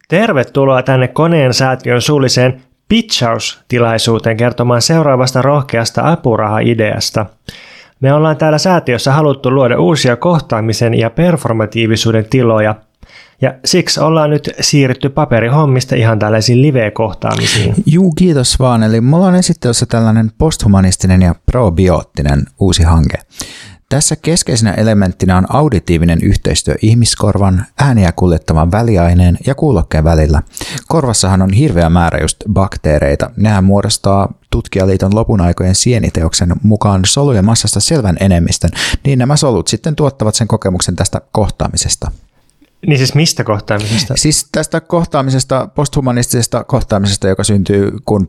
Tervetuloa tänne Koneen säätiön suulliseen pitchaus-tilaisuuteen kertomaan seuraavasta rohkeasta apuraha-ideasta. Me ollaan täällä säätiössä haluttu luoda uusia kohtaamisen ja performatiivisuuden tiloja, ja siksi ollaan nyt siirrytty paperihommista ihan tällaisiin live-kohtaamisiin. Juu, kiitos vaan. Eli mulla on esittelyssä tällainen posthumanistinen ja probioottinen uusi hanke. Tässä keskeisenä elementtinä on auditiivinen yhteistyö ihmiskorvan, ääniä kuljettavan väliaineen ja kuulokkeen välillä. Korvassahan on hirveä määrä just bakteereita. Nehän muodostaa Tutkijaliiton lopun aikojen sieniteoksen mukaan solujen massasta selvän enemmistön, niin nämä solut sitten tuottavat sen kokemuksen tästä kohtaamisesta. Niin siis mistä kohtaamisesta? Siis tästä kohtaamisesta, posthumanistisesta kohtaamisesta, joka syntyy kun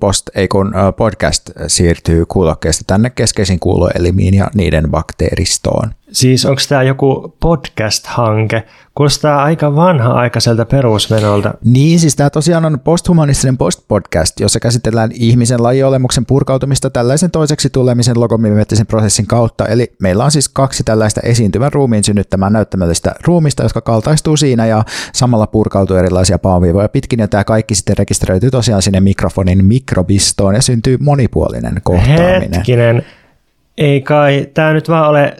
podcast siirtyy kuulokkeesta tänne keskeisiin kuuloelimiin ja niiden bakteeristoon. Siis onko tämä joku podcast-hanke? Kuulostaa aika vanha-aikaiselta perusmenolta. Niin, siis tämä tosiaan on posthumanistinen post-podcast, jossa käsitellään ihmisen lajiolemuksen purkautumista tällaisen toiseksi tulemisen logomimeettisen prosessin kautta. Eli meillä on siis 2 tällaista esiintyvän ruumiin synnyttämää näyttämällistä ruumista, jotka kaltaistuu siinä ja samalla purkautuu erilaisia paoviivoja pitkin. Ja tämä kaikki sitten rekisteröityy tosiaan sinne mikrofonin mikrobistoon ja syntyy monipuolinen kohtaaminen. Hetkinen. Ei kai tämä nyt vaan ole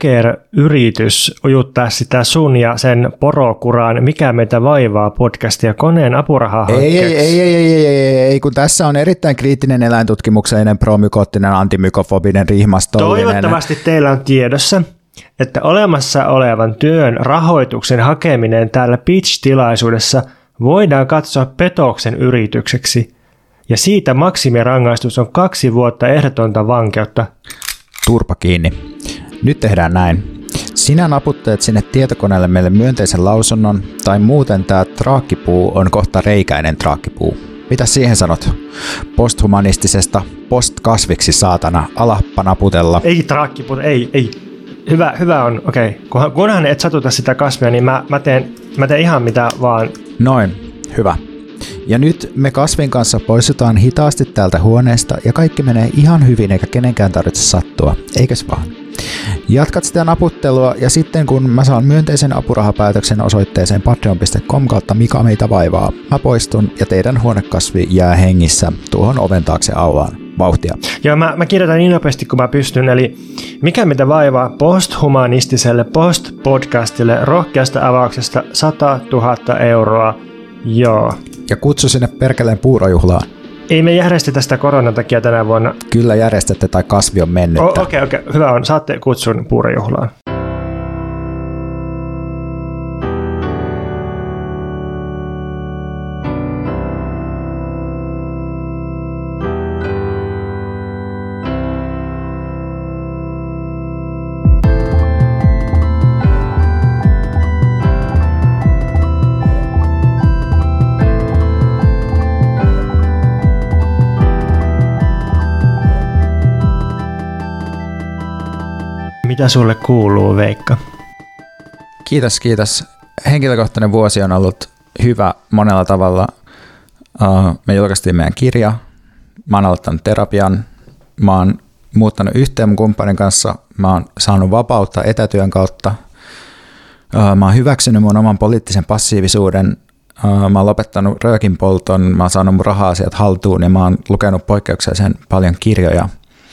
töker-yritys ujuttaa sitä sun ja sen porokuraan Mikä meitä vaivaa podcastia Koneen apurahahankkeeksi. Ei, kun tässä on erittäin kriittinen eläintutkimuksellinen, promykoottinen, antimykofobinen, rihmastollinen. Toivottavasti teillä on tiedossa, että olemassa olevan työn rahoituksen hakeminen täällä pitch-tilaisuudessa voidaan katsoa petoksen yritykseksi, ja siitä maksimirangaistus on 2 vuotta ehdotonta vankeutta. Turpa kiinni. Nyt tehdään näin. Sinä naputteet sinne tietokoneelle meille myönteisen lausunnon, tai muuten tämä traakkipuu on kohta reikäinen traakkipuu. Mitä siihen sanot? Posthumanistisesta postkasviksi saatana, alappa naputella. Ei traakkipuu, ei. Hyvä on, okei. Kunhan et satuta sitä kasvia, niin mä teen ihan mitä vaan. Noin, hyvä. Ja nyt me kasvin kanssa poistutaan hitaasti täältä huoneesta ja kaikki menee ihan hyvin eikä kenenkään tarvitse sattua, eikäs vaan? Jatkat sitä naputtelua ja sitten kun mä saan myönteisen apurahapäätöksen osoitteeseen patreon.com kautta Mikä meitä vaivaa, mä poistun ja teidän huonekasvi jää hengissä tuohon oven taakse aulaan. Vauhtia. Joo, mä kirjoitan niin nopeasti kuin mä pystyn, eli Mikä meitä vaivaa posthumanistiselle post-podcastille rohkeasta avauksesta 100 000 euroa. Joo. Ja kutsu sinne perkeleen puurojuhlaan. Ei me järjestetä sitä koronan takia tänä vuonna. Kyllä järjestätte tai kasvi on mennyttä. Okei, hyvä on. Saatte kutsun puurojuhlaan. Mitä sulle kuuluu, Veikka? Kiitos. Henkilökohtainen vuosi on ollut hyvä monella tavalla. Me julkaistiin meidän kirja. Mä oon aloittanut terapian. Mä oon muuttanut yhteen mun kumppanin kanssa. Mä oon saanut vapautta etätyön kautta. Mä oon hyväksynyt mun oman poliittisen passiivisuuden. Mä oon lopettanut röökin polton. Mä oon saanut mun raha-asiat haltuun ja mä oon lukenut poikkeuksellisen paljon kirjoja.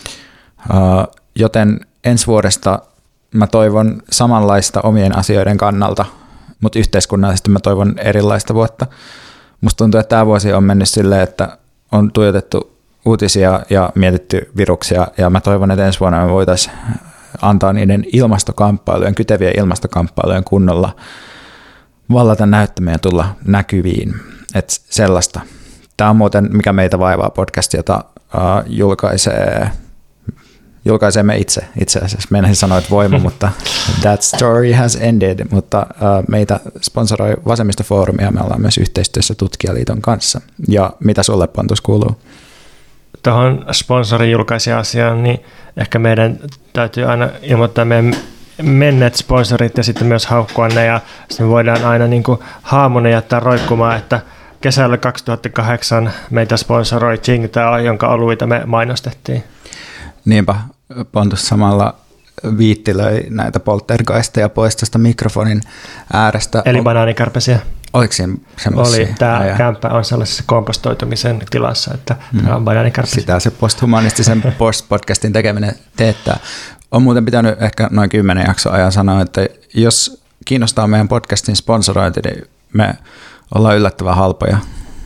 Joten ensi vuodesta mä toivon samanlaista omien asioiden kannalta, mutta yhteiskunnallisesti mä toivon erilaista vuotta. Musta tuntuu, että tämä vuosi on mennyt silleen, että on tuijotettu uutisia ja mietitty viruksia, ja mä toivon, että ensi vuonna me voitaisiin antaa niiden kytevien ilmastokamppailujen kunnolla vallata näyttämään ja tulla näkyviin. Että sellaista. Tämä on muuten Mikä meitä vaivaa podcast, jota julkaisemme itse asiassa. Meinasin sanoa, että voima, mutta that story has ended. Mutta meitä sponsoroi Vasemmistofoorumi ja me ollaan myös yhteistyössä Tutkijaliiton kanssa. Ja mitä sulle, Pontus, kuuluu? Tuohon sponsorin julkaisija-asiaan, niin ehkä meidän täytyy aina ilmoittaa meidän menneet sponsorit ja sitten myös haukkua ne. Ja sitten me voidaan aina niin kuin haamuna jättää roikkumaan, että kesällä 2008 meitä sponsoroi Tsingtao, jonka oluita me mainostettiin. Niinpä, Pontus samalla viittilöi näitä poltergeisteja pois tästä mikrofonin äärestä. Eli banaanikärpäsiä. Oliko siinä semmoisia? Oli. Tämä kämppä on sellaisessa kompostoitumisen tilassa, että täällä on banaanikärpäsiä. Sitä se posthumanistisen podcastin tekeminen teettää. On muuten pitänyt ehkä noin 10 jaksoa ajan sanoa, että jos kiinnostaa meidän podcastin sponsorointi, niin me ollaan yllättävän halpoja.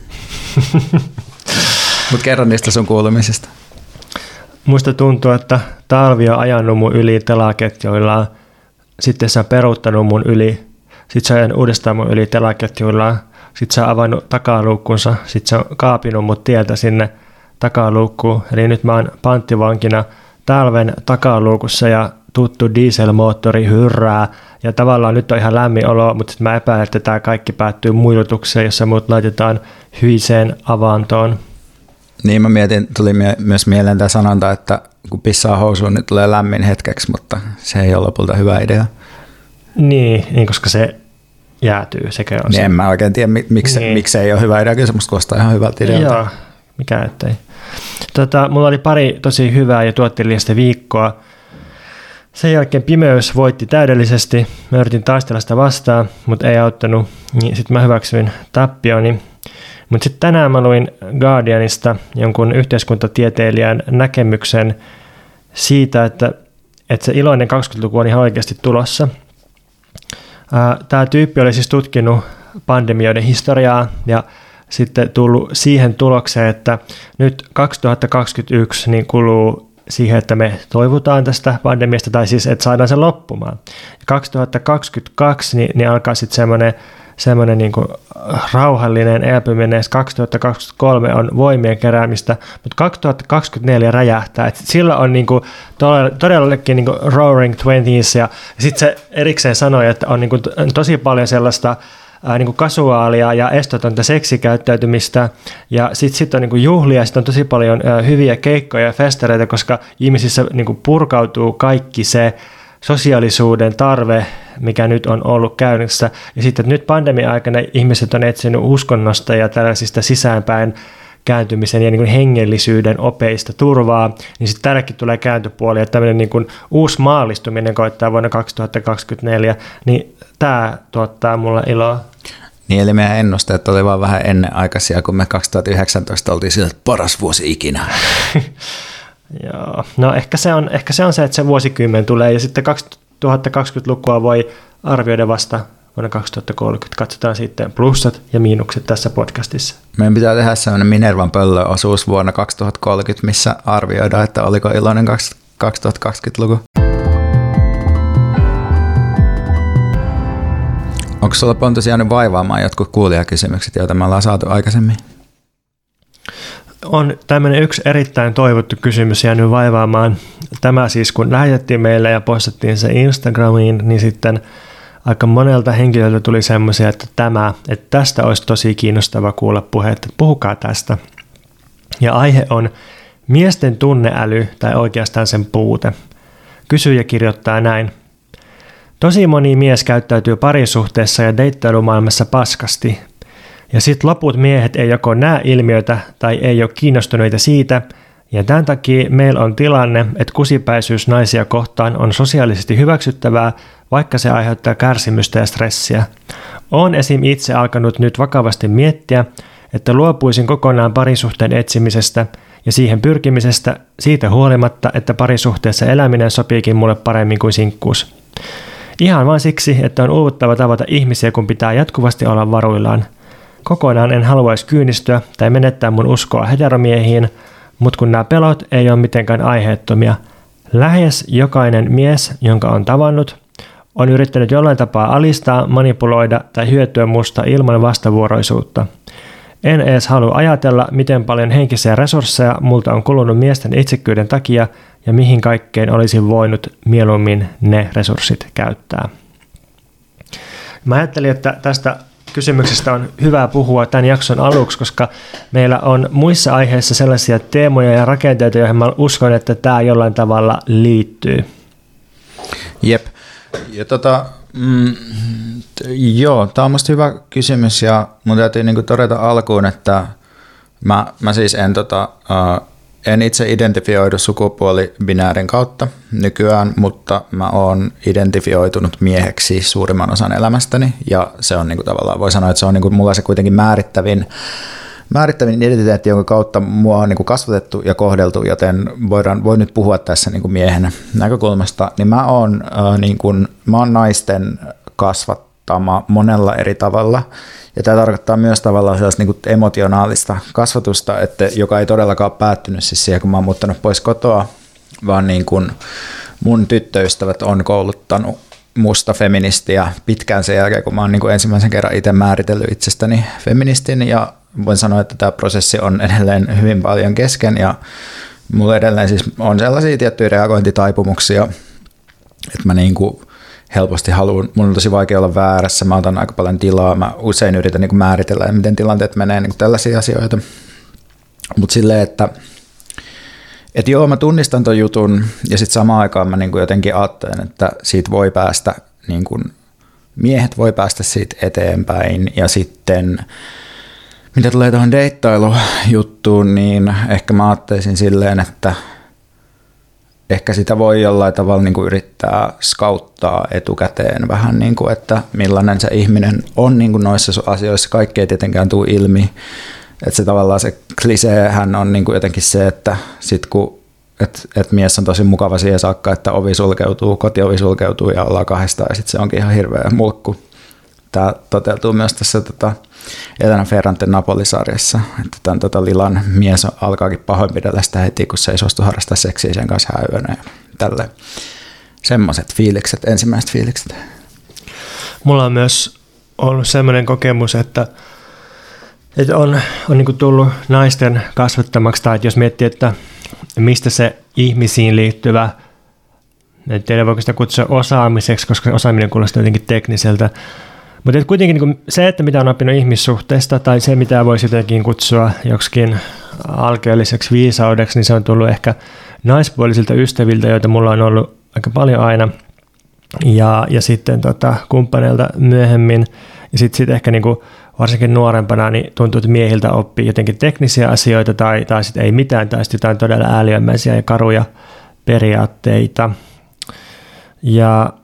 Mutta kerro niistä sun kuulumisista. Musta tuntuu, että talvi on ajanut mun yli telaketjuillaan, sitten se on peruuttanut mun yli, sitten se on uudestaan mun yli telaketjuillaan, sitten se on avannut takaluukkunsa, sitten se on kaapinut mut tieltä sinne takaluukkuun. Eli nyt mä oon panttivankina talven takaluukussa ja tuttu dieselmoottori hyrrää. Ja tavallaan nyt on ihan lämmin olo, mutta sitten mä epäilen, että tämä kaikki päättyy muilutukseen, jossa mut laitetaan hyiseen avantoon. Niin mä mietin, tuli myös mieleen tämä sanonta, että kun pissaa housuun, niin tulee lämmin hetkeksi, mutta se ei ole lopulta hyvä idea. Niin koska se jäätyy. Sekä on niin se. En mä oikein tiedä, miksi ei ole hyvä idea, kyllä se musta kuulostaa ihan hyvältä idealta. Joo, mikä ettei. Mulla oli pari tosi hyvää ja tuottelijasta viikkoa. Sen jälkeen pimeys voitti täydellisesti. Mä yritin taistella sitä vastaan, mutta ei auttanut. Niin sitten mä hyväksyin tappioni. Mutta sitten tänään mä luin Guardianista jonkun yhteiskuntatieteilijän näkemyksen siitä, että se iloinen 20-luku on ihan oikeasti tulossa. Tämä tyyppi oli siis tutkinut pandemioiden historiaa ja sitten tullut siihen tulokseen, että nyt 2021 niin kuluu siihen, että me toivutaan tästä pandemiasta, tai siis, että saadaan se loppumaan. 2022 niin alkaa sitten semmoinen niin kuin rauhallinen elpyminen, 2023 on voimien keräämistä, mutta 2024 räjähtää. Et sillä on niin kuin todellakin niin kuin roaring twenties, ja sitten se erikseen sanoi, että on niin kuin tosi paljon sellaista niin kuin kasuaalia ja estotonta seksikäyttäytymistä, ja sitten on niin kuin juhlia, ja sitten on tosi paljon hyviä keikkoja ja festareita, koska ihmisissä niin kuin purkautuu kaikki se sosiaalisuuden tarve, mikä nyt on ollut käynnissä. Ja sitten nyt pandemia-aikana ihmiset on etsinyt uskonnosta ja tällaisista sisäänpäin kääntymisen ja niin kuin hengellisyyden opeista turvaa, niin sitten tälläkin tulee kääntöpuoli, että tämmöinen niin kuin uusi maallistuminen koittaa vuonna 2024, niin tämä tuottaa mulle iloa. Niin, eli meidän ennusteet oli vaan vähän ennenaikaisia, kun me 2019 oltiin sillä, että paras vuosi ikinä. Joo, no ehkä se on se, että se vuosikymmen tulee, ja sitten 2020-lukua voi arvioida vasta vuonna 2030. Katsotaan sitten plussat ja miinukset tässä podcastissa. Meidän pitää tehdä sellainen Minervan pöllöosuus vuonna 2030, missä arvioidaan, että oliko iloinen 2020-luku. Onko sulla Pontus jäänyt vaivaamaan jotkut kuulijakysymykset, joita me ollaan saatu aikaisemmin? On tämmöinen yksi erittäin toivottu kysymys jäänyt vaivaamaan. Tämä siis, kun lähetettiin meille ja postattiin se Instagramiin, niin sitten aika monelta henkilöltä tuli semmoisia, että tästä olisi tosi kiinnostava kuulla puhetta, että puhukaa tästä. Ja aihe on miesten tunneäly tai oikeastaan sen puute. Kysyjä kirjoittaa näin. Tosi moni mies käyttäytyy parisuhteessa ja deittailumaailmassa paskasti. Ja sitten loput miehet ei joko näe ilmiötä tai ei ole kiinnostuneita siitä, ja tämän takia meillä on tilanne, että kusipäisyys naisia kohtaan on sosiaalisesti hyväksyttävää, vaikka se aiheuttaa kärsimystä ja stressiä. Olen esim. Itse alkanut nyt vakavasti miettiä, että luopuisin kokonaan parisuhteen etsimisestä ja siihen pyrkimisestä siitä huolimatta, että parisuhteessa eläminen sopiikin mulle paremmin kuin sinkkuus. Ihan vain siksi, että on uuvuttava tavata ihmisiä, kun pitää jatkuvasti olla varuillaan. Kokonaan en haluaisi kyynistyä tai menettää mun uskoa heteromiehiin, mutta kun nämä pelot ei ole mitenkään aiheettomia. Lähes jokainen mies, jonka on tavannut, on yrittänyt jollain tapaa alistaa, manipuloida tai hyötyä musta ilman vastavuoroisuutta. En edes halua ajatella, miten paljon henkisiä resursseja multa on kulunut miesten itsekkyyden takia ja mihin kaikkeen olisin voinut mieluummin ne resurssit käyttää. Mä ajattelin, että tästä kysymyksestä on hyvä puhua tämän jakson aluksi, koska meillä on muissa aiheissa sellaisia teemoja ja rakenteita, joihin mä uskon, että tämä jollain tavalla liittyy. Jep. Ja joo, tämä on musta hyvä kysymys ja mun täytyy niinku todeta alkuun, että mä siis en En itse identifioidu sukupuolibinäärin kautta nykyään, mutta mä oon identifioitunut mieheksi suurimman osan elämästäni ja se on niinku tavallaan, voi sanoa, että se on niinku mulla se kuitenkin määrittävin identiteetti, jonka kautta mua on niinku kasvatettu ja kohdeltu, joten voin nyt puhua tässä niinku miehen näkökulmasta, niin mä oon naisten kasvattama monella eri tavalla. Ja tämä tarkoittaa myös tavallaan sellaista niin kuin emotionaalista kasvatusta, joka ei todellakaan päättynyt siis siihen, kun mä oon muuttanut pois kotoa, vaan niin kuin mun tyttöystävät on kouluttanut musta feministiä pitkään sen jälkeen, kun mä oon niin kuin ensimmäisen kerran itse määritellyt itsestäni feministin, ja voin sanoa, että tämä prosessi on edelleen hyvin paljon kesken, ja mulla edelleen siis on sellaisia tiettyjä reagointitaipumuksia, että mä niin kuin helposti haluan, mun on tosi vaikea olla väärässä, mä otan aika paljon tilaa, mä usein yritän niin kuin määritellä, miten tilanteet menee, niin kuin tällaisia asioita. Mutta silleen, että joo, mä tunnistan ton jutun ja sitten samaan aikaan mä niin kuin jotenkin ajattelen, että siitä voi päästä, niin kuin, miehet voi päästä siitä eteenpäin ja sitten mitä tulee tuohon deittailujuttuun, niin ehkä mä ajattelisin silleen, että ehkä sitä voi jollain tavalla niin kuin yrittää skauttaa etukäteen vähän, niin kuin, että millainen se ihminen on niin kuin noissa asioissa. Kaikki ei tietenkään tule ilmi. Että se tavallaan se kliseehän on niin kuin jotenkin se, että sit kun mies on tosi mukava siihen saakka, että ovi sulkeutuu, kotiovi sulkeutuu ja ollaan kahdestaan ja sitten se onkin ihan hirveä mulkku. Tämä toteutuu myös tässä Elena Ferranten Napoli-sarjassa, että tämän Lilan mies alkaakin pahoinpidellä sitä heti, kun se ei suostu harrastaa seksiä sen kanssa häyönä ja tälleen. Semmoiset fiilikset, ensimmäiset fiilikset. Mulla on myös ollut semmoinen kokemus, että on niin kuin tullut naisten kasvattamaksi, tai jos miettii, että mistä se ihmisiin liittyvä, en tiedä voiko sitä kutsua osaamiseksi, koska osaaminen kuulostaa jotenkin tekniseltä, mutta kuitenkin niin se, että mitä on oppinut ihmissuhteesta tai se, mitä voisi jotenkin kutsua joksikin alkeelliseksi viisaudeksi, niin se on tullut ehkä naispuolisilta ystäviltä, joita mulla on ollut aika paljon aina ja sitten kumppaneilta myöhemmin. Ja sitten ehkä niin kuin varsinkin nuorempana niin tuntuu, että miehiltä oppii jotenkin teknisiä asioita tai sitten ei mitään tai sitten jotain todella ääliömäisiä ja karuja periaatteita. Ja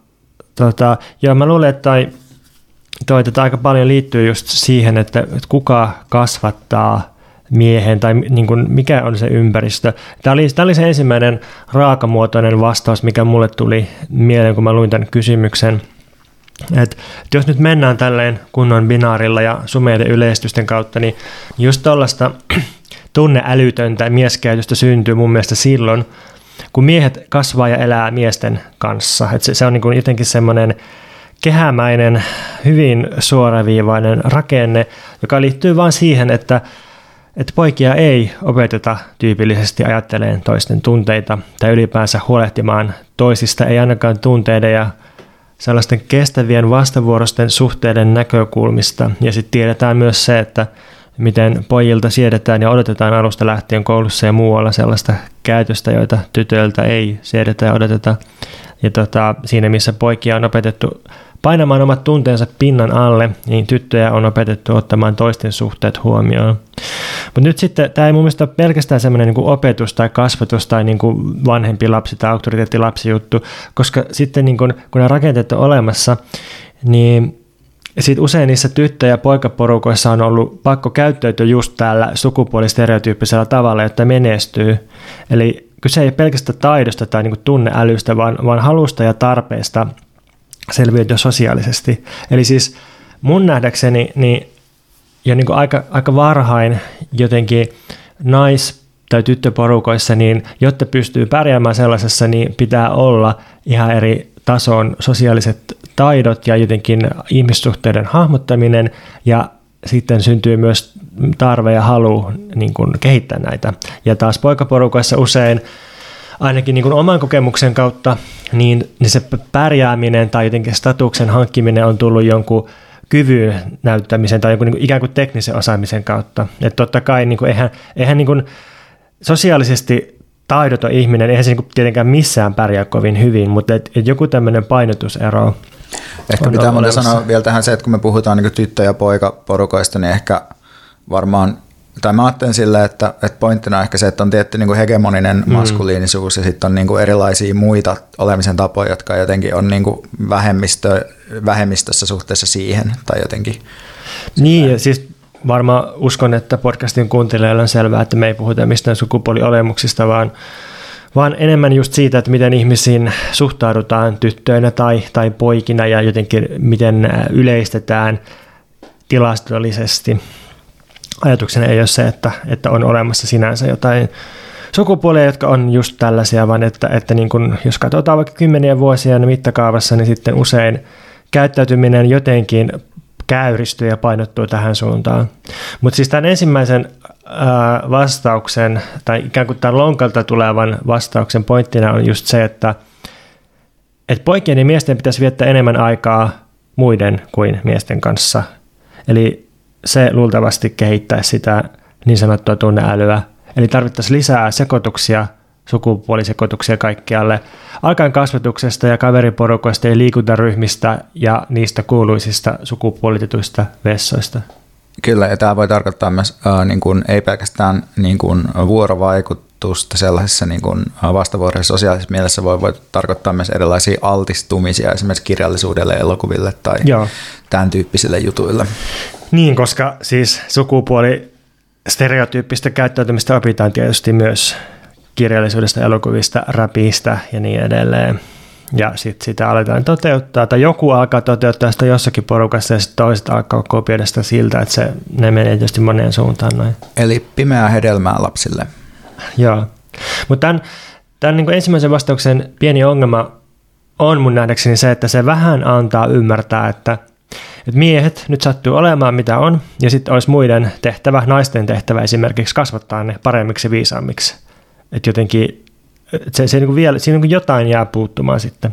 mä luulen, että tätä aika paljon liittyy just siihen, että kuka kasvattaa miehen tai niin kuin mikä on se ympäristö. Tämä oli se ensimmäinen raakamuotoinen vastaus, mikä mulle tuli mieleen, kun mä luin tämän kysymyksen. Että jos nyt mennään tälleen kunnon binaarilla ja sumeiden yleistysten kautta, niin just tuollaista tunneälytöntä mieskäytöstä syntyy mun mielestä silloin, kun miehet kasvaa ja elää miesten kanssa. Että se on niin kuin jotenkin semmoinen kehämäinen, hyvin suoraviivainen rakenne, joka liittyy vain siihen, että poikia ei opeteta tyypillisesti ajattelemaan toisten tunteita tai ylipäänsä huolehtimaan toisista, ei ainakaan tunteiden ja sellaisten kestävien vastavuorosten suhteiden näkökulmista. Ja sitten tiedetään myös se, että miten pojilta siedetään ja odotetaan alusta lähtien koulussa ja muualla sellaista käytöstä, joita tytöiltä ei siedetä ja odoteta. Ja siinä, missä poikia on opetettu painamaan omat tunteensa pinnan alle, niin tyttöjä on opetettu ottamaan toisten suhteet huomioon. Mutta nyt sitten tämä ei mun mielestä ole pelkästään semmoinen niin kuin opetus tai kasvatus tai niin kuin vanhempi lapsi tai auktoriteettilapsi juttu, koska sitten niin kun nämä rakenteet on olemassa, niin sitten usein niissä tyttö- ja poikaporukoissa on ollut pakko käyttäytyä just täällä sukupuolistereotyyppisellä tavalla, jotta menestyy. Eli kyse ei ole pelkästään taidosta tai niin kuin tunneälystä, vaan halusta ja tarpeesta selviytyä sosiaalisesti. Eli siis mun nähdäkseni niin jo niin kuin aika varhain jotenkin nais- tai tyttöporukoissa, niin jotta pystyy pärjäämään sellaisessa, niin pitää olla ihan eri tason sosiaaliset taidot ja jotenkin ihmissuhteiden hahmottaminen ja sitten syntyy myös tarve ja halu niin kuin kehittää näitä. Ja taas poikaporukoissa usein ainakin niin kuin oman kokemuksen kautta, niin se pärjääminen tai jotenkin statuksen hankkiminen on tullut jonkun kyvyn näyttämisen tai jonkun niin kuin ikään kuin teknisen osaamisen kautta. Että totta kai niin kuin eihän niin kuin sosiaalisesti taidoton ihminen, eihän se niin kuin tietenkään missään pärjää kovin hyvin, mutta joku tämmöinen painotusero. Ehkä pitää mulle sanoa vielä tähän se, että kun me puhutaan niin kuin tyttö- ja poikaporukoista, niin ehkä varmaan tai mä ajattelen silleen, että pointtina on ehkä se, että on tietty niin kuin hegemoninen maskuliinisuus ja sitten on niin kuin erilaisia muita olemisen tapoja, jotka jotenkin on niin kuin vähemmistössä suhteessa siihen tai jotenkin. Niin, ja siis varmaan uskon, että podcastin kuuntelijoilla on selvää, että me ei puhuta mistään sukupuoliolemuksista, vaan enemmän just siitä, että miten ihmisiin suhtaudutaan tyttöinä tai poikina ja jotenkin miten yleistetään tilastollisesti. Ajatuksena ei ole se, että on olemassa sinänsä jotain sukupuolia, jotka on just tällaisia, vaan että niin kun, jos katsotaan vaikka 10 vuosien mittakaavassa, niin sitten usein käyttäytyminen jotenkin käyristyy ja painottuu tähän suuntaan. Mutta siis tämän ensimmäisen vastauksen, tai ikään kuin tämän lonkalta tulevan vastauksen pointtina on just se, että poikien ja miesten pitäisi viettää enemmän aikaa muiden kuin miesten kanssa. Eli se luultavasti kehittäisi sitä niin sanottua tunneälyä. Eli tarvittaisiin lisää sekoituksia, sukupuolisekoituksia kaikkialle, alkaen kasvatuksesta ja kaveriporukoista ja liikuntaryhmistä ja niistä kuuluisista sukupuolitetuista vessoista. Kyllä, ja tämä voi tarkoittaa myös niin kuin, ei pelkästään niin kuin, vuorovaikutusta sellaisessa niin kuin, vastavuoroisessa sosiaalisessa mielessä, voi tarkoittaa myös erilaisia altistumisia esimerkiksi kirjallisuudelle, elokuville tai tämän tyyppisille jutuille. Niin, koska siis sukupuoli stereotyyppistä käyttäytymistä opitaan tietysti myös kirjallisuudesta, elokuvista, rapista ja niin edelleen. Ja sitten sitä aletaan toteuttaa, tai joku alkaa toteuttaa sitä jossakin porukassa ja sitten toiset alkaa kopioida sitä siltä, että ne menee tietysti moneen suuntaan noin. Eli pimeää hedelmää lapsille. Joo, mutta tämän niin kuin ensimmäisen vastauksen pieni ongelma on mun nähdäkseni se, että se vähän antaa ymmärtää, että miehet nyt sattuu olemaan mitä on, ja sitten olisi muiden tehtävä, naisten tehtävä esimerkiksi kasvattaa ne paremmiksi ja viisaammiksi. Että jotenkin se niin kuin vielä, siinä niin kuin jotain jää puuttumaan sitten.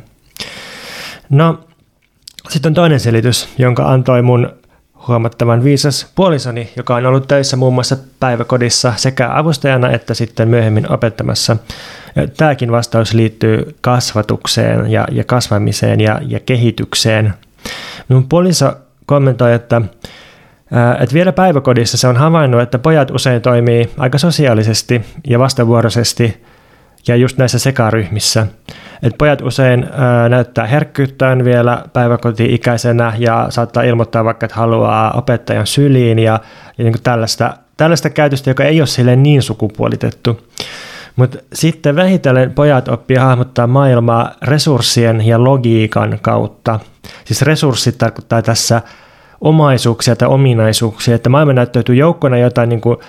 No, sitten on toinen selitys, jonka antoi mun huomattavan viisas puolisoni, joka on ollut töissä muun muassa päiväkodissa sekä avustajana että sitten myöhemmin opettamassa. Ja tämäkin vastaus liittyy kasvatukseen ja kasvamiseen ja kehitykseen. Mun puoliso kommentoi, että vielä päiväkodissa se on havainnut, että pojat usein toimii aika sosiaalisesti ja vastavuoroisesti ja just näissä sekaryhmissä. Että pojat usein näyttää herkkyyttään vielä päiväkoti-ikäisenä ja saattaa ilmoittaa vaikka, että haluaa opettajan syliin ja niin kuin tällaista käytöstä, joka ei ole silleen niin sukupuolitettu. Mutta sitten vähitellen pojat oppii hahmottaa maailmaa resurssien ja logiikan kautta. Siis resurssit tarkoittaa tässä omaisuuksia tai ominaisuuksia, että maailma näyttäytyy joukkona jotain niin kuin,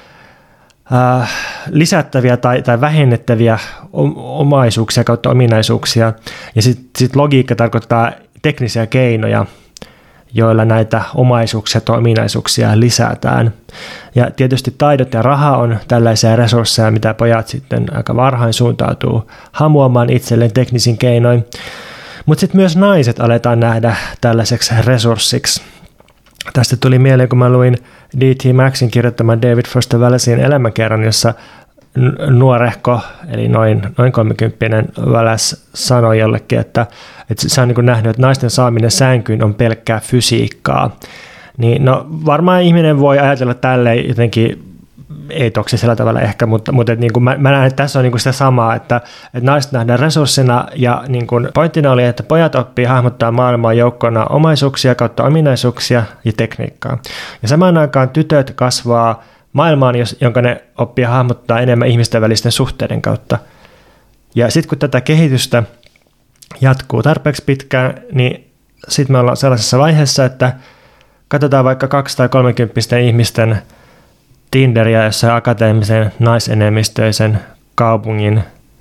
lisättäviä tai vähennettäviä omaisuuksia kautta ominaisuuksia. Ja sitten logiikka tarkoittaa teknisiä keinoja, joilla näitä omaisuuksia tai ominaisuuksia lisätään. Ja tietysti taidot ja raha on tällaisia resursseja, mitä pojat sitten aika varhain suuntautuu hamuamaan itselleen teknisin keinoin. Mutta sitten myös naiset aletaan nähdä tällaiseksi resurssiksi. Tästä tuli mieleen, kun mä luin D.T. Maxin kirjoittaman David Foster Wallacein elämänkerran, jossa nuorehko, eli noin 30-vuotias Wallace sanoi jollekin, että se on niin kuin nähnyt, että naisten saaminen sänkyyn on pelkkää fysiikkaa. Niin, no, varmaan ihminen voi ajatella tälleen jotenkin, ei toksisella tavalla ehkä, mutta niin kuin mä näen, että tässä on niin kuin sitä samaa, että naiset nähdään resurssina ja niin kuin pointtina oli, että pojat oppii hahmottaa maailmaa joukkona omaisuuksia kautta ominaisuuksia ja tekniikkaa. Ja samaan aikaan tytöt kasvaa maailmaan, jonka ne oppii hahmottaa enemmän ihmisten välisten suhteiden kautta. Ja sitten kun tätä kehitystä jatkuu tarpeeksi pitkään, niin sitten me ollaan sellaisessa vaiheessa, että katsotaan vaikka 2- tai 30 ihmisten Tinderiä jossain akateemisen naisenemmistöisen kaupungin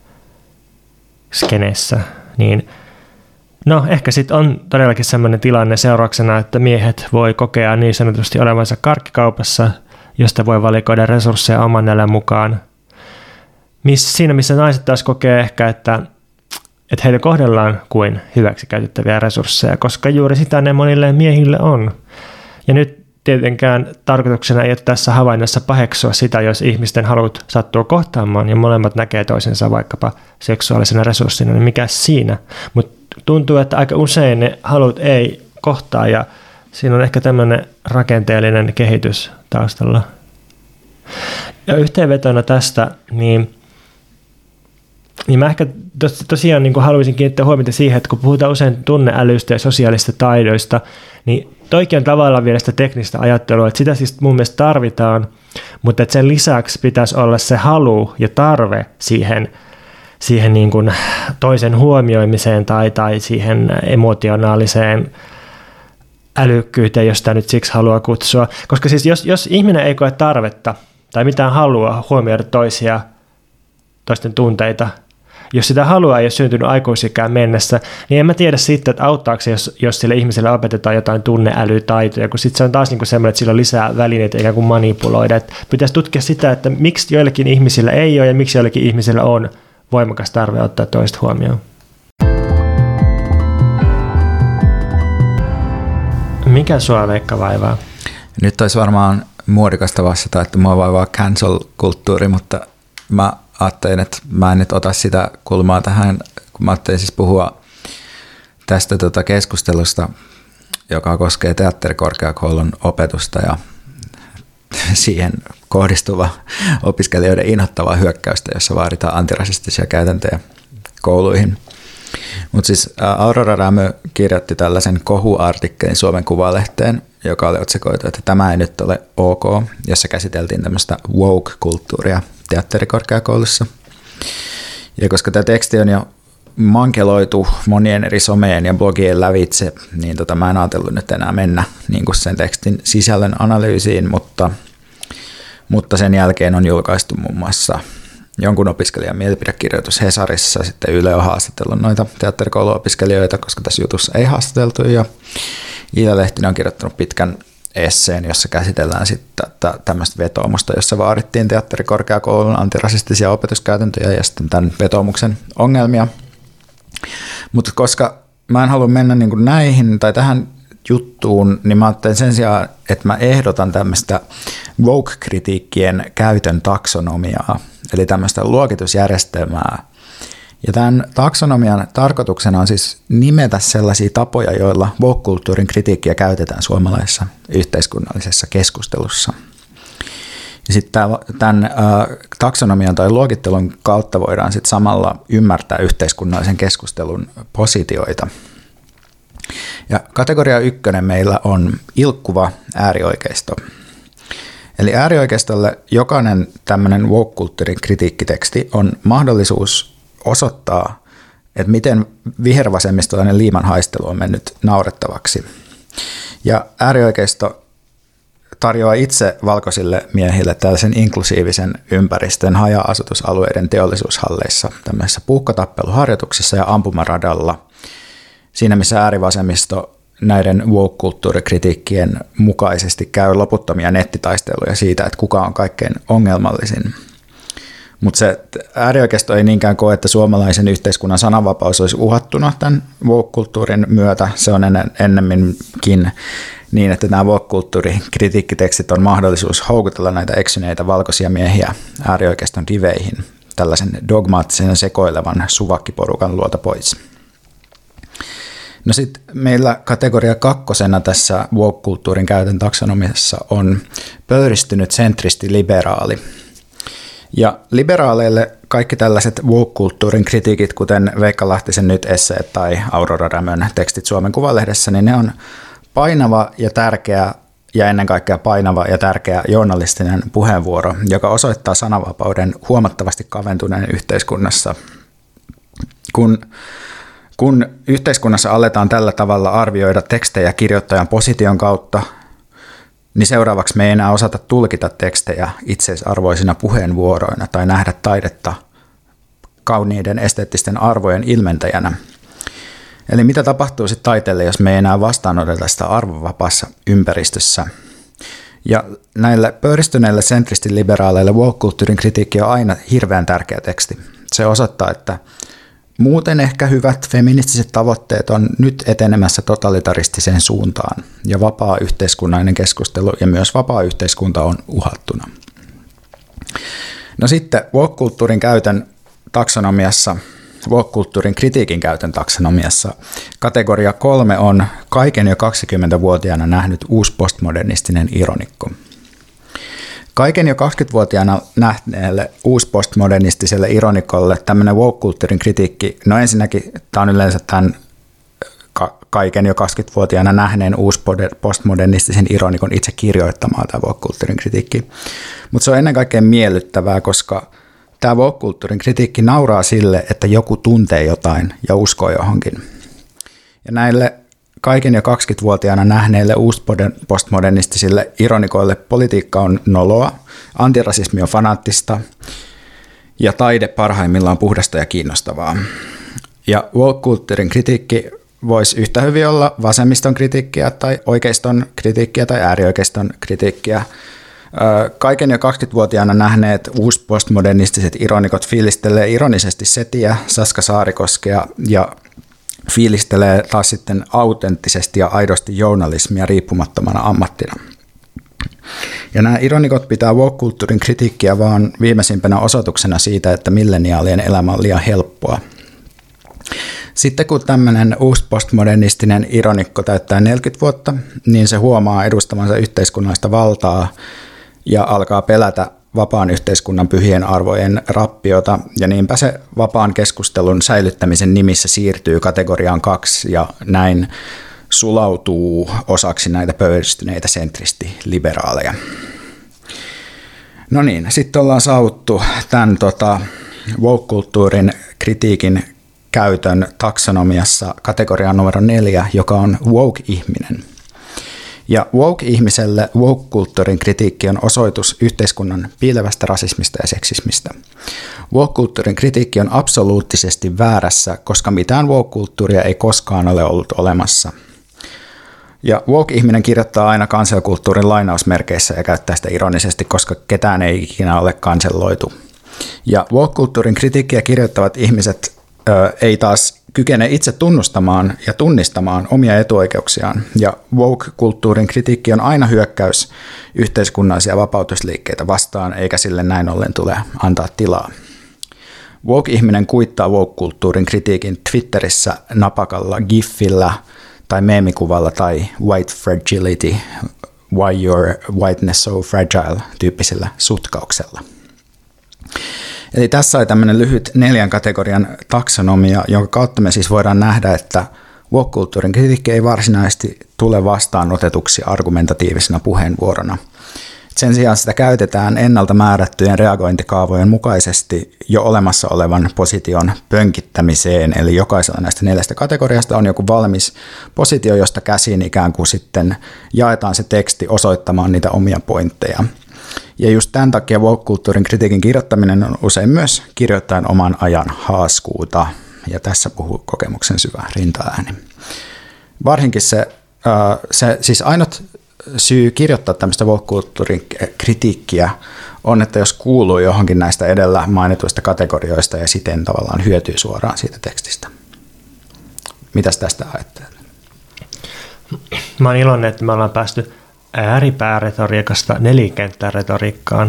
skeneessä, niin no ehkä sitten on todellakin sellainen tilanne seurauksena, että miehet voi kokea niin sanotusti olevansa karkkikaupassa, josta voi valikoida resursseja oman elän mukaan. Siinä missä naiset taas kokee ehkä, että heitä kohdellaan kuin hyväksi käytettäviä resursseja, koska juuri sitä ne monille miehille on. Ja nyt tietenkään tarkoituksena ei ole tässä havainnossa paheksua sitä, jos ihmisten halut sattuu kohtaamaan ja molemmat näkee toisensa vaikkapa seksuaalisena resurssina, niin mikä siinä? Mutta tuntuu, että aika usein ne halut ei kohtaa ja siinä on ehkä tämmöinen rakenteellinen kehitys taustalla. Ja yhteenvetona tästä, niin mä ehkä tosiaan niin haluaisin kiinnittää huomiota siihen, että kun puhutaan usein tunneälystä ja sosiaalista taidoista, niin toikin on tavallaan vielä sitä teknistä ajattelua, että sitä siis mun mielestä tarvitaan, mutta että sen lisäksi pitäisi olla se halu ja tarve siihen niin kuin toisen huomioimiseen tai siihen emotionaaliseen älykkyyteen, jos sitä nyt siksi haluaa kutsua. Koska siis jos ihminen ei koe tarvetta tai mitään halua huomioida toisten tunteita, jos sitä halua ei ole syntynyt aikuisikään mennessä, niin en mä tiedä sitten, että auttaako se, jos sille ihmiselle opetetaan jotain tunneälytaitoja, kun sitten se on taas niin kuin semmoinen, että sillä on lisää välineitä ikään kuin manipuloida. Että pitäisi tutkia sitä, että miksi joillekin ihmisillä ei ole ja miksi joillekin ihmisillä on voimakas tarve ottaa toista huomioon. Mikä sua, Veikka, vaivaa? Nyt olisi varmaan muodikasta vastata, että mua vaivaa cancel-kulttuuri, mutta mä ajattelin, että mä en nyt ota sitä kulmaa tähän, kun mä ajattelin siis puhua tästä keskustelusta, joka koskee teatterikorkeakoulun opetusta ja siihen kohdistuva opiskelijoiden inhottavaa hyökkäystä, jossa vaaditaan antirasistisia käytäntöjä kouluihin. Mutta siis Aurora Rämö kirjoitti tällaisen kohuartikkelin Suomen Kuvalehteen, joka oli otsikoitu, että tämä ei nyt ole ok, jossa käsiteltiin tämmöistä woke-kulttuuria teatterikorkeakoulussa. Ja koska tämä teksti on jo mankeloitu monien eri someen ja blogien lävitse, niin mä en ajatellut nyt enää mennä niin kuin sen tekstin sisällön analyysiin, mutta sen jälkeen on julkaistu muun muassa jonkun opiskelijan mielipidekirjoitus Hesarissa, sitten Yle on haastatellut noita teatterikouluopiskelijoita, koska tässä jutussa ei haastateltu, ja Iida Lehtinen on kirjoittanut pitkän esseen, jossa käsitellään sitten tämmöistä vetoomusta, jossa vaadittiin teatterikorkeakoulun antirasistisia opetuskäytäntöjä ja sitten tämän vetoomuksen ongelmia. Mutta koska mä en halua mennä niin kuin näihin tai tähän juttuun, niin mä ajattelin sen sijaan, että mä ehdotan tämmöistä woke-kritiikkien käytön taksonomiaa, eli tämmöistä luokitusjärjestelmää. Ja tämän taksonomian tarkoituksena on siis nimetä sellaisia tapoja, joilla woke-kulttuurin kritiikkiä käytetään suomalaisessa yhteiskunnallisessa keskustelussa. Ja sitten tämän taksonomian tai luokittelun kautta voidaan sitten samalla ymmärtää yhteiskunnallisen keskustelun positioita. Ja kategoria 1 meillä on ilkkuva äärioikeisto. Eli äärioikeistolle jokainen tämmöinen woke-kulttuurin kritiikkiteksti on mahdollisuus osoittaa, että miten vihervasemmistolainen liimanhaistelu on mennyt naurettavaksi. Ja äärioikeisto tarjoaa itse valkoisille miehille tällaisen inklusiivisen ympäristön haja-asutusalueiden teollisuushalleissa, tämmöisissä puukkotappeluharjoituksissa ja ampumaradalla. Siinä, missä äärivasemmisto näiden woke-kulttuurikritiikkien mukaisesti käy loputtomia nettitaisteluja siitä, että kuka on kaikkein ongelmallisin. Mutta se äärioikeisto ei niinkään koe, että suomalaisen yhteiskunnan sananvapaus olisi uhattuna tämän woke-kulttuurin myötä. Se on ennemminkin niin, että nämä woke-kulttuurikritiikkitekstit on mahdollisuus houkutella näitä eksyneitä valkoisia miehiä äärioikeiston riveihin tällaisen dogmaattisen sekoilevan suvakkiporukan luota pois. No sitten meillä kategoria 2 tässä woke-kulttuurin käytön taksonomiassa on pöyristynyt sentristi-liberaali. Ja liberaaleille kaikki tällaiset woke-kulttuurin kritiikit, kuten Veikka Lahtisen nyt esseet tai Aurora Rämön tekstit Suomen Kuvalehdessä, niin ne on painava ja tärkeä ja ennen kaikkea painava ja tärkeä journalistinen puheenvuoro, joka osoittaa sananvapauden huomattavasti kaventuneen yhteiskunnassa. Kun yhteiskunnassa aletaan tällä tavalla arvioida tekstejä kirjoittajan position kautta, niin seuraavaksi me ei enää osata tulkita tekstejä itseisarvoisina puheenvuoroina tai nähdä taidetta kauniiden esteettisten arvojen ilmentäjänä. Eli mitä tapahtuu sitten taiteelle, jos me ei enää vastaanoteta sitä arvovapaassa ympäristössä? Ja näille pöyristyneille sentristi-liberaaleille woke-kulttuurin kritiikki on aina hirveän tärkeä teksti. Se osoittaa, että muuten ehkä hyvät feministiset tavoitteet on nyt etenemässä totalitaristiseen suuntaan, ja vapaa yhteiskunnallinen keskustelu ja myös vapaa yhteiskunta on uhattuna. No sitten woke-kulttuurin käytön taksonomiassa, woke-kulttuurin kritiikin käytön taksonomiassa kategoria 3 on kaiken jo 20-vuotiaana nähnyt uusi postmodernistinen ironikko. Kaiken jo 20-vuotiaana nähneelle uuspostmodernistiselle ironikolle tämmöinen woke-kulttuurin kritiikki, no ensinnäkin tämä on yleensä tämän kaiken jo 20-vuotiaana nähneen postmodernistisen ironikon itse kirjoittamaa tämä woke-kulttuurin kritiikki, mutta se on ennen kaikkea miellyttävää, koska tämä woke-kulttuurin kritiikki nauraa sille, että joku tuntee jotain ja uskoo johonkin. Ja näille kaiken jo 20-vuotiaana nähneille postmodernistisille ironikoille politiikka on noloa, antirasismi on fanaattista ja taide parhaimmillaan puhdasta ja kiinnostavaa. Ja woke-kulttuurin kritiikki voisi yhtä hyvin olla vasemmiston kritiikkiä tai oikeiston kritiikkiä tai äärioikeiston kritiikkiä. Kaiken jo 20-vuotiaana nähneet uuspostmodernistiset ironikot fiilistelee ironisesti Setiä, Saska Saarikoskea ja fiilistelee taas sitten autenttisesti ja aidosti journalismia riippumattomana ammattina. Ja nämä ironikot pitää woke-kulttuurin kritiikkiä vaan viimeisimpänä osoituksena siitä, että milleniaalien elämä on liian helppoa. Sitten kun tämmöinen uusi postmodernistinen ironikko täyttää 40 vuotta, niin se huomaa edustamansa yhteiskunnallista valtaa ja alkaa pelätä vapaan yhteiskunnan pyhien arvojen rappiota, ja niinpä se vapaan keskustelun säilyttämisen nimissä siirtyy kategoriaan 2 ja näin sulautuu osaksi näitä pöyristyneitä sentristi-liberaaleja. No niin, sitten ollaan saavuttu tämän woke-kulttuurin kritiikin käytön taksonomiassa kategoriaan numero 4, joka on woke-ihminen. Ja woke-ihmiselle woke-kulttuurin kritiikki on osoitus yhteiskunnan piilevästä rasismista ja seksismistä. Woke-kulttuurin kritiikki on absoluuttisesti väärässä, koska mitään woke-kulttuuria ei koskaan ole ollut olemassa. Ja woke-ihminen kirjoittaa aina cancel-kulttuurin lainausmerkeissä ja käyttää sitä ironisesti, koska ketään ei ikinä ole canceloitu. Ja woke-kulttuurin kritiikkiä kirjoittavat ihmiset ei taas kykene itse tunnustamaan ja tunnistamaan omia etuoikeuksiaan, ja woke-kulttuurin kritiikki on aina hyökkäys yhteiskunnallisia vapautusliikkeitä vastaan, eikä sille näin ollen tule antaa tilaa. Woke-ihminen kuittaa woke-kulttuurin kritiikin Twitterissä napakalla gifillä tai meemikuvalla tai white fragility, why your whiteness so fragile -tyyppisellä sutkauksella. Eli tässä oli tämmöinen lyhyt 4 kategorian taksonomia, jonka kautta me siis voidaan nähdä, että woke-kulttuurin kritiikki ei varsinaisesti tule vastaanotetuksi argumentatiivisena puheenvuorona. Sen sijaan sitä käytetään ennalta määrättyjen reagointikaavojen mukaisesti jo olemassa olevan position pönkittämiseen, eli jokaisella näistä 4 kategoriasta on joku valmis positio, josta käsin ikään kuin sitten jaetaan se teksti osoittamaan niitä omia pointteja. Ja just tämän takia woke-kulttuurin kritiikin kirjoittaminen on usein myös kirjoittajan oman ajan haaskuuta, ja tässä puhuu kokemuksen syvä rintaääni. Varsinkin se siis ainut syy kirjoittaa tämmöistä woke-kulttuurin kritiikkiä on, että jos kuuluu johonkin näistä edellä mainituista kategorioista ja siten tavallaan hyötyy suoraan siitä tekstistä. Mitäs tästä ajattelet? Mä oon iloinen, että me ollaan päästy ääripääretoriikasta nelikenttäretoriikkaan,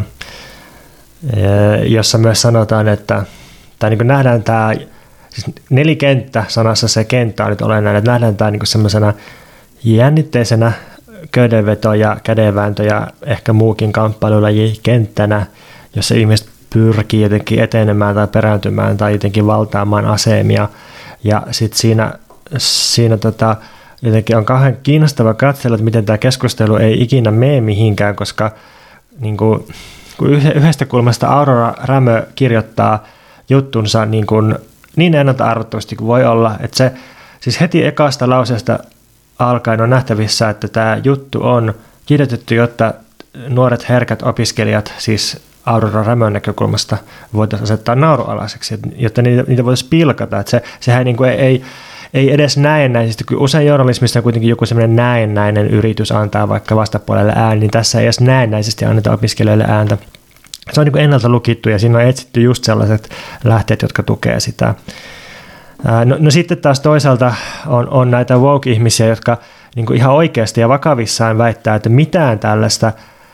jossa myös sanotaan, että tai niin kuin nähdään tämä, siis nelikenttä sanassa se kenttä on nyt olennainen, että nähdään tämä niin kuin semmoisena jännitteisenä köydenveto ja kädenvääntö ja ehkä muukin kamppailulaji kenttänä, jossa ihmiset pyrkii jotenkin etenemään tai perääntymään tai jotenkin valtaamaan asemia, ja sitten siinä jotenkin on kauhean kiinnostava katsella, että miten tämä keskustelu ei ikinä mene mihinkään, koska niin kun yhdestä kulmasta Aurora Rämö kirjoittaa juttunsa niin ennalta arvattavasti kuin voi olla, että se siis heti ekasta lauseesta alkaen on nähtävissä, että tämä juttu on kirjoitettu, jotta nuoret herkät opiskelijat, siis Aurora Rämön näkökulmasta, voitaisiin asettaa naurualaiseksi, jotta niitä voitaisiin pilkata. Että sehän niin kuin ei edes näennäisesti, kun usein journalismissa on kuitenkin joku sellainen näennäinen yritys antaa vaikka vastapuolelle ääni, niin tässä ei edes näennäisesti anneta opiskelijoille ääntä. Se on niin kuin ennalta lukittu ja siinä on etsitty just sellaiset lähteet, jotka tukee sitä. No sitten taas toisaalta on näitä woke-ihmisiä, jotka niin kuin ihan oikeasti ja vakavissaan väittää, että mitään tällaista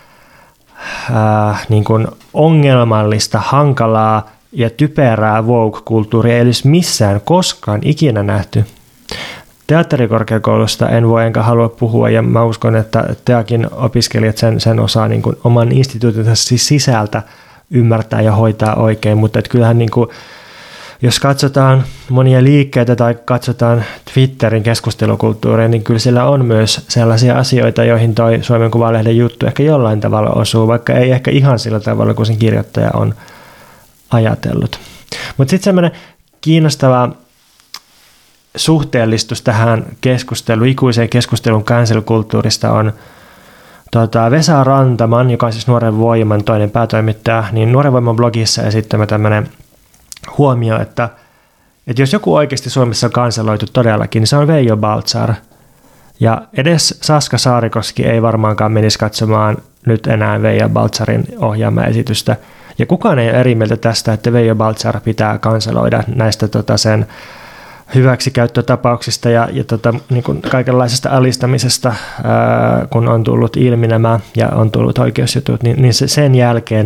niin kuin ongelmallista, hankalaa ja typerää woke-kulttuuria ei olisi missään koskaan ikinä nähty. teatterikorkeakoulusta en voi enkä halua puhua, ja mä uskon, että teakin opiskelijat sen osaa niin kuin oman instituutinsa sisältä ymmärtää ja hoitaa oikein, mutta kyllähän niin kuin, jos katsotaan monia liikkeitä tai katsotaan Twitterin keskustelukulttuuria, niin kyllä siellä on myös sellaisia asioita, joihin toi Suomen Kuvalehden juttu ehkä jollain tavalla osuu, vaikka ei ehkä ihan sillä tavalla, kuin sen kirjoittaja on ajatellut. Mutta sitten semmoinen kiinnostava suhteellistus tähän ikuiseen keskustelun cancel-kulttuurista on Vesa Rantaman, joka on siis Nuoren Voiman toinen päätoimittaja, niin Nuoren Voiman blogissa esittämä tämmöinen huomio, että jos joku oikeasti Suomessa on kanseloitu todellakin, niin se on Veijo Baltzar. Ja edes Saska Saarikoski ei varmaankaan menisi katsomaan nyt enää Veijo Baltzarin ohjaamaa esitystä. Ja kukaan ei ole eri mieltä tästä, että Veijo Baltzar pitää kanseloida näistä sen hyväksikäyttötapauksista ja niin kuin kaikenlaisesta alistamisesta, kun on tullut ilmi nämä ja on tullut oikeusjutut, niin sen jälkeen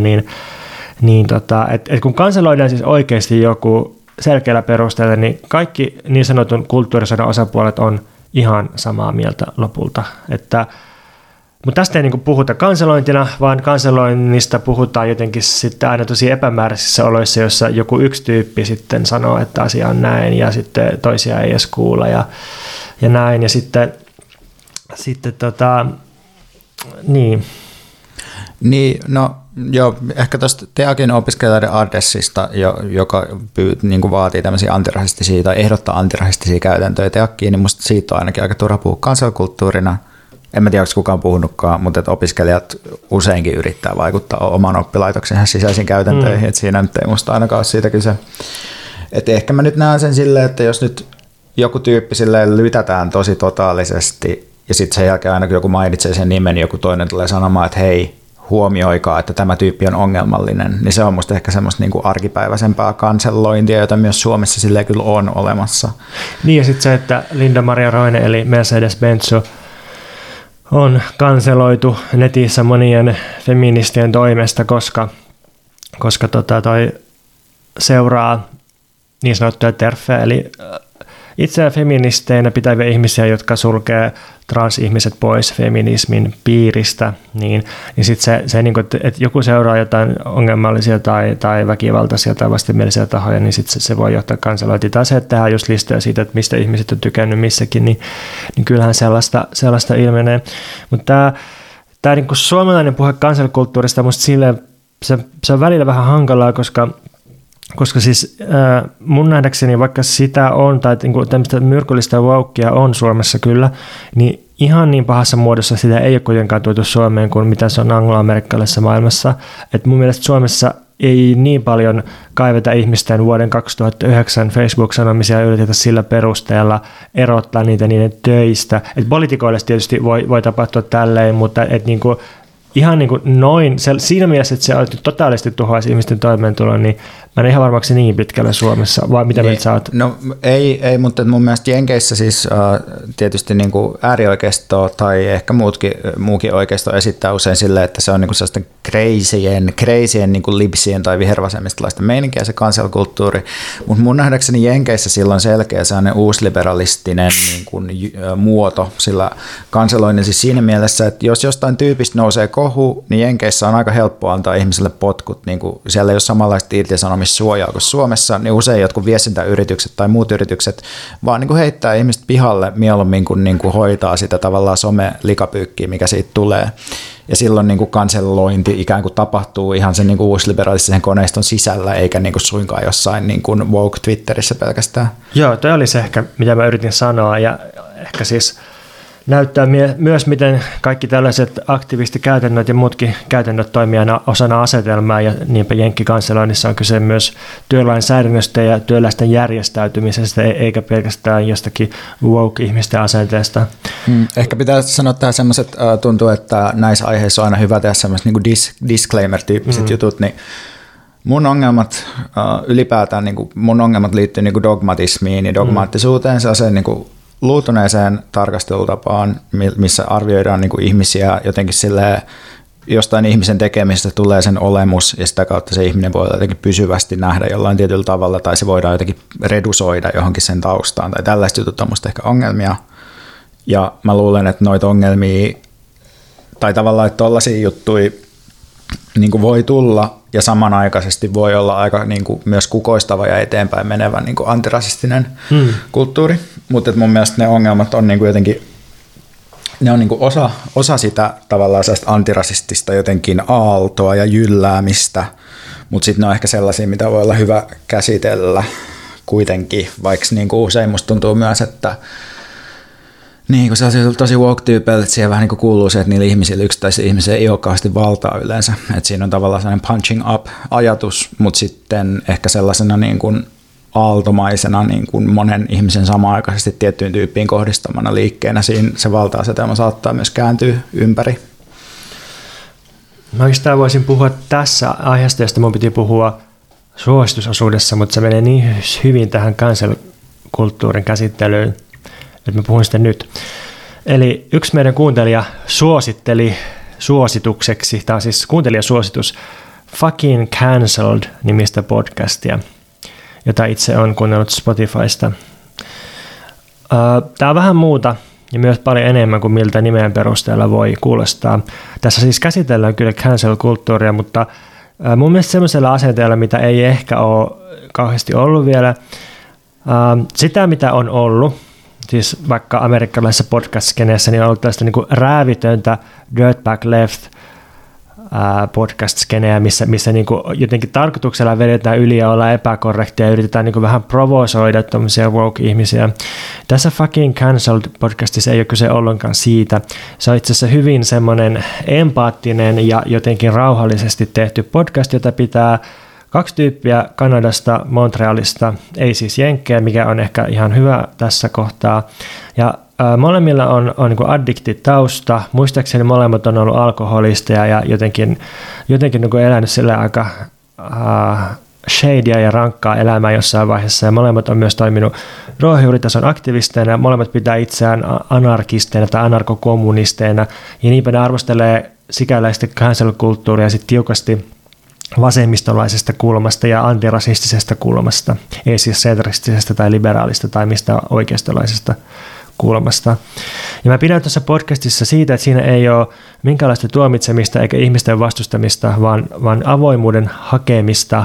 kun kanseloidaan siis oikeasti joku selkeällä perusteella, niin kaikki niin sanotun kulttuurisodan osapuolet on ihan samaa mieltä lopulta. Mutta tästä ei niin kuin puhuta kanselointina, vaan kanseloinnista puhutaan jotenkin sitten aina tosi epämääräisissä oloissa, jossa joku yksi tyyppi sitten sanoo, että asia on näin, ja sitten toisia ei edes kuulla ja näin, ja sitten niin. Niin, no joo, ehkä tuosta TEAKin opiskelijoiden adressista, joka niin kuin vaatii tämmöisiä antirasistisia tai ehdottaa antirasistisia käytäntöjä TEAKkiin, niin musta siitä on ainakin aika turha puhua cancel-kulttuurina. En mä tiedä, onko kukaan puhunutkaan, mutta että opiskelijat useinkin yrittää vaikuttaa oman oppilaitoksensa sisäisiin käytäntöihin, että siinä nyt ei musta ainakaan ole siitä kyse. Että ehkä mä nyt näen sen silleen, että jos nyt joku tyyppi silleen lytätään tosi totaalisesti ja sitten sen jälkeen aina kun joku mainitsee sen nimen, niin joku toinen tulee sanomaan, että hei, huomioikaa, että tämä tyyppi on ongelmallinen, niin se on musta ehkä semmoista niin kuin arkipäiväisempää kansellointia, jota myös Suomessa silleen kyllä on olemassa. Niin ja sitten se, että Linda-Maria Roine eli Mercedes-Benzo on kanseloitu netissä monien feministien toimesta, koska toi seuraa niin sanottuja TERFejä, eli itseään feministeinä pitäviä ihmisiä, jotka sulkee transihmiset pois feminismin piiristä, niin sitten se niin että joku seuraa jotain ongelmallisia tai väkivaltaisia tai vastenmielisiä tahoja, niin sitten se voi johtaa kanselointiin. Tai se, että tehdään just listoja siitä, että mistä ihmiset on tykännyt missäkin, niin kyllähän sellaista ilmenee. Mutta tämä niin kuin suomalainen puhe cancel-kulttuurista, musta silleen, se on välillä vähän hankalaa, koska siis mun nähdäkseni vaikka sitä on, tai tämmöistä myrkyllistä woukea on Suomessa kyllä, niin ihan niin pahassa muodossa sitä ei ole kuitenkaan tuotu Suomeen kuin mitä se on angloamerikkalaisessa maailmassa. Et mun mielestä Suomessa ei niin paljon kaiveta ihmisten vuoden 2009 Facebook-sanomisia ja yritetä sillä perusteella erottaa niitä niiden töistä. Et poliitikoille tietysti voi tapahtua tälleen, mutta niinku ihan niin kuin noin, siinä mielessä, että se totaalisesti tuhoaisi ihmisten toimeentulon, niin mä en ihan varmaksi niin pitkälle Suomessa, vai mitä mieltä sä oot? No ei, mutta mun mielestä Jenkeissä siis tietysti niin kuin äärioikeisto tai ehkä muukin oikeisto esittää usein silleen, että se on niin kuin sellaisten crazyjen niin kuin libsien tai vihervasemmistolaisten meininkiä se cancel-kulttuuri, mutta mun nähdäkseni Jenkeissä silloin selkeä sellainen uusliberalistinen niin kuin muoto sillä kanseloinnin siis siinä mielessä, että jos jostain tyypistä nousee kohu, niin Jenkeissä on aika helppo antaa ihmiselle potkut, niin kuin siellä ei ole samanlaista irtisanomissuojaa kuin Suomessa, niin usein jotkut viestintäyritykset tai muut yritykset vaan niin kuin heittää ihmiset pihalle mieluummin kuin, hoitaa sitä tavallaan some-likapyykkiä, mikä siitä tulee. Ja silloin niin kuin kanselointi ikään kuin tapahtuu ihan sen niin kuin uusliberalistisen koneiston sisällä, eikä niin kuin suinkaan jossain niin kuin woke Twitterissä pelkästään. Joo, toi oli se ehkä, mitä mä yritin sanoa, ja ehkä siis näyttää myös, miten kaikki tällaiset aktivistikäytännöt ja muutkin käytännöt toimii aina osana asetelmaa, ja niinpä jenkkikanseloinnissa on kyse myös työlainsäädännöstä ja työläisten järjestäytymisestä, eikä pelkästään jostakin woke-ihmisten asenteesta. Ehkä pitää sanoa tähän semmoiset, tuntuu, että näissä aiheissa on aina hyvä tehdä semmoiset niin disclaimer-tyyppiset jutut, niin mun ongelmat ylipäätään, niin kuin mun ongelmat liittyy niin kuin dogmatismiin ja dogmaattisuuteen, sellaiseen niin kuin luutuneeseen tarkastelutapaan, missä arvioidaan niin kuin ihmisiä jotenkin silleen jostain ihmisen tekemisestä tulee sen olemus ja sitä kautta se ihminen voi jotenkin pysyvästi nähdä jollain tietyllä tavalla tai se voidaan jotenkin redusoida johonkin sen taustaan tai tällaista jutut on musta ehkä ongelmia. Ja mä luulen, että noita ongelmia tai tavallaan, että tollaisia juttuja niin kuin voi tulla ja samanaikaisesti voi olla aika niin kuin myös kukoistava ja eteenpäin menevä niin kuin antirasistinen kulttuuri. Mutta mun mielestä ne ongelmat on niin kuin jotenkin ne on niin kuin osa sitä tavallaan antirasistista jotenkin aaltoa ja jylläämistä, mutta sitten ne on ehkä sellaisia, mitä voi olla hyvä käsitellä kuitenkin, vaikka niin kuin usein musta tuntuu myös, että niin kuin sellaisilla tosi woke-tyypeillä, että siihen vähän niin kuin kuuluu se, että niillä ihmisillä yksittäisillä ihmisillä ei ole kauheasti valtaa yleensä, että siinä on tavallaan sellainen punching up-ajatus, mutta sitten ehkä sellaisena niin kuin aaltomaisena niin kuin monen ihmisen samaaikaisesti tiettyyn tyyppiin kohdistamana liikkeenä siinä se valta-asetelma saattaa myös kääntyä ympäri. Mä oikeastaan voisin puhua tässä aiheesta, josta mun piti puhua suositusosuudessa, mutta se menee niin hyvin tähän cancel-kulttuurin käsittelyyn, että mä puhun sitä nyt. Eli yksi meidän kuuntelija suositteli suositukseksi, tämä on siis kuuntelijasuositus, Fucking Cancelled-nimistä podcastia, jota itse olen kuunnellut Spotifysta. Tämä on vähän muuta ja myös paljon enemmän kuin miltä nimen perusteella voi kuulostaa. Tässä siis käsitellään kyllä cancel-kulttuuria, mutta mun mielestä sellaisella asenteella, mitä ei ehkä ole kauheasti ollut vielä. Sitä, mitä on ollut, siis vaikka amerikkalaisessa podcast-skeneessä, niin on ollut tällaista niin kuin räävitöntä Dirtbag Left podcast-skeneä, missä niin kuin jotenkin tarkoituksella vedetään yli ja ollaan epäkorrektia ja yritetään niin kuin vähän provosoida tämmöisiä woke-ihmisiä. Tässä Fucking Cancelled podcastissa ei ole kyse ollenkaan siitä. Se on itse asiassa hyvin semmoinen empaattinen ja jotenkin rauhallisesti tehty podcast, jota pitää 2 tyyppiä Kanadasta, Montrealista, ei siis jenkkejä, mikä on ehkä ihan hyvä tässä kohtaa. Ja molemmilla on niin kuin addiktitausta. Muistaakseni molemmat on ollut alkoholisteja ja jotenkin niin kuin elänyt sillä aika shadya ja rankkaa elämää jossain vaiheessa. Ja molemmat on myös toiminut ruohonjuuritason aktivisteina ja molemmat pitää itseään anarkisteina tai anarkokommunisteina. Ja niinpä ne arvostelee sikäläistä cancel-kulttuuria sitten tiukasti vasemmistolaisesta kulmasta ja antirasistisesta kulmasta, ei siis centristisesta tai liberaalista tai mistä oikeistolaisesta kulmasta. Ja mä pidän tuossa podcastissa siitä, että siinä ei ole minkäänlaista tuomitsemista eikä ihmisten vastustamista, vaan avoimuuden hakemista.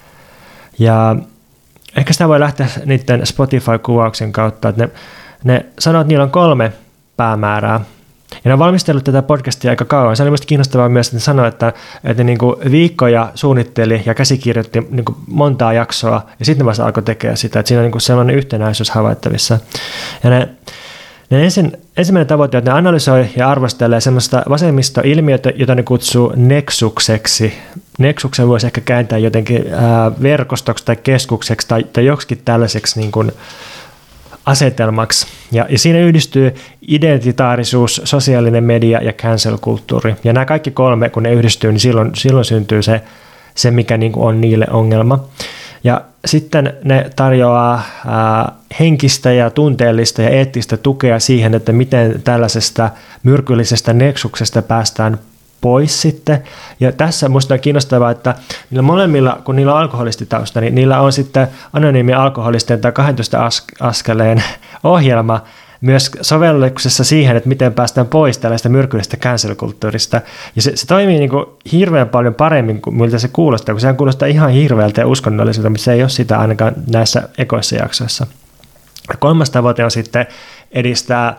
Ja ehkä sitä voi lähteä niiden Spotify-kuvauksen kautta, että ne sanoo, että niillä on 3 päämäärää. Ja ne on valmistellut tätä podcastia aika kauan. Se oli minusta kiinnostavaa myös, että ne sanoi, että ne niin kuin viikkoja suunnitteli ja käsikirjoitti niin kuin montaa jaksoa, ja sitten ne vasta alkoi tekemään sitä. Että siinä on niin kuin sellainen yhtenäisyys havaittavissa. Ja ensimmäinen tavoite on, että ne analysoi ja arvostelee sellaista vasemmistoilmiötä, jota ne kutsuu neksukseksi. Neksuksen voisi ehkä kääntää jotenkin verkostoksi tai keskukseksi tai joksikin tällaiseksi niin kuin asetelmaksi. Ja siinä yhdistyy identitaarisuus, sosiaalinen media ja cancel-kulttuuri. Ja nämä kaikki 3, kun ne yhdistyy, niin silloin syntyy se mikä niin kuin on niille ongelma. Ja sitten ne tarjoaa henkistä ja tunteellista ja eettistä tukea siihen, että miten tällaisesta myrkyllisestä neksuksesta päästään pois sitten. Ja tässä minusta on kiinnostavaa, että niillä molemmilla, kun niillä on alkoholistitausta, niin niillä on sitten anonyymi alkoholisten tai 12 askeleen ohjelma myös sovelluksessa siihen, että miten päästään pois tällaista myrkyllisestä cancel-kulttuurista. Ja se toimii niin kuin hirveän paljon paremmin kuin miltä se kuulostaa, kun sehän kuulostaa ihan hirveältä ja uskonnolliselta, mutta se ei ole sitä ainakaan näissä ekoissa jaksoissa. 3. tavoite on sitten edistää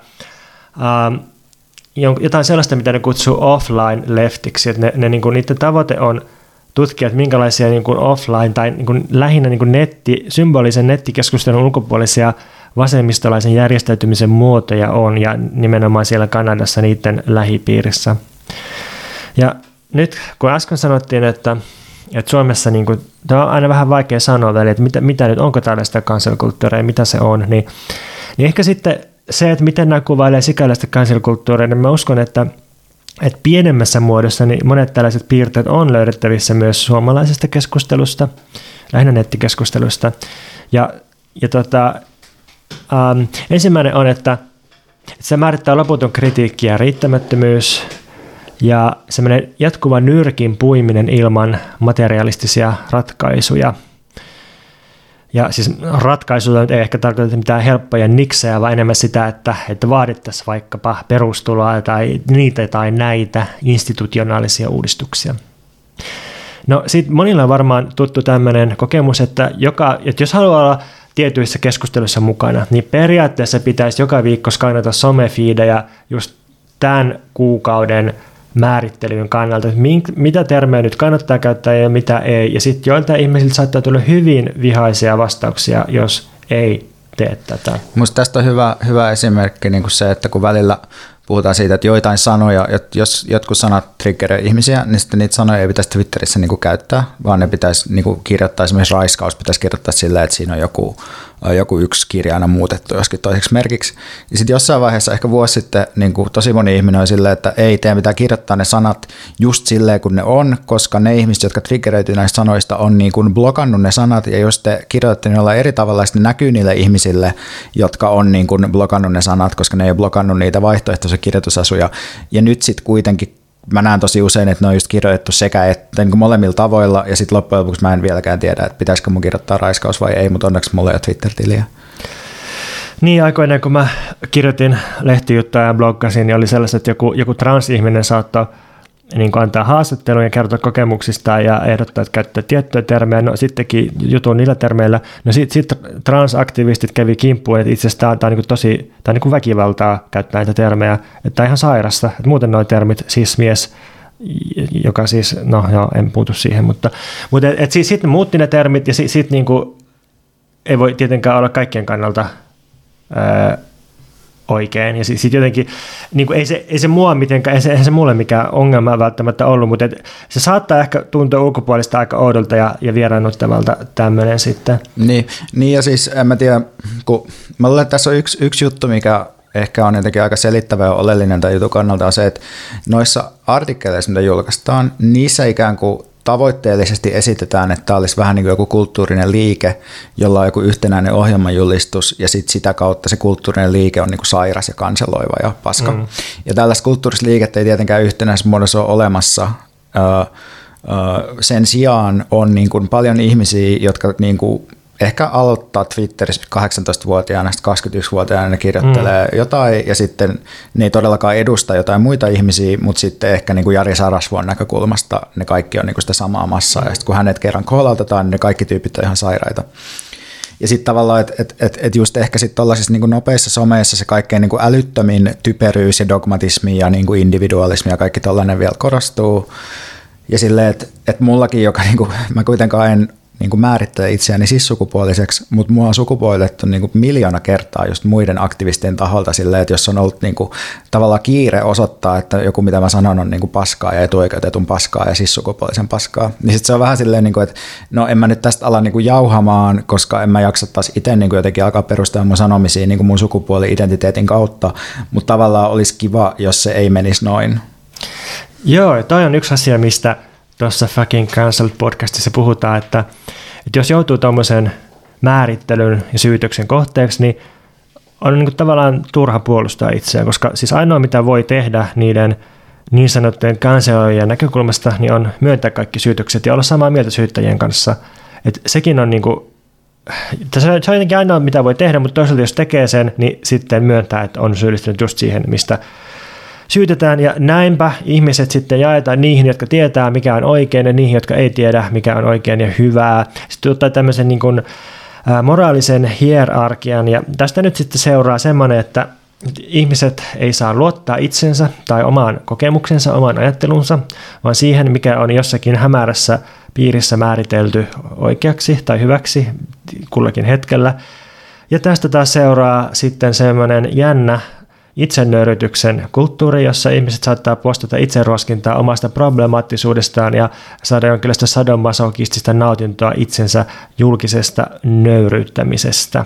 jotain sellaista, mitä ne kutsuu offline-leftiksi, että niiden tavoite on tutkia, että minkälaisia niin kuin offline tai niin kuin lähinnä niin kuin symbolisen nettikeskustelun ulkopuolisia vasemmistolaisen järjestäytymisen muotoja on, ja nimenomaan siellä Kanadassa niiden lähipiirissä. Ja nyt kun äsken sanottiin, että Suomessa, niin kuin, tämä on aina vähän vaikea sanoa, että mitä nyt, onko tällaista cancel-kulttuuria ja mitä se on, niin ehkä sitten se, että miten nämä kuvailee sikäläistä cancel-kulttuuria, niin mä uskon, että pienemmässä muodossa niin monet tällaiset piirteet on löydettävissä myös suomalaisesta keskustelusta, lähinnä nettikeskustelusta. Ensimmäinen on, että se määrittää loputon kritiikki ja riittämättömyys. ja semmoinen jatkuva nyrkin puiminen ilman materialistisia ratkaisuja. Ja siis ratkaisuja ei ehkä tarkoita mitään helppoja niksejä, vaan enemmän sitä, että vaadittaisiin vaikkapa perustuloa tai niitä tai näitä institutionaalisia uudistuksia. No sitten monilla on varmaan tuttu tämmöinen kokemus, että jos haluaa olla tietyissä keskusteluissa mukana, niin periaatteessa pitäisi joka viikko skannata somefiidejä just tämän kuukauden määrittelyyn kannalta, että mitä termejä nyt kannattaa käyttää ja mitä ei. Ja sitten joiltain ihmisiltä saattaa tulla hyvin vihaisia vastauksia, jos ei tee tätä. Minusta tästä on hyvä esimerkki niin kuin se, että kun välillä puhutaan siitä, että joitain sanoja, jos jotkut sanat triggeröi ihmisiä, niin sitten niitä sanoja ei pitäisi Twitterissä niin kuin käyttää, vaan ne pitäisi niin kuin kirjoittaa, esimerkiksi raiskaus pitäisi kirjoittaa sillä, että siinä on joku yksi kirja aina muutettu joskin toiseksi merkiksi. Ja sitten jossain vaiheessa, ehkä vuosi sitten, niin kuin tosi moni ihminen on silleen, että ei teidän pitää kirjoittaa ne sanat just silleen, kun ne on, koska ne ihmiset, jotka triggeröityy näistä sanoista, on niin kuin blokannut ne sanat, ja jos te kirjoitatte niillä eri tavalla, sitten ne näkyy niille ihmisille, jotka on niin kuin blokannut ne sanat, koska ne ei ole blokannut niitä vaihtoehtoisia kirjoitusasuja. Ja nyt sitten kuitenkin mä näen tosi usein, että ne on just kirjoitettu sekä että niin kuin molemmilla tavoilla, ja sitten loppujen lopuksi mä en vieläkään tiedä, että pitäisikö mun kirjoittaa raiskaus vai ei, mutta onneksi mulla ei ole Twitter-tiliä. Niin, aikoinaan kun mä kirjoitin lehtijuttuja ja bloggasin, niin oli sellaista, että joku transihminen saattoi niin kuin antaa haastatteluja ja kertoa kokemuksistaan ja ehdottaa, että käyttää tiettyjä termejä. No sittenkin jutun niillä termeillä. No sitten transaktivistit kävi kimppuun, että itse asiassa tämä on niin kuin väkivaltaa käyttää näitä termejä. Että ihan sairasta. Että muuten nuo termit, siis mies, joka siis, no joo, en puutu siihen, mutta siis sitten muutti ne termit ja sitten niin kuin ei voi tietenkään olla kaikkien kannalta oikein. Ja sitten jotenkin, niin kuin ei se mua mitenkään, ei se mulle mikään ongelma välttämättä ollut, mutta se saattaa ehkä tuntua ulkopuolista aika oudolta ja vieraannuttavalta tämmöinen sitten. Niin ja siis en mä tiedä, kun mä luulen, että tässä on yksi juttu, mikä ehkä on jotenkin aika selittävä ja oleellinen tämän jutun kannalta on se, että noissa artikkeleissa, mitä julkaistaan, niissä ikään kuin tavoitteellisesti esitetään, että tämä olisi vähän niin kuin joku kulttuurinen liike, jolla on joku yhtenäinen ohjelmajulistus, ja sitten sitä kautta se kulttuurinen liike on niin kuin sairas ja kanseloiva ja paska. Ja tällaista kulttuurista liikettä ei tietenkään yhtenäisessä muodossa ole olemassa. Sen sijaan on niin kuin paljon ihmisiä, jotka niin kuin ehkä aloittaa Twitterissä 18-vuotiaana, 21-vuotiaana ne kirjoittelee jotain, ja sitten ne ei todellakaan edusta jotain muita ihmisiä, mutta sitten ehkä niin kuin Jari Sarasvuon näkökulmasta ne kaikki on niin kuin sitä samaa massaa, ja sitten kun hänet kerran kohdaltetaan, niin ne kaikki tyypit on ihan sairaita. Ja sitten tavallaan, että just ehkä sitten tuollaisissa niin kuin nopeissa someissa se kaikkein niin kuin älyttömin typeryys ja dogmatismi ja niin kuin individualismi ja kaikki tollainen vielä korostuu. Ja silleen, että mullakin, joka niin kuin, mä kuitenkaan en niin kuin määrittää itseäni cis-sukupuoliseksi, mutta mua on sukupuolettu niin kuin 1,000,000 kertaa just muiden aktivistien taholta silleen, että jos on ollut niin kuin, tavallaan kiire osoittaa, että joku mitä mä sanon on niin kuin paskaa ja etuoikeutetun paskaa ja cis-sukupuolisen paskaa, niin sitten se on vähän silleen, niin kuin, että no en mä nyt tästä ala niin kuin jauhamaan, koska en mä jaksa taas itse niin kuin jotenkin alkaa perustaa mun sanomisiin niin kuin mun sukupuoli-identiteetin kautta, mutta tavallaan olisi kiva, jos se ei menisi noin. Joo, toi on yksi asia, mistä tuossa Fucking Cancelled podcastissa puhutaan, että jos joutuu tuommoisen määrittelyn ja syytöksen kohteeksi, niin on niin kuin tavallaan turha puolustaa itseään, koska siis ainoa mitä voi tehdä niiden niin sanottujen canceloijien näkökulmasta, niin on myöntää kaikki syytökset ja olla samaa mieltä syyttäjien kanssa. Et sekin on niin kuin, se on jotenkin ainoa mitä voi tehdä, mutta toisaalta jos tekee sen, niin sitten myöntää, että on syyllistynyt just siihen, mistä syytetään, ja näinpä ihmiset sitten jaetaan niihin, jotka tietää, mikä on oikein, ja niihin, jotka ei tiedä, mikä on oikein ja hyvää. Sitten ottaa tämmöisen niin kuin moraalisen hierarkian, ja tästä nyt sitten seuraa semmoinen, että ihmiset ei saa luottaa itsensä tai omaan kokemuksensa, omaan ajattelunsa, vaan siihen, mikä on jossakin hämärässä piirissä määritelty oikeaksi tai hyväksi kullakin hetkellä. Ja tästä taas seuraa sitten semmoinen jännä itsenöyrytyksen kulttuuri, jossa ihmiset saattaa postata itseruoskintaa omasta problemaattisuudestaan ja saada jonkinlaista sadomasokistista nautintoa itsensä julkisesta nöyryyttämisestä.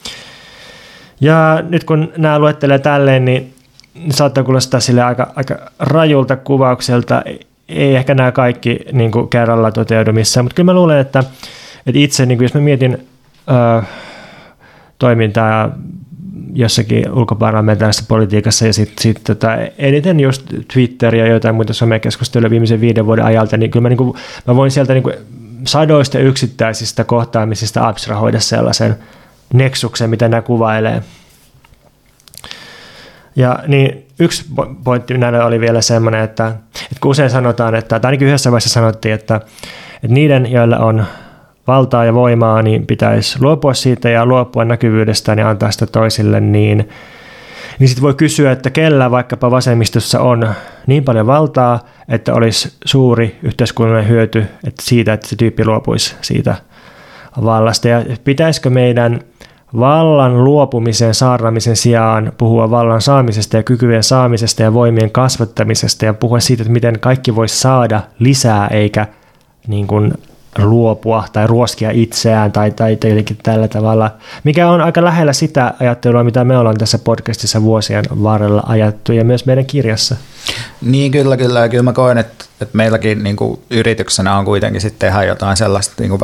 Ja nyt kun nämä luettelee tälleen, niin saattaa kuulostaa sille aika rajulta kuvaukselta. Ei ehkä nämä kaikki niin kuin kerralla toteudu missään, mutta kyllä mä luulen, että itse, niin kuin jos mä mietin toimintaa jossakin ulkoparlamentaarisessa politiikassa ja sitten eniten just Twitter ja jotain muita somekeskusteluja viimeisen 5 vuoden ajalta, niin kyllä mä voin sieltä niin kuin sadoista yksittäisistä kohtaamisista abstrahoida sellaisen neksuksen, mitä nämä kuvailee. Ja niin yksi pointti näillä oli vielä semmoinen, että kun usein sanotaan, tai ainakin yhdessä vaiheessa sanottiin, että niiden, joilla on valtaa ja voimaa, niin pitäisi luopua siitä ja luopua näkyvyydestään ja antaa sitä toisille, niin sitten voi kysyä, että kellä vaikkapa vasemmistossa on niin paljon valtaa, että olisi suuri yhteiskunnallinen hyöty siitä, että se tyyppi luopuisi siitä vallasta. Ja pitäisikö meidän vallan luopumisen, saarnaamisen sijaan puhua vallan saamisesta ja kykyjen saamisesta ja voimien kasvattamisesta ja puhua siitä, että miten kaikki voisi saada lisää eikä niin kuin luopua tai ruoskia itseään tai jotenkin tällä tavalla, mikä on aika lähellä sitä ajattelua, mitä me ollaan tässä podcastissa vuosien varrella ajattu ja myös meidän kirjassa. Niin kyllä. Ja kyllä mä koen, että meilläkin niin kuin yrityksenä on kuitenkin sitten tehdä jotain sellaista niin kuin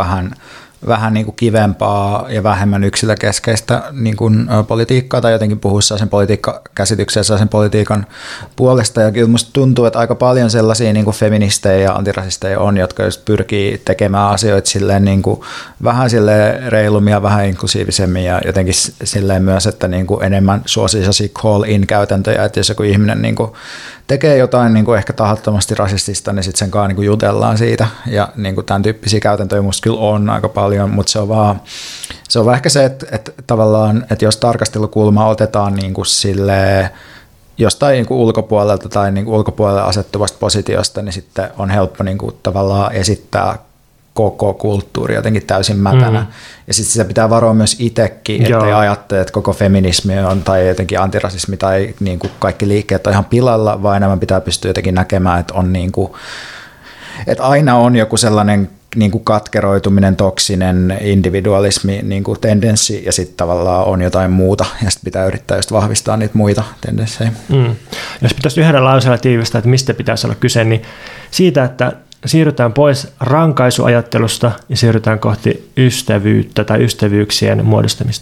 vähän niin kuin kivempaa ja vähemmän yksilökeskeistä niin kuin politiikkaa tai jotenkin puhua sellaisen politiikkakäsityksen ja sellaisen politiikan puolesta. Ja kyllä musta tuntuu, että aika paljon sellaisia niin kuin feministejä ja antirasisteja on, jotka just pyrkii tekemään asioita silleen niin kuin vähän silleen reilummin ja vähän inklusiivisemmin ja jotenkin silleen myös, että niin kuin enemmän suosii sellaisia call-in-käytäntöjä, että jos joku ihminen niin kuin tekee jotain niin kuin ehkä tahattomasti rasistista, niin sitten sen kanssa niin kuin jutellaan siitä. Ja niin kuin tämän tyyppisiä käytäntöjä musta kyllä on aika paljon, mutta se on vaan ehkä se, että tavallaan, että jos tarkastelukulma otetaan niin kuin silleen, jostain niin kuin ulkopuolelta tai niin kuin ulkopuolelle asettuvasta positiosta, niin sitten on helppo niin kuin tavallaan esittää koko kulttuuri jotenkin täysin mätänä. Ja sitten sitä pitää varoa myös itsekin, ettei ajattele, että koko feminismi on tai jotenkin antirasismi tai niin kuin kaikki liikkeet on ihan pilalla, vaan enemmän pitää pystyä jotenkin näkemään, että on niin kuin, että aina on joku sellainen niin kuin katkeroituminen, toksinen individualismi niin kuin tendenssi ja sitten tavallaan on jotain muuta ja sitten pitää yrittää just vahvistaa niitä muita tendenssejä. Jos pitäisi yhdellä lauseella tiivistää, että mistä pitäisi olla kyse, niin siitä, että siirrytään pois rankaisuajattelusta ja siirrytään kohti ystävyyttä tai ystävyyksien muodostamista.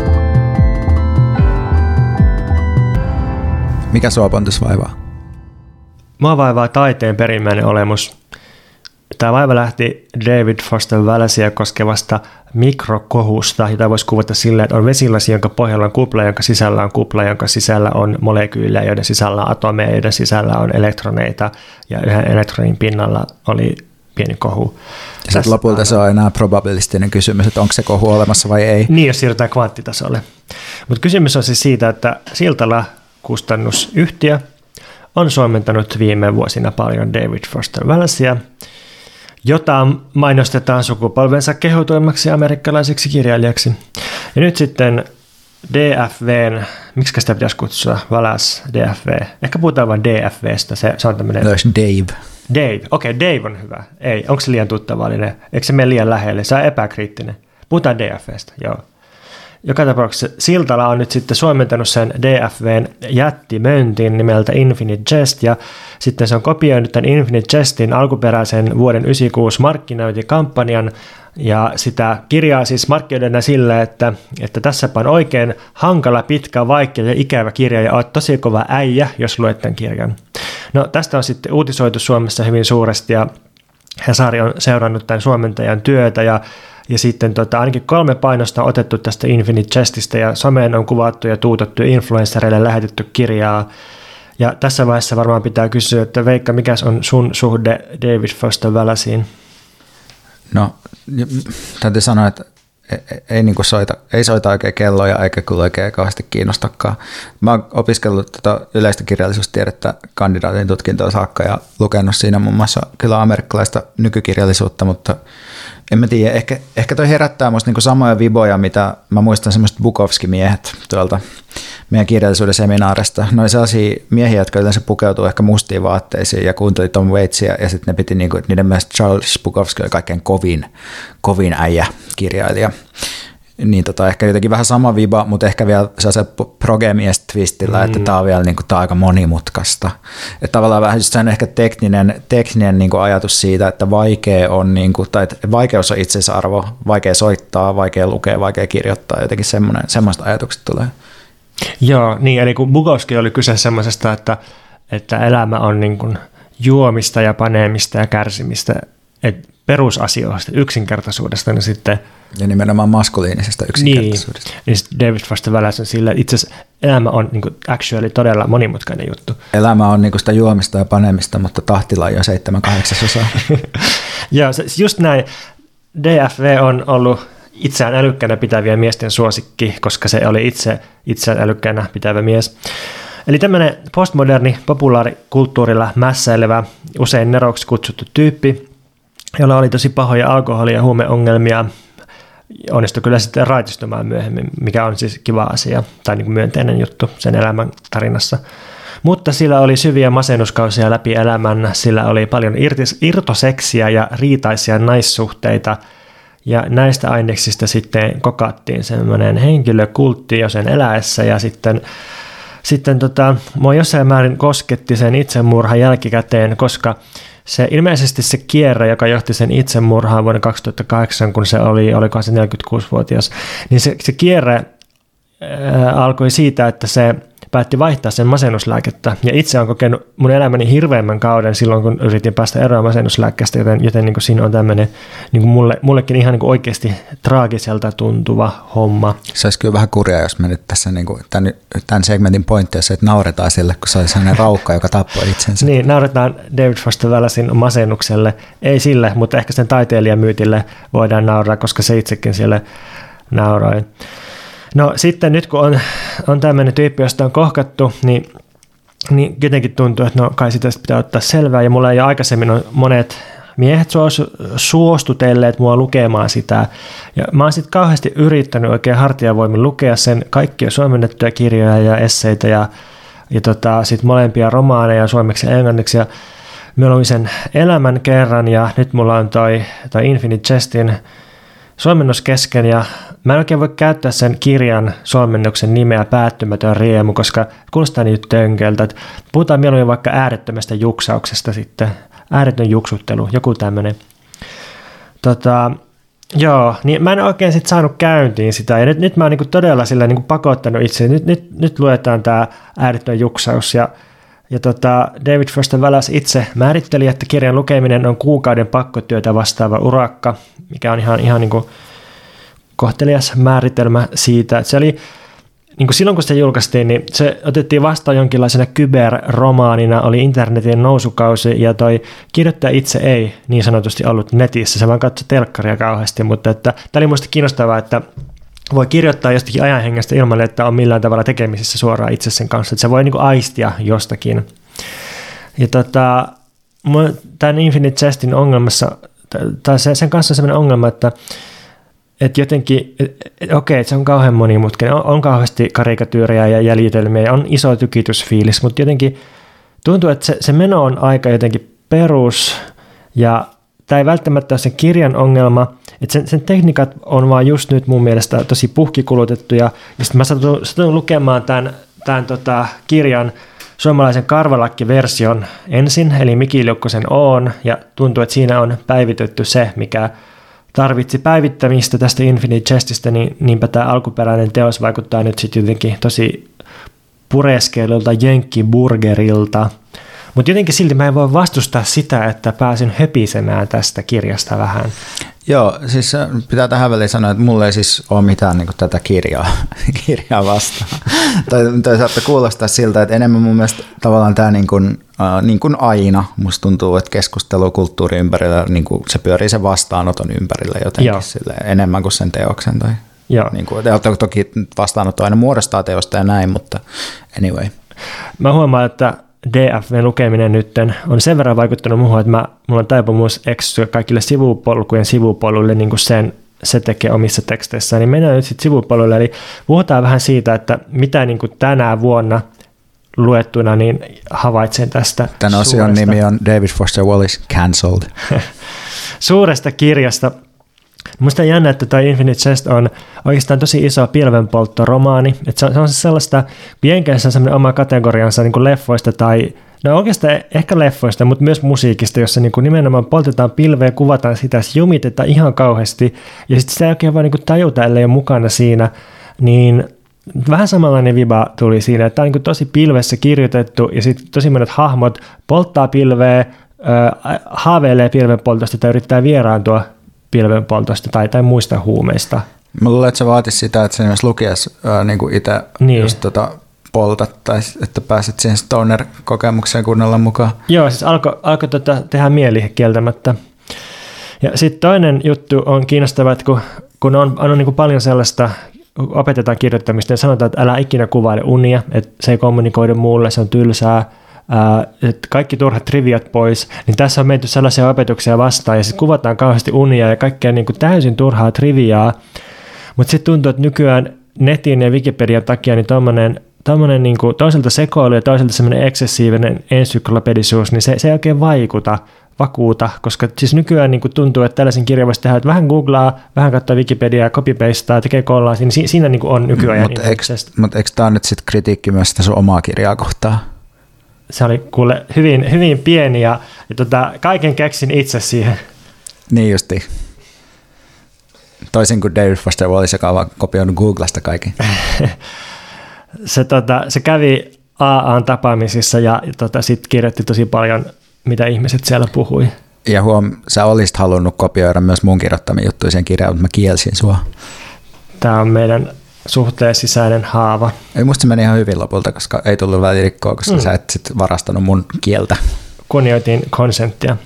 Mikä sua Pontus vaivaa? Mua vaivaa taiteen perimmäinen olemus. Tämä vaiva lähti David Foster Wallacea koskevasta mikrokohusta, jota voisi kuvata silleen, että on vesilasi, jonka pohjalla on kupla, jonka sisällä on kupla, jonka sisällä on molekyylejä, joiden sisällä on atomeja, joiden sisällä on elektroneita, ja yhden elektronin pinnalla oli pieni kohu. Ja sitten lopulta se on enää probabilistinen kysymys, että onko se kohu olemassa vai ei. Niin, jos siirrytään kvanttitasolle. Mutta kysymys on siis siitä, että Siltala kustannusyhtiö on suomentanut viime vuosina paljon David Foster Wallacea, jota mainostetaan sukupolvensa kehutuimmaksi amerikkalaiseksi kirjailijaksi. Ja nyt sitten DFVn, miksi sitä pitäisi kutsua, Wallace DFV? Ehkä puhutaan vain DFVstä, se on tämmöinen... Dave. Dave, okei, Dave on hyvä. Ei, onko se liian tuttavallinen? Eikö se mene liian lähelle? Se on epäkriittinen. Puhutaan DFVstä, joo. Joka tapauksessa Siltala on nyt sitten suomentanut sen DFVn jättimöntin nimeltä Infinite Jest, ja sitten se on kopioinut tämän Infinite Jestin alkuperäisen vuoden 1996 markkinointikampanjan, ja sitä kirjaa siis markkinoidaan sillä, että tässäpä on oikein hankala, pitkä, vaikea ja ikävä kirja, ja olet tosi kova äijä, jos luet tämän kirjan. No tästä on sitten uutisoitu Suomessa hyvin suuresti, ja Hesari on seurannut tämän suomentajan työtä, ja sitten ainakin 3 painosta on otettu tästä Infinite Jestistä ja someen on kuvattu ja tuutattu influenssereille lähetetty kirjaa. Ja tässä vaiheessa varmaan pitää kysyä, että Veikka, mikä on sun suhde David Foster Wallaceen? No, täytyy sanoa, että ei soita oikein kelloja eikä kyllä oikein kauheasti kiinnostakaan. Mä oon opiskellut yleistä kirjallisuustiedettä kandidaatin tutkintoa saakka ja lukenut siinä muun muassa kyllä amerikkalaista nykykirjallisuutta, mutta en mä tiedä, ehkä toi herättää musta niinku samoja viboja, mitä mä muistan semmoiset Bukowski-miehet tuolta meidän kirjallisuuden seminaarista. Noin sellaisia miehiä, jotka yleensä pukeutuu ehkä mustiin vaatteisiin ja kuunteli Tom Waitsia ja sitten ne piti niinku, niiden mielestä Charles Bukowski oli kaikkein kovin äijä kirjailija. Niin ehkä jotenkin vähän sama viba, mutta ehkä vielä se progemies twistillä, että tämä on vielä niinku, tää on aika monimutkaista. Että tavallaan vähän just ehkä tekninen niinku ajatus siitä, että vaikea on, niinku, tai että vaikeus on itseisarvo, vaikea soittaa, vaikea lukea, vaikea kirjoittaa, jotenkin semmoista ajatukset tulee. Joo, niin, eli kun Bukowski oli kyse semmoisesta, että elämä on niin kuin juomista ja paneemista ja kärsimistä, että perusasioista, yksinkertaisuudesta, niin sitten... Ja nimenomaan maskuliinisesta yksinkertaisuudesta. Niin David Foster Wallace on sillä, että itse asiassa elämä on niin kuin actually todella monimutkainen juttu. Elämä on niin kuin sitä juomista ja paneemista, mutta tahtila jo 7/8. Joo, just näin. DFV on ollut itseään älykkäänä pitäviä miesten suosikki, koska se oli itseään älykkäänä pitävä mies. Eli tämmöinen postmoderni, populaarikulttuurilla mässäilevä, usein neroksi kutsuttu tyyppi, jolla oli tosi pahoja alkoholi- ja huumeongelmia, onnistui kyllä sitten raitistumaan myöhemmin, mikä on siis kiva asia tai niin kuin myönteinen juttu sen elämän tarinassa. Mutta sillä oli syviä masennuskausia läpi elämän, sillä oli paljon irtoseksiä ja riitaisia naissuhteita, ja näistä aineksista sitten kokattiin semmoinen henkilökultti jo sen eläessä, ja sitten mua jossain määrin kosketti sen itsemurhan jälkikäteen, koska ilmeisesti se kierre, joka johti sen itsemurhaan vuonna 2008, kun se olikohan se 46-vuotias, niin se kierre alkoi siitä, että se päätti vaihtaa sen masennuslääkettä. Ja itse olen kokenut mun elämäni hirveämmän kauden silloin, kun yritin päästä eroon masennuslääkkeestä, joten niin kuin siinä on tämmöinen niin kuin mullekin ihan niin kuin oikeasti traagiselta tuntuva homma. Se olisi kyllä vähän kurjaa, jos me nyt tässä niin kuin tämän segmentin pointti on se, että nauretaan sille, kun se oli sellainen raukka, joka tappoi itsensä. Niin, nauretaan David Foster Wallacen masennukselle. Ei sille, mutta ehkä sen taiteilijamyytille voidaan nauraa, koska se itsekin siellä nauroi. No sitten nyt kun on tämmöinen tyyppi, josta on kohkattu, niin jotenkin tuntuu, että no kai sitä pitää ottaa selvää. Ja mulla ei aikaisemmin on monet miehet suostutelleet mua lukemaan sitä. Ja mä oon sitten kauheasti yrittänyt oikein hartiavoimin lukea sen kaikkia suomennettuja kirjoja ja esseitä ja sitten molempia romaaneja suomeksi ja englanniksi. Ja mä luin sen elämän kerran ja nyt mulla on toi Infinite Jestin suomennos kesken ja mä en oikein voi käyttää sen kirjan suomennoksen nimeä Päättymätön riemu, koska kuulostaa niin tönkeltä. Puhutaan mieluummin vaikka äärettömästä juksauksesta sitten, ääretön juksuttelu, joku tämmöinen. Joo, niin mä en oikein sitten saanut käyntiin sitä ja nyt mä oon niinku todella sillä niinku pakottanut itse. Nyt luetaan tää ääretön juksaus ja David Foster Wallace itse määritteli, että kirjan lukeminen on kuukauden pakkotyötä vastaava urakka, mikä on ihan niin kuin kohtelias määritelmä siitä, että se oli, niin kuin silloin kun se julkaistiin, niin se otettiin vastaan jonkinlaisena kyberromaanina, oli internetin nousukausi ja toi kirjoittaja itse ei niin sanotusti ollut netissä, se vaan katsoi telkkaria kauheasti, mutta tämä oli minusta kiinnostavaa, että voi kirjoittaa jostakin ajanhengestä ilman, että on millään tavalla tekemisissä suoraan itse sen kanssa, että se voi niin kuin aistia jostakin. Ja tämän Infinite Jestin ongelmassa, tai sen kanssa on sellainen ongelma, että jotenkin, okei, se on kauhean monimutkainen, on kauheasti karikatyyriä ja jäljitelmiä ja on iso tykitysfiilis, mutta jotenkin tuntuu, että se meno on aika jotenkin perus ja tämä ei välttämättä ole sen kirjan ongelma, että sen tekniikat on vaan just nyt mun mielestä tosi puhkikulutettuja ja sitten mä satun lukemaan tämän kirjan suomalaisen karvalakkiversion ensin, eli Miki Liukkosen Oon, ja tuntuu, että siinä on päivitetty se, mikä tarvitsi päivittämistä tästä Infinite Jestistä, niin niinpä tämä alkuperäinen teos vaikuttaa nyt sitten jotenkin tosi pureskeilulta jenkkiburgerilta. Mutta jotenkin silti mä en voi vastustaa sitä, että pääsin höpisemään tästä kirjasta vähän. Joo, siis pitää tähän väliin sanoa, että mulla ei siis ole mitään niin kuin tätä kirjaa vastaan. Toisaalta kuulostaa siltä, että enemmän mun mielestä tavallaan tämä niin kuin aina musta tuntuu, että keskustelu kulttuurin ympärillä, niin kuin se pyörii sen vastaanoton ympärillä jotenkin enemmän kuin sen teoksen. Tai, niin kuin, toki vastaanotto aina muodostaa teosta ja näin, mutta anyway. Mä huomaan, että DFV:n lukeminen nyt on sen verran vaikuttanut muuhun, että mulla on taipumus eksyä kaikille sivupolkujen sivupoluille, niin kuin se tekee omissa teksteissään, niin mennään nyt sitten sivupoluille, eli puhutaan vähän siitä, että mitä niin kuin tänä vuonna luettuna niin havaitsen tästä Tämän osion nimi on David Foster Wallace Cancelled. Suuresta kirjasta. Minusta on jännä, että tuo Infinite Jest on oikeastaan tosi iso pilvenpolttoromaani. Että se on sellaista, kun Jenkeissä on sellainen oma kategoriansa niin kuin leffoista tai, no oikeastaan ehkä leffoista, mutta myös musiikista, jossa niin kuin nimenomaan poltetaan pilveä, kuvataan sitä, jumitetaan ihan kauheasti ja sitten sitä ei oikein vaan niin kuin tajuta, ellei ole mukana siinä, niin vähän samanlainen viba tuli siinä, että tämä on niin tosi pilvessä kirjoitettu ja sitten tosi monet hahmot polttaa pilveä, haaveilee pilvenpoltosta tai yrittää vieraantua pilvenpoltosta tai muista huumeista. Mä luulen, että se vaatisi sitä, että sen myös lukiessa niin itse just poltat tai että pääset siihen stoner-kokemukseen kunnolla mukaan. Joo, siis alkoi tehdä mieli kieltämättä. Ja sitten toinen juttu on kiinnostava, että kun on niin kuin paljon sellaista, opetetaan kirjoittamista ja sanotaan, että älä ikinä kuvaile unia, että se ei kommunikoida muulle, se on tylsää, että kaikki turhat triviat pois, niin tässä on menty sellaisia opetuksia vastaan ja sitten kuvataan kauheasti unia ja kaikkea niin kuin täysin turhaa triviaa, mutta sitten tuntuu, että nykyään netin ja Wikipedian takia niin tommonen niin kuin toiselta sekoilu ja toiselta semmoinen eksessiivinen ensyklopedisuus, niin se ei oikein vakuuta, koska siis nykyään niin kuin tuntuu, että tällaisen kirjan voisi tehdä, että vähän googlaa, vähän katsoo Wikipediaa, copy-pastaa, tekee kollaa, niin siinä niin kuin on nykyään. Mutta eikö tämä nyt sitten kritiikki myös sitä sun omaa kirjaa kohtaan? Se oli kuule hyvin, hyvin pieni ja kaiken keksin itse siihen. Niin justi. Toisin kuin David Foster Wallace, joka on vaan kopioinut Googlasta kaiken. Se kävi AA:n tapaamisissa ja sitten kirjoitti tosi paljon, mitä ihmiset siellä puhui. Ja sä olisit halunnut kopioida myös mun kirjoittamia juttuja sen kirjaan, mutta mä kielsin sua. Tämä on meidän suhteen sisäinen haava. Ei, musta se meni ihan hyvin lopulta, koska ei tullut välirikkoa, koska sä et sit varastanut mun kieltä. Kunnioitin konsenttia.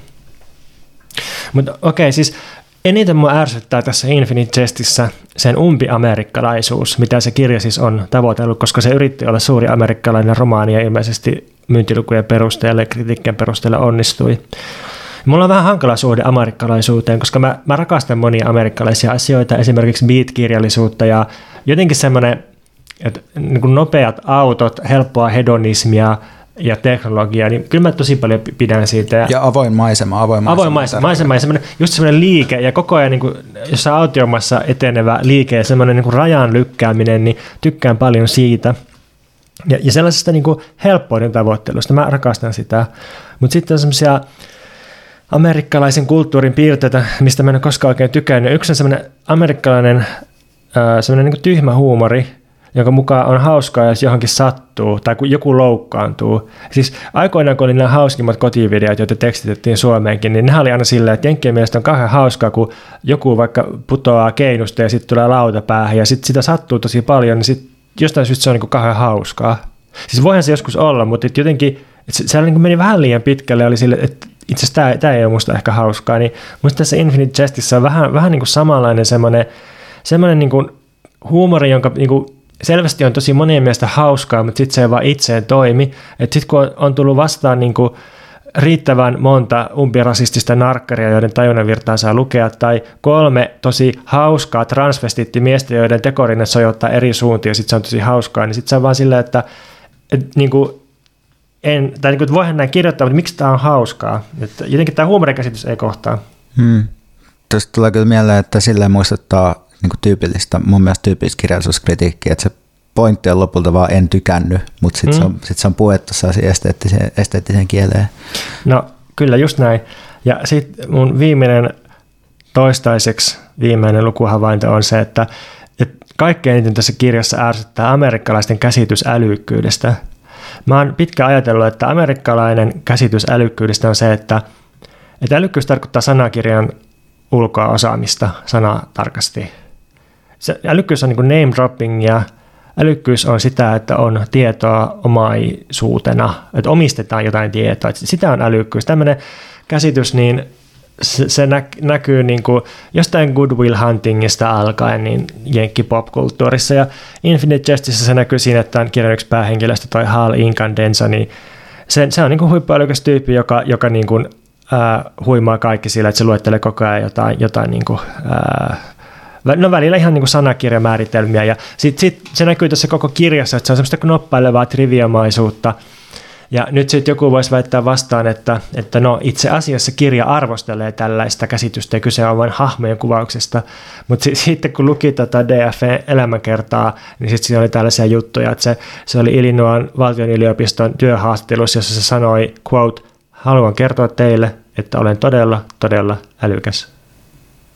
Mutta okei, siis eniten mua ärsyttää tässä Infinite Jestissä sen umpiamerikkalaisuus, mitä se kirja siis on tavoitellut, koska se yritti olla suuri amerikkalainen romaani ja ilmeisesti myyntilukujen perusteella ja kritiikkien perusteella onnistui. Mulla on vähän hankala suhde amerikkalaisuuteen, koska mä rakastan monia amerikkalaisia asioita, esimerkiksi beat-kirjallisuutta ja jotenkin semmoinen, että niin kuin nopeat autot, helppoa hedonismia ja teknologiaa, niin kyllä mä tosi paljon pidän siitä. Ja avoin maisema ja just semmoinen liike ja koko ajan niin kuin jossain autiomassa etenevä liike ja semmoinen niin kuin rajan lykkääminen, niin tykkään paljon siitä. Ja sellaisesta niin kuin helppoiden tavoittelusta, mä rakastan sitä. Mutta sitten on semmoisia amerikkalaisen kulttuurin piirteitä, mistä mä en ole koskaan oikein tykännyt. Yksi on semmoinen amerikkalainen semmoinen niin kuin tyhmä huumori, jonka mukaan on hauskaa, jos johonkin sattuu tai kun joku loukkaantuu. Siis aikoinaan, kun oli nämä hauskimmat kotivideot, joita tekstitettiin Suomeenkin, niin nehän oli aina silleen, että jenkkien mielestä on kauhean hauskaa, kun joku vaikka putoaa keinusta ja sitten tulee lautapäähän ja sitten sitä sattuu tosi paljon, niin sitten jostain syystä se on niin kuin kauhean hauskaa. Siis voihan se joskus olla, mutta jotenkin se niin kuin meni vähän liian pitkälle ja oli sille, että itse asiassa tämä ei ole musta ehkä hauskaa, niin musta tässä Infinite Jestissä on vähän niin kuin samanlainen semmoinen niin kuin huumori, jonka niin kuin selvästi on tosi monien mielestä hauskaa, mutta sitten se ei vaan itseen toimi. Sitten kun on tullut vastaan niin kuin riittävän monta umpirasistista narkkaria, joiden tajunnanvirtaa saa lukea, tai 3 tosi hauskaa transvestittimiestä, joiden tekorinne sojottaa eri suuntiin, ja sitten se on tosi hauskaa, niin sitten se on vaan silleen, että niin kuin voihan näin kirjoittaa, mutta miksi tämä on hauskaa? Että jotenkin tämä huumorikäsitys ei kohtaa. Tuosta tulee kyllä mieleen, että silleen muistuttaa niin mun mielestä tyypillistä kirjallisuuskritiikkiä, että se pointti on lopulta vaan en tykännyt, mutta sitten se on puettu esteettiseen kieleen. No kyllä, just näin. Ja sitten mun toistaiseksi viimeinen lukuhavainto on se, että kaikkein eniten tässä kirjassa ärsyttää amerikkalaisten käsitys älykkyydestä. Mä oon pitkään ajatellut, että amerikkalainen käsitys älykkyydestä on se, että älykkyys tarkoittaa sanakirjan ulkoa osaamista sanatarkasti. Älykkyys on niin kuin name dropping ja älykkyys on sitä, että on tietoa omaisuutena, että omistetaan jotain tietoa. Että sitä on älykkyys. Tämmöinen käsitys, niin se näkyy niin kuin jostain Good Will Huntingista alkaen niin jenkkipopkulttuurissa. Ja Infinite Jestissä se näkyy siinä, että on kirjan yksi päähenkilöstä, toi Hal Incandenza, niin se on niin kuin huippuälykäs tyyppi, joka niin kuin, huimaa kaikki sillä, että se luettelee koko ajan jotain niin kuin, välillä ihan niin kuin sanakirjamääritelmiä. Ja sit se näkyy tässä koko kirjassa, että se on semmoista knoppailevaa triviamaisuutta. Ja nyt sitten joku voisi väittää vastaan, että no itse asiassa kirja arvostelee tällaista käsitystä ja kyse on vain hahmojen kuvauksesta. Mutta sitten kun luki tätä DF-elämäkertaa, niin sitten siinä oli tällaisia juttuja, että se oli Illinoisin valtion yliopiston työhaastattelussa, jossa se sanoi, quote, haluan kertoa teille, että olen todella, todella älykäs.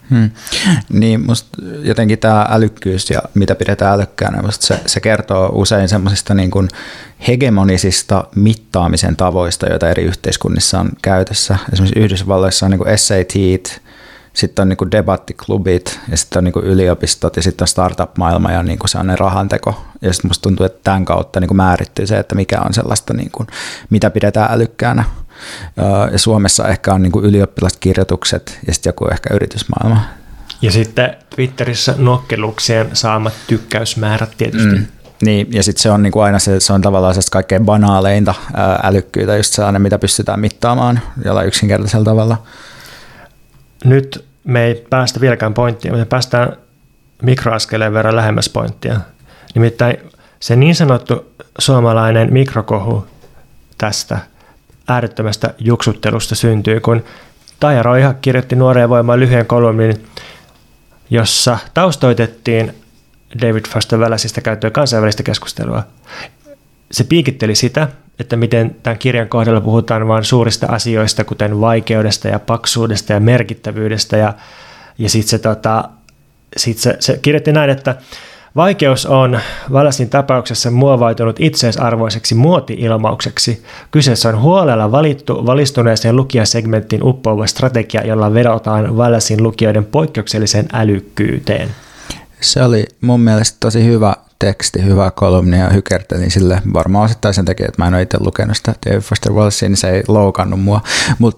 Niin musta jotenkin tämä älykkyys ja mitä pidetään älykkäänä, musta se kertoo usein semmoisista niin kuin hegemonisista mittaamisen tavoista, joita eri yhteiskunnissa on käytössä. Esimerkiksi Yhdysvalloissa on niin kuin SAT:t, sitten on niin kuin debattiklubit ja sitten on niin kuin yliopistot ja sitten on startup-maailma ja niin kuin se on ne rahanteko. Ja sitten musta tuntuu, että tämän kautta niin kuin määrittyy se, että mikä on sellaista, niin kuin, mitä pidetään älykkäänä. Ja Suomessa ehkä on niin kuin ylioppilaskirjoitukset ja sitten joku ehkä yritysmaailma. Ja sitten Twitterissä nokkeluksien saamat tykkäysmäärät tietysti. Niin, ja sitten se on niinku aina se on tavallaan se kaikkein banaaleinta älykkyyttä, just sellainen, mitä pystytään mittaamaan jollain yksinkertaisella tavalla. Nyt me ei päästä vieläkään pointtiin, mutta me päästään mikroaskeleen verran lähemmäs pointtia. Nimittäin se niin sanottu suomalainen mikrokohu tästä äärettömästä juksuttelusta syntyy, kun Taija Roiha kirjoitti Nuoreen voimaan lyhyen kolumnin, jossa taustoitettiin David Foster Wallacesta käytyä kansainvälistä keskustelua. Se piikitteli sitä, että miten tämän kirjan kohdalla puhutaan vain suurista asioista, kuten vaikeudesta ja paksuudesta ja merkittävyydestä. Ja sitten se kirjoitti näin, että vaikeus on Wallacen tapauksessa muovautunut itseisarvoiseksi muoti-ilmaukseksi. Kyseessä on huolella valittu valistuneeseen lukijasegmenttiin uppoava strategia, jolla vedotaan Wallacen lukijoiden poikkeukselliseen älykkyyteen. Se oli mun mielestä tosi hyvä teksti, hyvä kolumni ja hykertelin sille varmaan osittain sen takia, että mä en ole itse lukenut sitä David Foster Wallacea, niin se ei loukannut mua. Mutta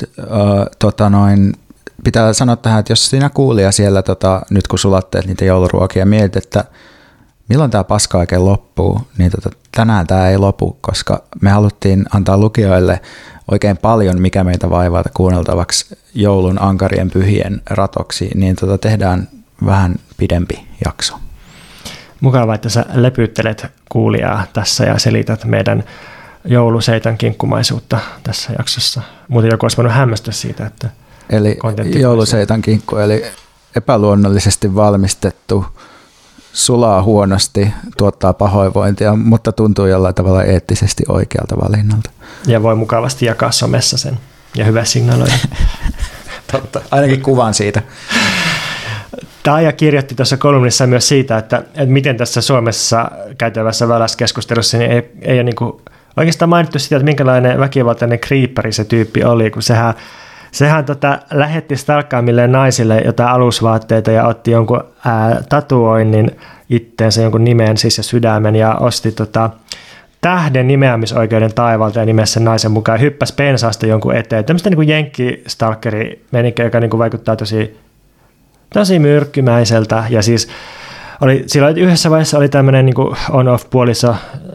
pitää sanoa tähän, että jos sinä kuulija siellä nyt kun sulatteet niitä jouluruokia ja mietit, että milloin tämä paska oikein loppuu, niin tänään tämä ei lopu, koska me haluttiin antaa lukijoille oikein paljon, mikä meitä vaivaa kuunneltavaksi joulun ankarien pyhien ratoksi, niin tehdään vähän pidempi jakso. Mukavaa, että sä lepyttelet kuulijaa tässä ja selität meidän jouluseitan kinkkumaisuutta tässä jaksossa. Muuten joku olisi voinut hämmästyä siitä, että eli jouluseitan kinkku, eli epäluonnollisesti valmistettu, sulaa huonosti, tuottaa pahoinvointia, mutta tuntuu jollain tavalla eettisesti oikealta valinnalta. Ja voi mukavasti jakaa somessa sen ja hyvä signaaloida. Totta, ainakin kuvan siitä. Taija kirjoitti tuossa kolumnissa myös siitä, että miten tässä Suomessa käytävässä Wallace-keskustelussa niin ei ole niin kuin oikeastaan mainittu sitä, että minkälainen väkivaltainen kriippari se tyyppi oli, kun sehän lähetti stalkkaamille naisille jotain alusvaatteita ja otti jonkun tatuoinnin itteensä, jonkun nimen siis ja sydämen ja osti tähden nimeämisoikeuden taivaalta ja nimessä sen naisen mukaan ja hyppäsi pensaasta jonkun eteen. Tämmöistä niin kuin jenkkistalkkeri-menikö, joka niin kuin vaikuttaa tosi myrkkymäiseltä ja siis silloin yhdessä vaiheessa oli tämmöinen niin kuin on-off-puoliso,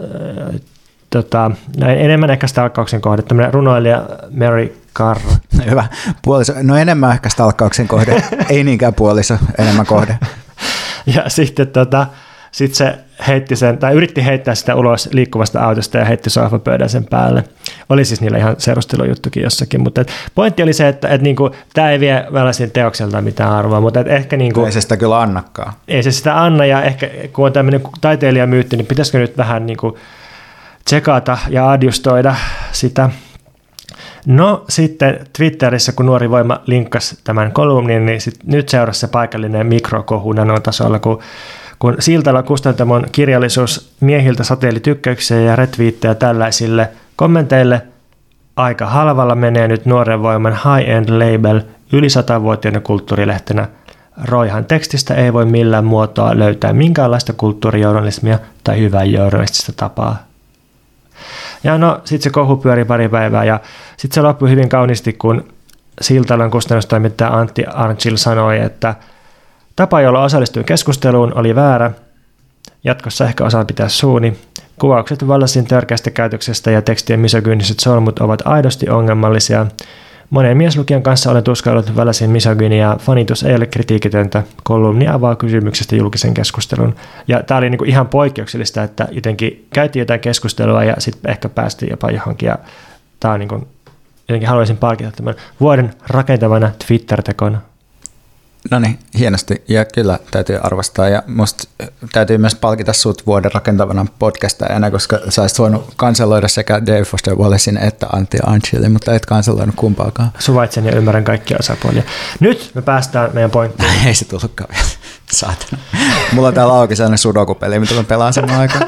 enemmän ehkä stalkkauksen kohde, tämmöinen runoilija Mary Carr. Hyvä. Puoliso. No enemmän ehkä stalkkauksen kohde, ei niinkään puoliso, enemmän kohde. Ja sitten sit se heitti sen, tai yritti heittää sitä ulos liikkuvasta autosta ja heitti sohvapöydän sen päälle. Oli siis niillä ihan seurustelujuttukin jossakin, mutta pointti oli se, että niinku, tämä ei vie Wallacen teokselta mitään arvoa, mutta ehkä niinku, ei se sitä kyllä annakaan. Ei se sitä anna, ja ehkä kun on tämmöinen taiteilijamyytti, niin pitäisikö nyt vähän niinku tsekata ja adjustoida sitä. No sitten Twitterissä, kun Nuori Voima linkkasi tämän kolumnin, niin nyt seurasi se paikallinen mikrokohu nanotasolla, kun Siltala Kustantamon kirjallisuus miehiltä sateeli tykkäyksiä ja retweettejä tällaisille kommenteille. Aika halvalla menee nyt Nuoren Voiman high-end label yli 100-vuotiaana kulttuurilehtenä. Roihan tekstistä ei voi millään muotoa löytää minkäänlaista kulttuurijournalismia tai hyvää journalistista tapaa. Ja no, sitten se kohu pyöri pari päivää ja sitten se loppui hyvin kauniisti, kun Siltalan kustannustoimittaja Antti Arnchill sanoi, että tapa, jolla osallistui keskusteluun, oli väärä. Jatkossa ehkä osaan pitää suuni. Kuvaukset Wallacen törkeästä käytöksestä ja tekstien misogyyniset solmut ovat aidosti ongelmallisia. Monen mieslukijan kanssa olen tuskaillut Wallacen misogyni ja fanitus ei ole kritiikitöntä. Kolumni avaa kysymyksestä julkisen keskustelun. Ja tämä oli niinku ihan poikkeuksellista, että jotenkin käytiin jotain keskustelua ja sitten ehkä päästiin jopa johonkin. Ja tämä on niinku, jotenkin haluaisin palkita tämän vuoden rakentavana Twitter-tekona. No niin, hienosti. Ja kyllä täytyy arvostaa. Ja musta täytyy myös palkita sut vuoden rakentavana podcastajana, koska sä olisit voinut kanseloida sekä Dave Foster Wallacein että Antti Anchilin, mutta et kanseloinut kumpaakaan. Suvaitsen ja ymmärrän kaikkia osapuolia. Nyt me päästään meidän pointtiin. Ei se tullutkaan vielä. Saatana. Mulla on täällä auki sellainen sudokupeli, mitä mä pelaan samaan aikaan.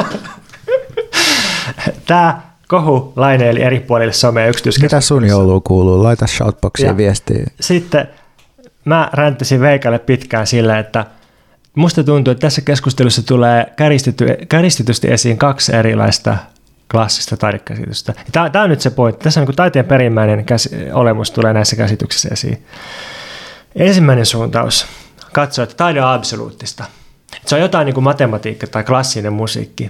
Tää kohu laineili eri puolille somea yksityiskeskustelussa. Mitä sun jouluun kuuluu? Laita shoutboxiin viestiä. Sitten mä ränttäsin Veikalle pitkään sillä, että musta tuntuu, että tässä keskustelussa tulee käristetysti esiin 2 erilaista klassista taidekäsitystä. Tämä on nyt se pointti. Tässä on niin taiteen perimmäinen olemus tulee näissä käsityksissä esiin. Ensimmäinen suuntaus katsoo, että taide on absoluuttista. Se on jotain niin kuin matematiikka tai klassinen musiikki.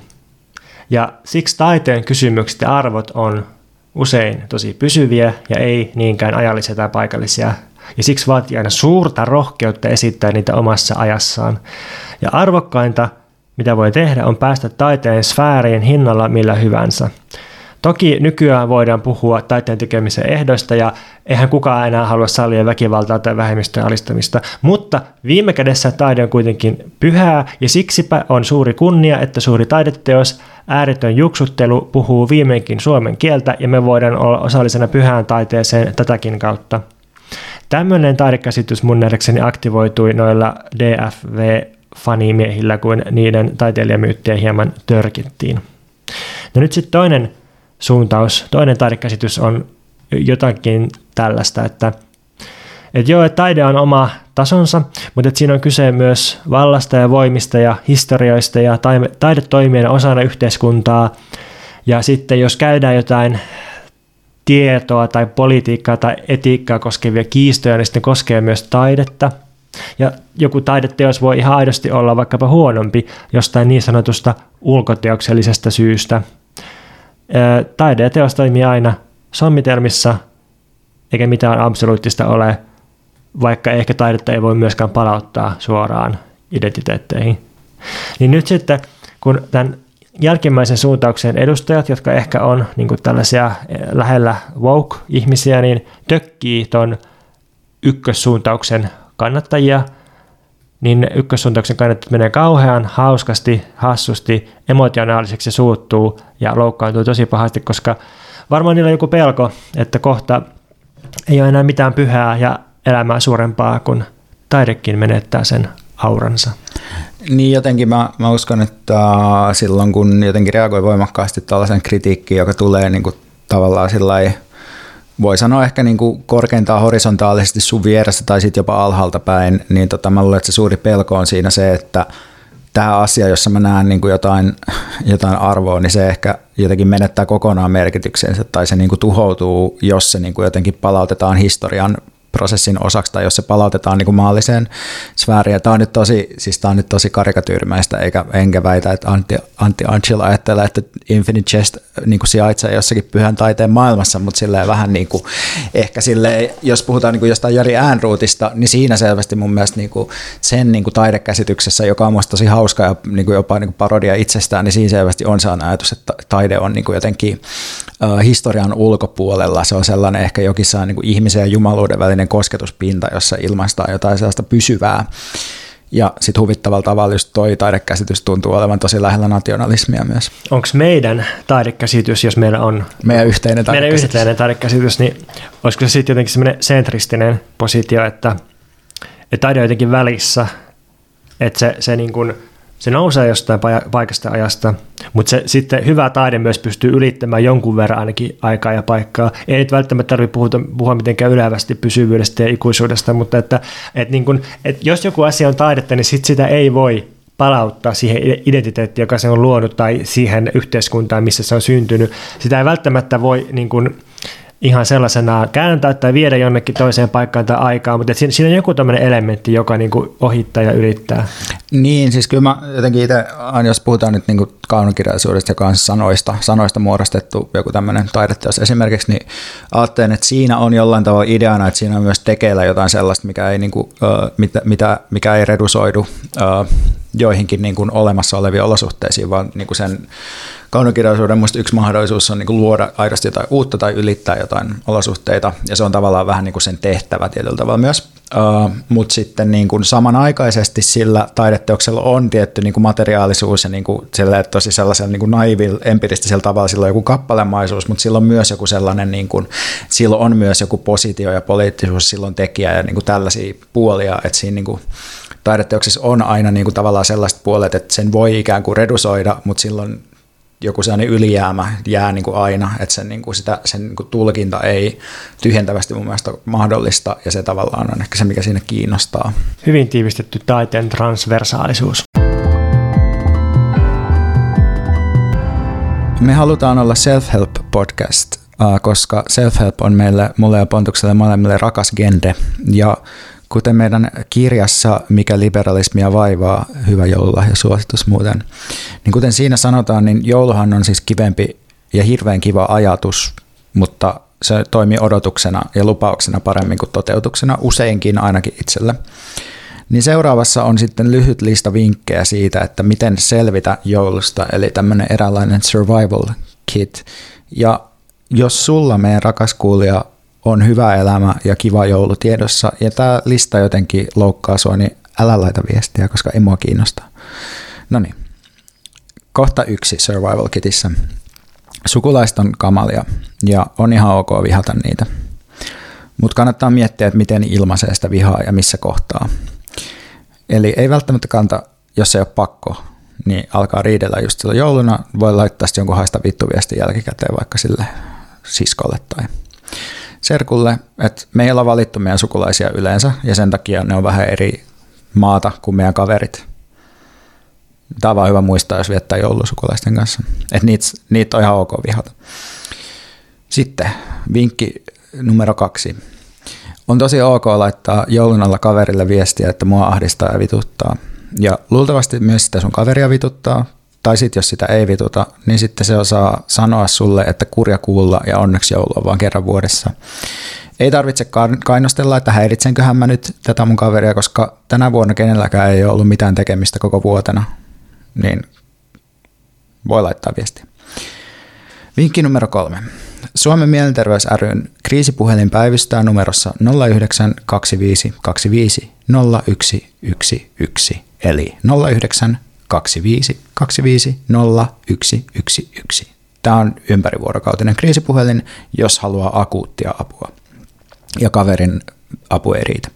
Ja siksi taiteen kysymykset ja arvot on usein tosi pysyviä ja ei niinkään ajallisia tai paikallisia. Ja siksi vaatii aina suurta rohkeutta esittää niitä omassa ajassaan. Ja arvokkainta, mitä voi tehdä, on päästä taiteen sfääriin hinnalla millä hyvänsä. Toki nykyään voidaan puhua taiteen tekemisen ehdoista ja eihän kukaan enää halua sallia väkivaltaa tai vähemmistöjen alistamista, mutta viime kädessä taide on kuitenkin pyhää ja siksipä on suuri kunnia, että suuri taideteos, ääretön juksuttelu puhuu viimeinkin suomen kieltä ja me voidaan olla osallisena pyhään taiteeseen tätäkin kautta. Tämmöinen taidekäsitys mun nähdäkseni aktivoitui noilla DFV-fanimiehillä, kun niiden taiteilijamyyttiä hieman törkittiin. No nyt sitten toinen suuntaus, toinen taidekäsitys on jotakin tällaista, että joo, että taide on oma tasonsa, mutta että siinä on kyse myös vallasta ja voimista ja historioista ja taidetoimien osana yhteiskuntaa. Ja sitten jos käydään jotain tietoa tai politiikkaa tai etiikkaa koskevia kiistoja, niin sitten koskee myös taidetta. Ja joku taideteos voi ihan aidosti olla vaikkapa huonompi jostain niin sanotusta ulkoteoksellisesta syystä. Taide ja teos toimii aina sommitelmissa, eikä mitään absoluuttista ole, vaikka ehkä taidetta ei voi myöskään palauttaa suoraan identiteetteihin. Niin nyt sitten, kun tämän jälkimmäisen suuntauksen edustajat, jotka ehkä on niin kuin tällaisia lähellä woke-ihmisiä, niin tökkii ton ykkössuuntauksen kannattajia, niin ykkössuuntauksen kannattajat menee kauhean hauskasti, hassusti, emotionaaliseksi ja suuttuu ja loukkaantuu tosi pahasti, koska varmaan niillä on joku pelko, että kohta ei ole enää mitään pyhää ja elämää suurempaa, kun taidekin menettää sen auransa. Niin jotenkin mä uskon, että silloin kun jotenkin reagoi voimakkaasti tällaisen kritiikkiin, joka tulee niin kuin tavallaan sillai, voi sanoa ehkä niin kuin korkeintaan horisontaalisesti sun vieressä tai sitten jopa alhaalta päin, niin mä luulen, että se suuri pelko on siinä se, että tämä asia, jossa mä näen niin kuin jotain arvoa, niin se ehkä jotenkin menettää kokonaan merkityksensä tai se niin kuin tuhoutuu, jos se niin kuin jotenkin palautetaan historian prosessin osaksi tai jos se palautetaan niin kuin maalliseen sfääriin. Tämä on nyt tosi karikatyyrimäistä, enkä väitä, että Antti Anchil ajattelee, että Infinite Jest niin kuin sijaitsee jossakin pyhän taiteen maailmassa, mutta silleen vähän niin kuin, ehkä silleen, jos puhutaan niin kuin jostain Jari Ehrnrootista, niin siinä selvästi mun mielestä niin kuin sen niin kuin taidekäsityksessä, joka on musta tosi hauska ja niin kuin jopa niin kuin parodia itsestään, niin siinä selvästi on sellainen ajatus, että taide on niin kuin jotenkin historian ulkopuolella. Se on sellainen ehkä jokissaan niin kuin ihmisen ja jumaluuden välinen kosketuspinta, jossa ilmaistaan jotain sellaista pysyvää. Ja sitten huvittavalla tavalla just toi taidekäsitys tuntuu olevan tosi lähellä nationalismia myös. Onko meidän taidekäsitys, jos meillä on meidän yhteinen taidekäsitys, niin olisiko se sitten jotenkin semmoinen sentristinen positio, että taide on jotenkin välissä, että se niin kuin se nousee jostain paikasta ajasta, mutta se sitten hyvä taide myös pystyy ylittämään jonkun verran ainakin aikaa ja paikkaa. Ei nyt välttämättä tarvitse puhua mitenkään ylevästi pysyvyydestä ja ikuisuudesta, mutta että jos joku asia on taidetta, niin sitä ei voi palauttaa siihen identiteettiin, joka se on luonut tai siihen yhteiskuntaan, missä se on syntynyt. Sitä ei välttämättä voi niin kuin ihan sellaisena kääntää tai viedä jonnekin toiseen paikkaan tai aikaan, mutta siinä on joku tämmöinen elementti, joka niin kuin ohittaa ja ylittää. Niin, siis kyllä mä jotenkin itse, jos puhutaan nyt niin kuin kaunokirjallisuudesta, joka on sanoista muodostettu joku tämmöinen taideteos esimerkiksi, niin ajattelen, että siinä on jollain tavalla ideana, että siinä on myös tekeillä jotain sellaista, mikä ei, niin kuin, mikä ei redusoidu joihinkin niin kuin olemassa oleviin olosuhteisiin, vaan niin kuin sen kaunokirjallisuuden musta yksi mahdollisuus on niin kuin luoda aidosti jotain uutta tai ylittää jotain olosuhteita, ja se on tavallaan vähän niin kuin sen tehtävä tietyllä tavalla myös. mutta sitten niin kuin samanaikaisesti sillä taideteoksella on tietty niin kuin materiaalisuus ja niin kuin tosi sellaisella niin kuin naivilla, empiristisellä tavalla sillä on joku kappalemaisuus, mutta sillä on myös joku sellainen, niin kuin, sillä on myös joku positio ja poliittisuus, sillä on tekijä ja niin kuin tällaisia puolia, että siinä niin kuin taideteoksessa on aina niin kuin tavallaan sellaiset puolet, että sen voi ikään kuin redusoida, mutta silloin joku sellainen ylijäämä jää niin kuin aina, että sen, niin kuin sen niin kuin tulkinta ei tyhjentävästi mun mielestä ole mahdollista, ja se tavallaan on ehkä se, mikä siinä kiinnostaa. Hyvin tiivistetty taiteen transversaalisuus. Me halutaan olla self-help podcast, koska self-help on mulle ja Pontukselle molemmille rakas genre, ja kuten meidän kirjassa Mikä liberalismia vaivaa, hyvä joululahja suositus muuten, niin kuten siinä sanotaan, niin jouluhan on siis kivempi ja hirveän kiva ajatus, mutta se toimii odotuksena ja lupauksena paremmin kuin toteutuksena, useinkin ainakin itselle. Niin seuraavassa on sitten lyhyt lista vinkkejä siitä, että miten selvitä joulusta, eli tämmöinen eräänlainen survival kit. Ja jos sulla, meidän rakas kuulija, on hyvä elämä ja kiva joulu tiedossa, ja tämä lista jotenkin loukkaa sua, niin älä laita viestiä, koska ei mua kiinnostaa. No niin, kohta 1 survival kitissä. Sukulaiset on kamalia, ja on ihan ok vihata niitä. Mutta kannattaa miettiä, että miten ilmaisee sitä vihaa ja missä kohtaa. Eli ei välttämättä kanta, jos ei ole pakko, niin alkaa riidellä just silloin jouluna. Voi laittaa sitten jonkun haista vittu viestin jälkikäteen vaikka sille siskolle tai serkulle, että me ei olla valittu meidän sukulaisia yleensä, ja sen takia ne on vähän eri maata kuin meidän kaverit. Tämä on vaan hyvä muistaa, jos viettää joulua sukulaisten kanssa. Että niitä on ihan ok vihata. Sitten vinkki numero 2. On tosi ok laittaa joulun alla kaverille viestiä, että mua ahdistaa ja vituttaa. Ja luultavasti myös sitä sun kaveria vituttaa, tai sitten jos sitä ei vituta, niin sitten se osaa sanoa sulle, että kurja kuulla ja onneksi joulu on vaan kerran vuodessa. Ei tarvitse kainostella, että häiritsenköhän mä nyt tätä mun kaveria, koska tänä vuonna kenelläkään ei ole ollut mitään tekemistä koko vuotena, niin voi laittaa viestiä. Vinkki numero 3. Suomen Mielenterveys ry:n kriisipuhelin päivystää numerossa 09 25 25 0111, eli 09 25 25 0111. Tämä on ympärivuorokautinen kriisipuhelin, jos haluaa akuuttia apua, ja kaverin apu ei riitä.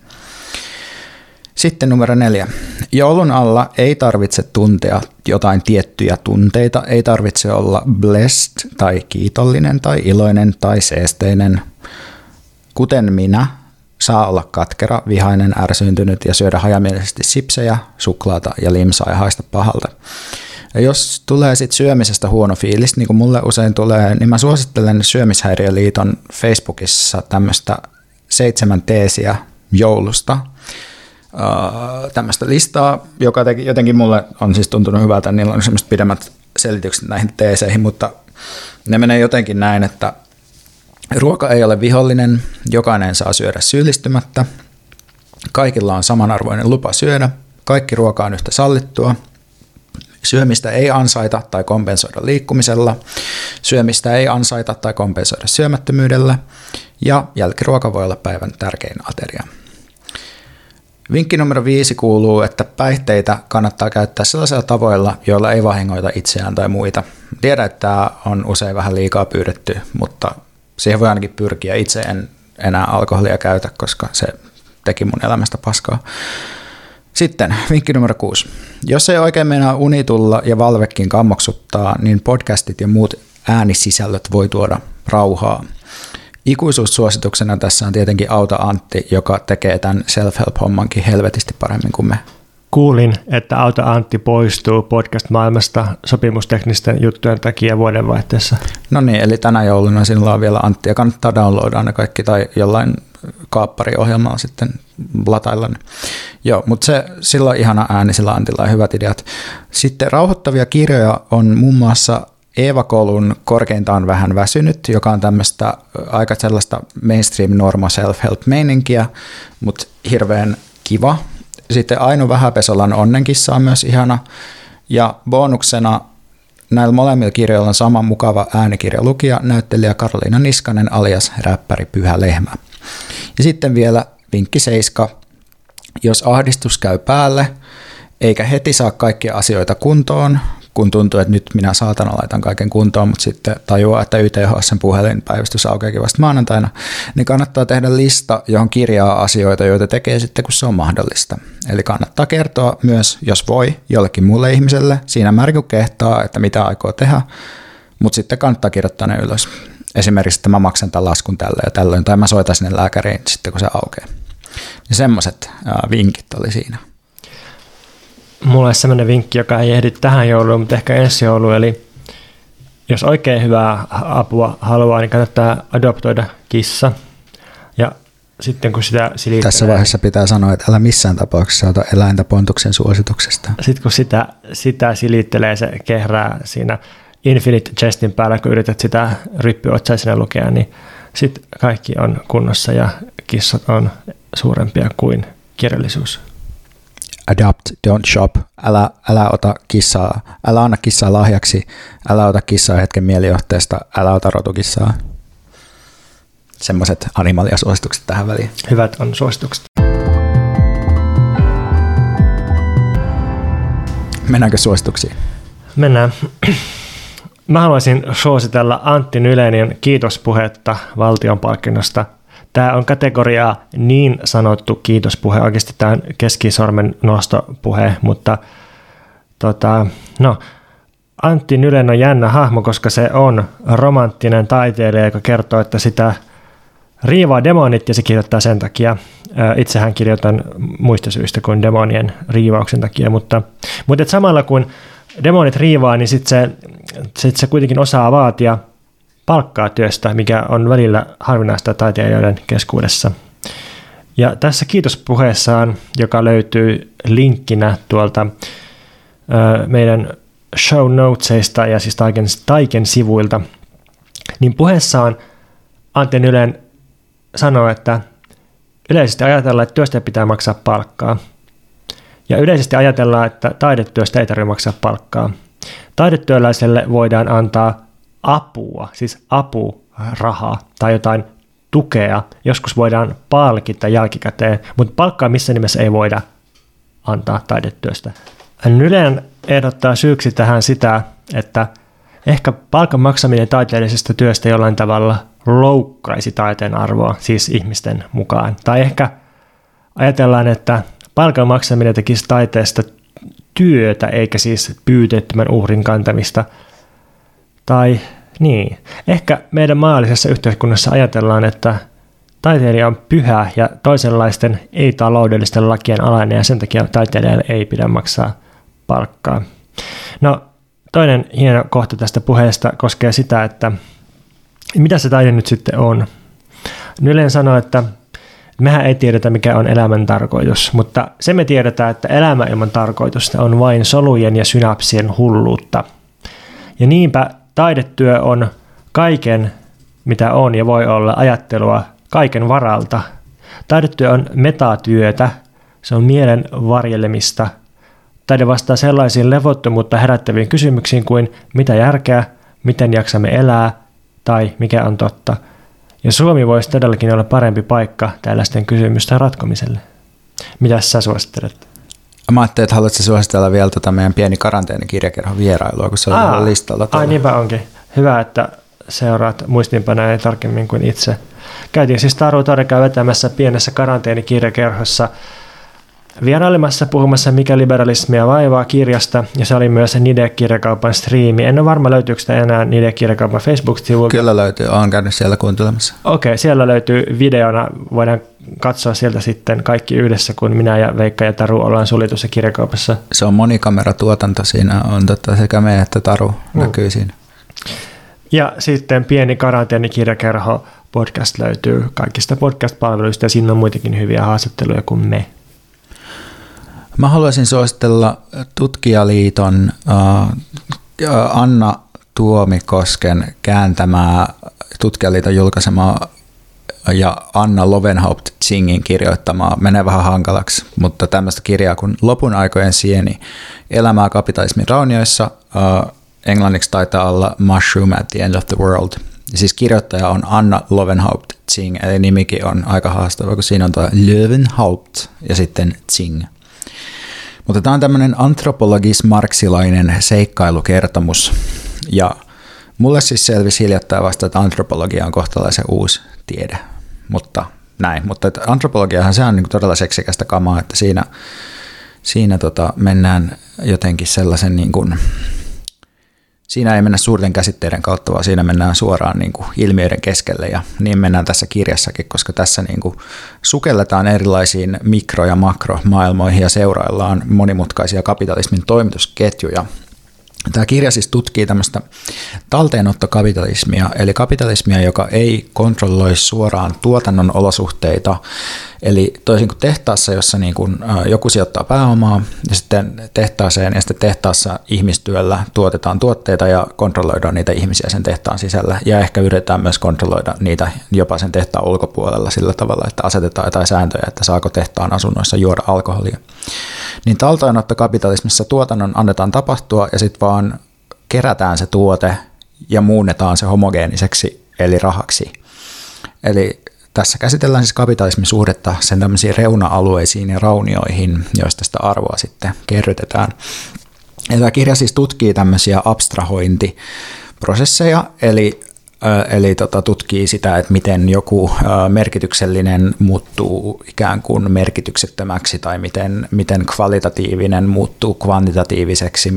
Sitten numero 4. Joulun alla ei tarvitse tuntea jotain tiettyjä tunteita, ei tarvitse olla blessed tai kiitollinen tai iloinen tai seesteinen. Kuten minä, saa olla katkera, vihainen, ärsyyntynyt ja syödä hajamielisesti sipsejä, suklaata ja limsaa ja haista pahalta. Ja jos tulee sitten syömisestä huono fiilis, niin kuin mulle usein tulee, niin mä suosittelen Syömishäiriöliiton Facebookissa tämmöistä 7 teesiä joulusta. Tämmöistä listaa, joka jotenkin mulle on siis tuntunut hyvältä, niillä on semmoiset pidemmät selitykset näihin teeseihin, mutta ne menee jotenkin näin, että ruoka ei ole vihollinen, jokainen saa syödä syyllistymättä, kaikilla on samanarvoinen lupa syödä, kaikki ruoka on yhtä sallittua, syömistä ei ansaita tai kompensoida liikkumisella, syömistä ei ansaita tai kompensoida syömättömyydellä, ja jälkiruoka voi olla päivän tärkein ateria. Vinkki numero 5 kuuluu, että päihteitä kannattaa käyttää sellaisilla tavoilla, joilla ei vahingoita itseään tai muita. Tiedän, että tämä on usein vähän liikaa pyydetty, mutta siihen voi ainakin pyrkiä. Itse en enää alkoholia käytä, koska se teki mun elämästä paskaa. Sitten vinkki numero 6. Jos ei oikein meinaa uni tulla ja valvekin kammoksuttaa, niin podcastit ja muut äänisisällöt voi tuoda rauhaa. Ikuisuussuosituksena tässä on tietenkin Auta Antti, joka tekee tämän self-help-hommankin helvetisti paremmin kuin me. Kuulin, että Auta Antti poistuu podcast-maailmasta sopimusteknisten juttujen takia vuodenvaihteessa. No niin, eli tänä jouluna sinulla on vielä Antti ja kannattaa downloadaa ne kaikki tai jollain kaappariohjelmalla sitten latailla. Joo, mutta sillä on ihana ääni, sillä Antilla on hyvät ideat. Sitten rauhoittavia kirjoja on muun muassa Eeva Kolun Korkeintaan vähän väsynyt, joka on tämmöistä aika sellaista mainstream norma self-help-meininkiä, mutta hirveän kiva. Sitten Aino Vähäpesolan Onnenkissa on myös ihana. Ja bonuksena näillä molemmilla kirjoilla on sama mukava äänikirjalukija, näyttelijä Karoliina Niskanen alias räppäri Pyhä Lehmä. Ja sitten vielä vinkki 7. Jos ahdistus käy päälle, eikä heti saa kaikkia asioita kuntoon, kun tuntuu, että nyt minä saatana laitan kaiken kuntoon, mutta sitten tajuaa, että YTHS:n puhelinpäivystys aukeakin vasta maanantaina, niin kannattaa tehdä lista, johon kirjaa asioita, joita tekee sitten, kun se on mahdollista. Eli kannattaa kertoa myös, jos voi, jollekin muulle ihmiselle, siinä määrin kun kehtaa, että mitä aikoo tehdä, mutta sitten kannattaa kirjoittaa ne ylös. Esimerkiksi, että mä maksan tämän laskun tällä ja tällöin, tai mä soitan sinne lääkäriin sitten, kun se aukeaa. Ja semmoiset vinkit oli siinä. Mulla olisi sellainen vinkki, joka ei ehdi tähän jouluun, mutta ehkä ensi jouluun. Eli jos oikein hyvää apua haluaa, niin kannattaa adoptoida kissa. Ja sitten kun sitä silittelee... Tässä vaiheessa pitää sanoa, että älä missään tapauksessa ota eläintä Pontuksen suosituksesta. Sitten kun sitä silittelee, se kehrää siinä Infinite Chestin päällä, kun yrität sitä ryppyotsaisena lukea, niin sitten kaikki on kunnossa ja kissat on suurempia kuin kirjallisuus. Adopt, don't shop. Älä ota kissaa, älä anna kissaa lahjaksi, älä ota kissaa hetken mielijohteesta, älä ota rotukissaa. Semmoiset animalia-suositukset tähän väliin. Hyvät on suositukset. Mennäänkö suosituksiin? Mennään. Mä haluaisin suositella Antti Nylenin kiitospuhetta valtionpalkinnosta. Tämä on kategoriaa niin sanottu kiitospuhe. Oikeasti tämä on keskisormen nostopuhe, mutta Antti Nylen on jännä hahmo, koska se on romanttinen taiteilija, joka kertoo, että sitä riivaa demonit ja se kirjoittaa sen takia. Itsehän kirjoitan muista syistä kuin demonien riivauksen takia, mutta samalla kun demonit riivaa, niin sitten se kuitenkin osaa vaatia palkkaa työstä, mikä on välillä harvinaista taiteilijoiden keskuudessa. Ja tässä kiitospuheessaan, joka löytyy linkkinä tuolta meidän show notesista ja siis Taiken sivuilta, niin puheessaan Antti Nylen sanoo, että yleisesti ajatellaan, että työstä pitää maksaa palkkaa. Ja yleisesti ajatellaan, että taidetyöstä ei tarvitse maksaa palkkaa. Taidetyöläiselle voidaan antaa apua, siis apurahaa tai jotain tukea. Joskus voidaan palkita jälkikäteen, mutta palkkaa missä nimessä ei voida antaa taidetyöstä. Nylen ehdottaa syyksi tähän sitä, että ehkä palkan maksaminen taiteellisesta työstä jollain tavalla loukkaisi taiteen arvoa, siis ihmisten mukaan. Tai ehkä ajatellaan, että palkan maksaminen tekisi taiteesta työtä, eikä siis pyyteettömän uhrin kantamista. Tai niin, ehkä meidän maallisessa yhteiskunnassa ajatellaan, että taiteilija on pyhä ja toisenlaisten ei-taloudellisten lakien alainen ja sen takia taiteilijalle ei pidä maksaa palkkaa. No, toinen hieno kohta tästä puheesta koskee sitä, että mitä se taide nyt sitten on. Nylen sanoo, että mehän ei tiedetä, mikä on elämän tarkoitus, mutta se me tiedetään, että elämä ilman tarkoitusta on vain solujen ja synapsien hulluutta. Ja niinpä taidetyö on kaiken, mitä on ja voi olla, ajattelua kaiken varalta. Taidetyö on metatyötä, se on mielen varjelemista. Taide vastaa sellaisiin levottomuutta herättäviin kysymyksiin kuin mitä järkeä, miten jaksamme elää tai mikä on totta. Ja Suomi voisi todellakin olla parempi paikka tällaisten kysymysten ratkomiselle. Mitä sä suosittelet? Mä ajattelin, että haluatko suositella vielä meidän pieni karanteenikirjakerhon vierailua, kun se on listalla. Ai niinpä onkin. Hyvä, että seuraat muistiinpanoja tarkemmin kuin itse. Käytiin siis Taru Torekaa vetämässä pienessä karanteenikirjakerhossa vierailemassa puhumassa Mikä liberalismia vaivaa -kirjasta, ja se oli myös Nide-kirjakaupan striimi. En ole varma, löytyykö sitä enää Nide-kirjakaupan Facebook-sivulta. Kyllä löytyy, olen käynyt siellä kuuntelemassa. Okei, siellä löytyy videona, voidaan katsoa sieltä sitten kaikki yhdessä, kun minä ja Veikka ja Taru ollaan suljetussa kirjakaupassa. Se on monikameratuotanto, siinä on sekä me että Taru näkyy siinä. Ja sitten pieni karanteenikirjakerho podcast löytyy kaikista podcast-palveluista, ja siinä on muitakin hyviä haastatteluja kuin me. Mä haluaisin suositella Tutkijaliiton Anna Tuomikosken kääntämää, Tutkijaliiton julkaisemaa ja Anna Lovenhaupt-Zingin kirjoittamaa, menee vähän hankalaksi, mutta tämmöistä kirjaa kuin Lopun aikojen sieni, elämää kapitalismin raunioissa, englanniksi taitaa olla Mushroom at the End of the World. Ja siis kirjoittaja on Anna Lovenhaupt-Zing. Zing, eli nimikin on aika haastava, kun siinä on tuo Löwenhaupt ja sitten Zing. Mutta tämä on tämmöinen antropologis-marksilainen seikkailukertomus, ja mulle siis selvisi hiljattain vasta, että antropologia on kohtalaisen uusi tiede, mutta antropologiahan se on niin kuin todella seksikästä kamaa, että siinä mennään jotenkin sellaisen, niin kuin, siinä ei mennä suurten käsitteiden kautta, vaan siinä mennään suoraan niin kuin ilmiöiden keskelle, ja niin mennään tässä kirjassakin, koska tässä niin kuin sukelletaan erilaisiin mikro- ja makromaailmoihin ja seuraillaan monimutkaisia kapitalismin toimitusketjuja. Tämä kirja siis tutkii tämmöistä talteenottokapitalismia, eli kapitalismia, joka ei kontrolloi suoraan tuotannon olosuhteita, eli toisin kuin tehtaassa, jossa niin kuin joku sijoittaa pääomaa ja sitten tehtaassa ihmistyöllä tuotetaan tuotteita ja kontrolloidaan niitä ihmisiä sen tehtaan sisällä, ja ehkä yritetään myös kontrolloida niitä jopa sen tehtaan ulkopuolella sillä tavalla, että asetetaan jotain sääntöjä, että saako tehtaan asunnoissa juoda alkoholia. Niin talteenottokapitalismissa tuotannon annetaan tapahtua ja sitten vaan kerätään se tuote ja muunnetaan se homogeeniseksi eli rahaksi. Eli tässä käsitellään siis kapitalismin suhdetta sen tämmöisiin reuna-alueisiin ja raunioihin, joista sitä arvoa sitten kerrytetään. Ja tämä kirja siis tutkii tämmöisiä abstrahointiprosesseja, eli tutkii sitä, että miten joku merkityksellinen muuttuu ikään kuin merkityksettömäksi tai miten kvalitatiivinen muuttuu kvantitatiiviseksi,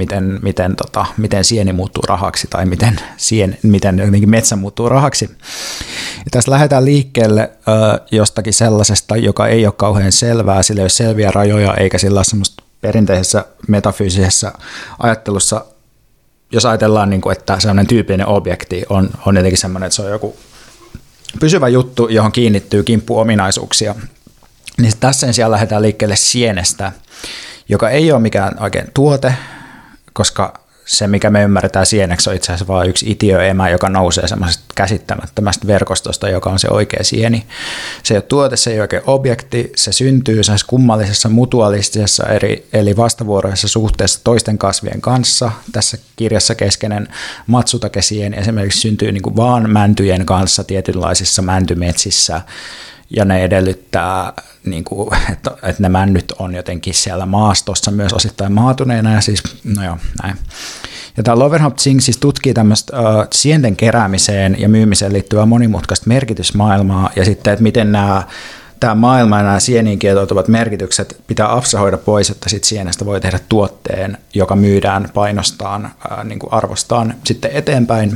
miten sieni muuttuu rahaksi tai miten jotenkin metsä muuttuu rahaksi. Ja tässä lähdetään liikkeelle jostakin sellaisesta, joka ei ole kauhean selvää, sillä ei ole selviä rajoja eikä sillä ole semmoista perinteisessä metafyysisessä ajattelussa. Jos ajatellaan, että sellainen tyypillinen objekti on jotenkin sellainen, että se on joku pysyvä juttu, johon kiinnittyy kimppuominaisuuksia, niin tässä sen sijaan lähdetään liikkeelle sienestä, joka ei ole mikään oikein tuote, koska se, mikä me ymmärretään sieneksi, on itse asiassa vain yksi itiöemä, joka nousee semmoisesta käsittämättömästä verkostosta, joka on se oikea sieni. Se ei ole tuote, se ei ole oikein objekti, se syntyy kummallisessa mutualistisessa eli vastavuoroisessa suhteessa toisten kasvien kanssa. Tässä kirjassa keskeinen matsutake-sieni esimerkiksi syntyy niin kuin vaan mäntyjen kanssa tietynlaisissa mäntymetsissä, ja ne edellyttää, että ne männyt on jotenkin siellä maastossa myös osittain maatuneena, ja siis, no joo, näin. Ja tämä Löwenhaupt-Zing siis tutkii tämmöistä sienten keräämiseen ja myymiseen liittyvää monimutkaista merkitysmaailmaa, ja sitten, että miten tämä maailma ja nämä sieniin kietoutuvat merkitykset pitää abstrahoida pois, että sitten sienestä voi tehdä tuotteen, joka myydään painostaan, arvostaan sitten eteenpäin.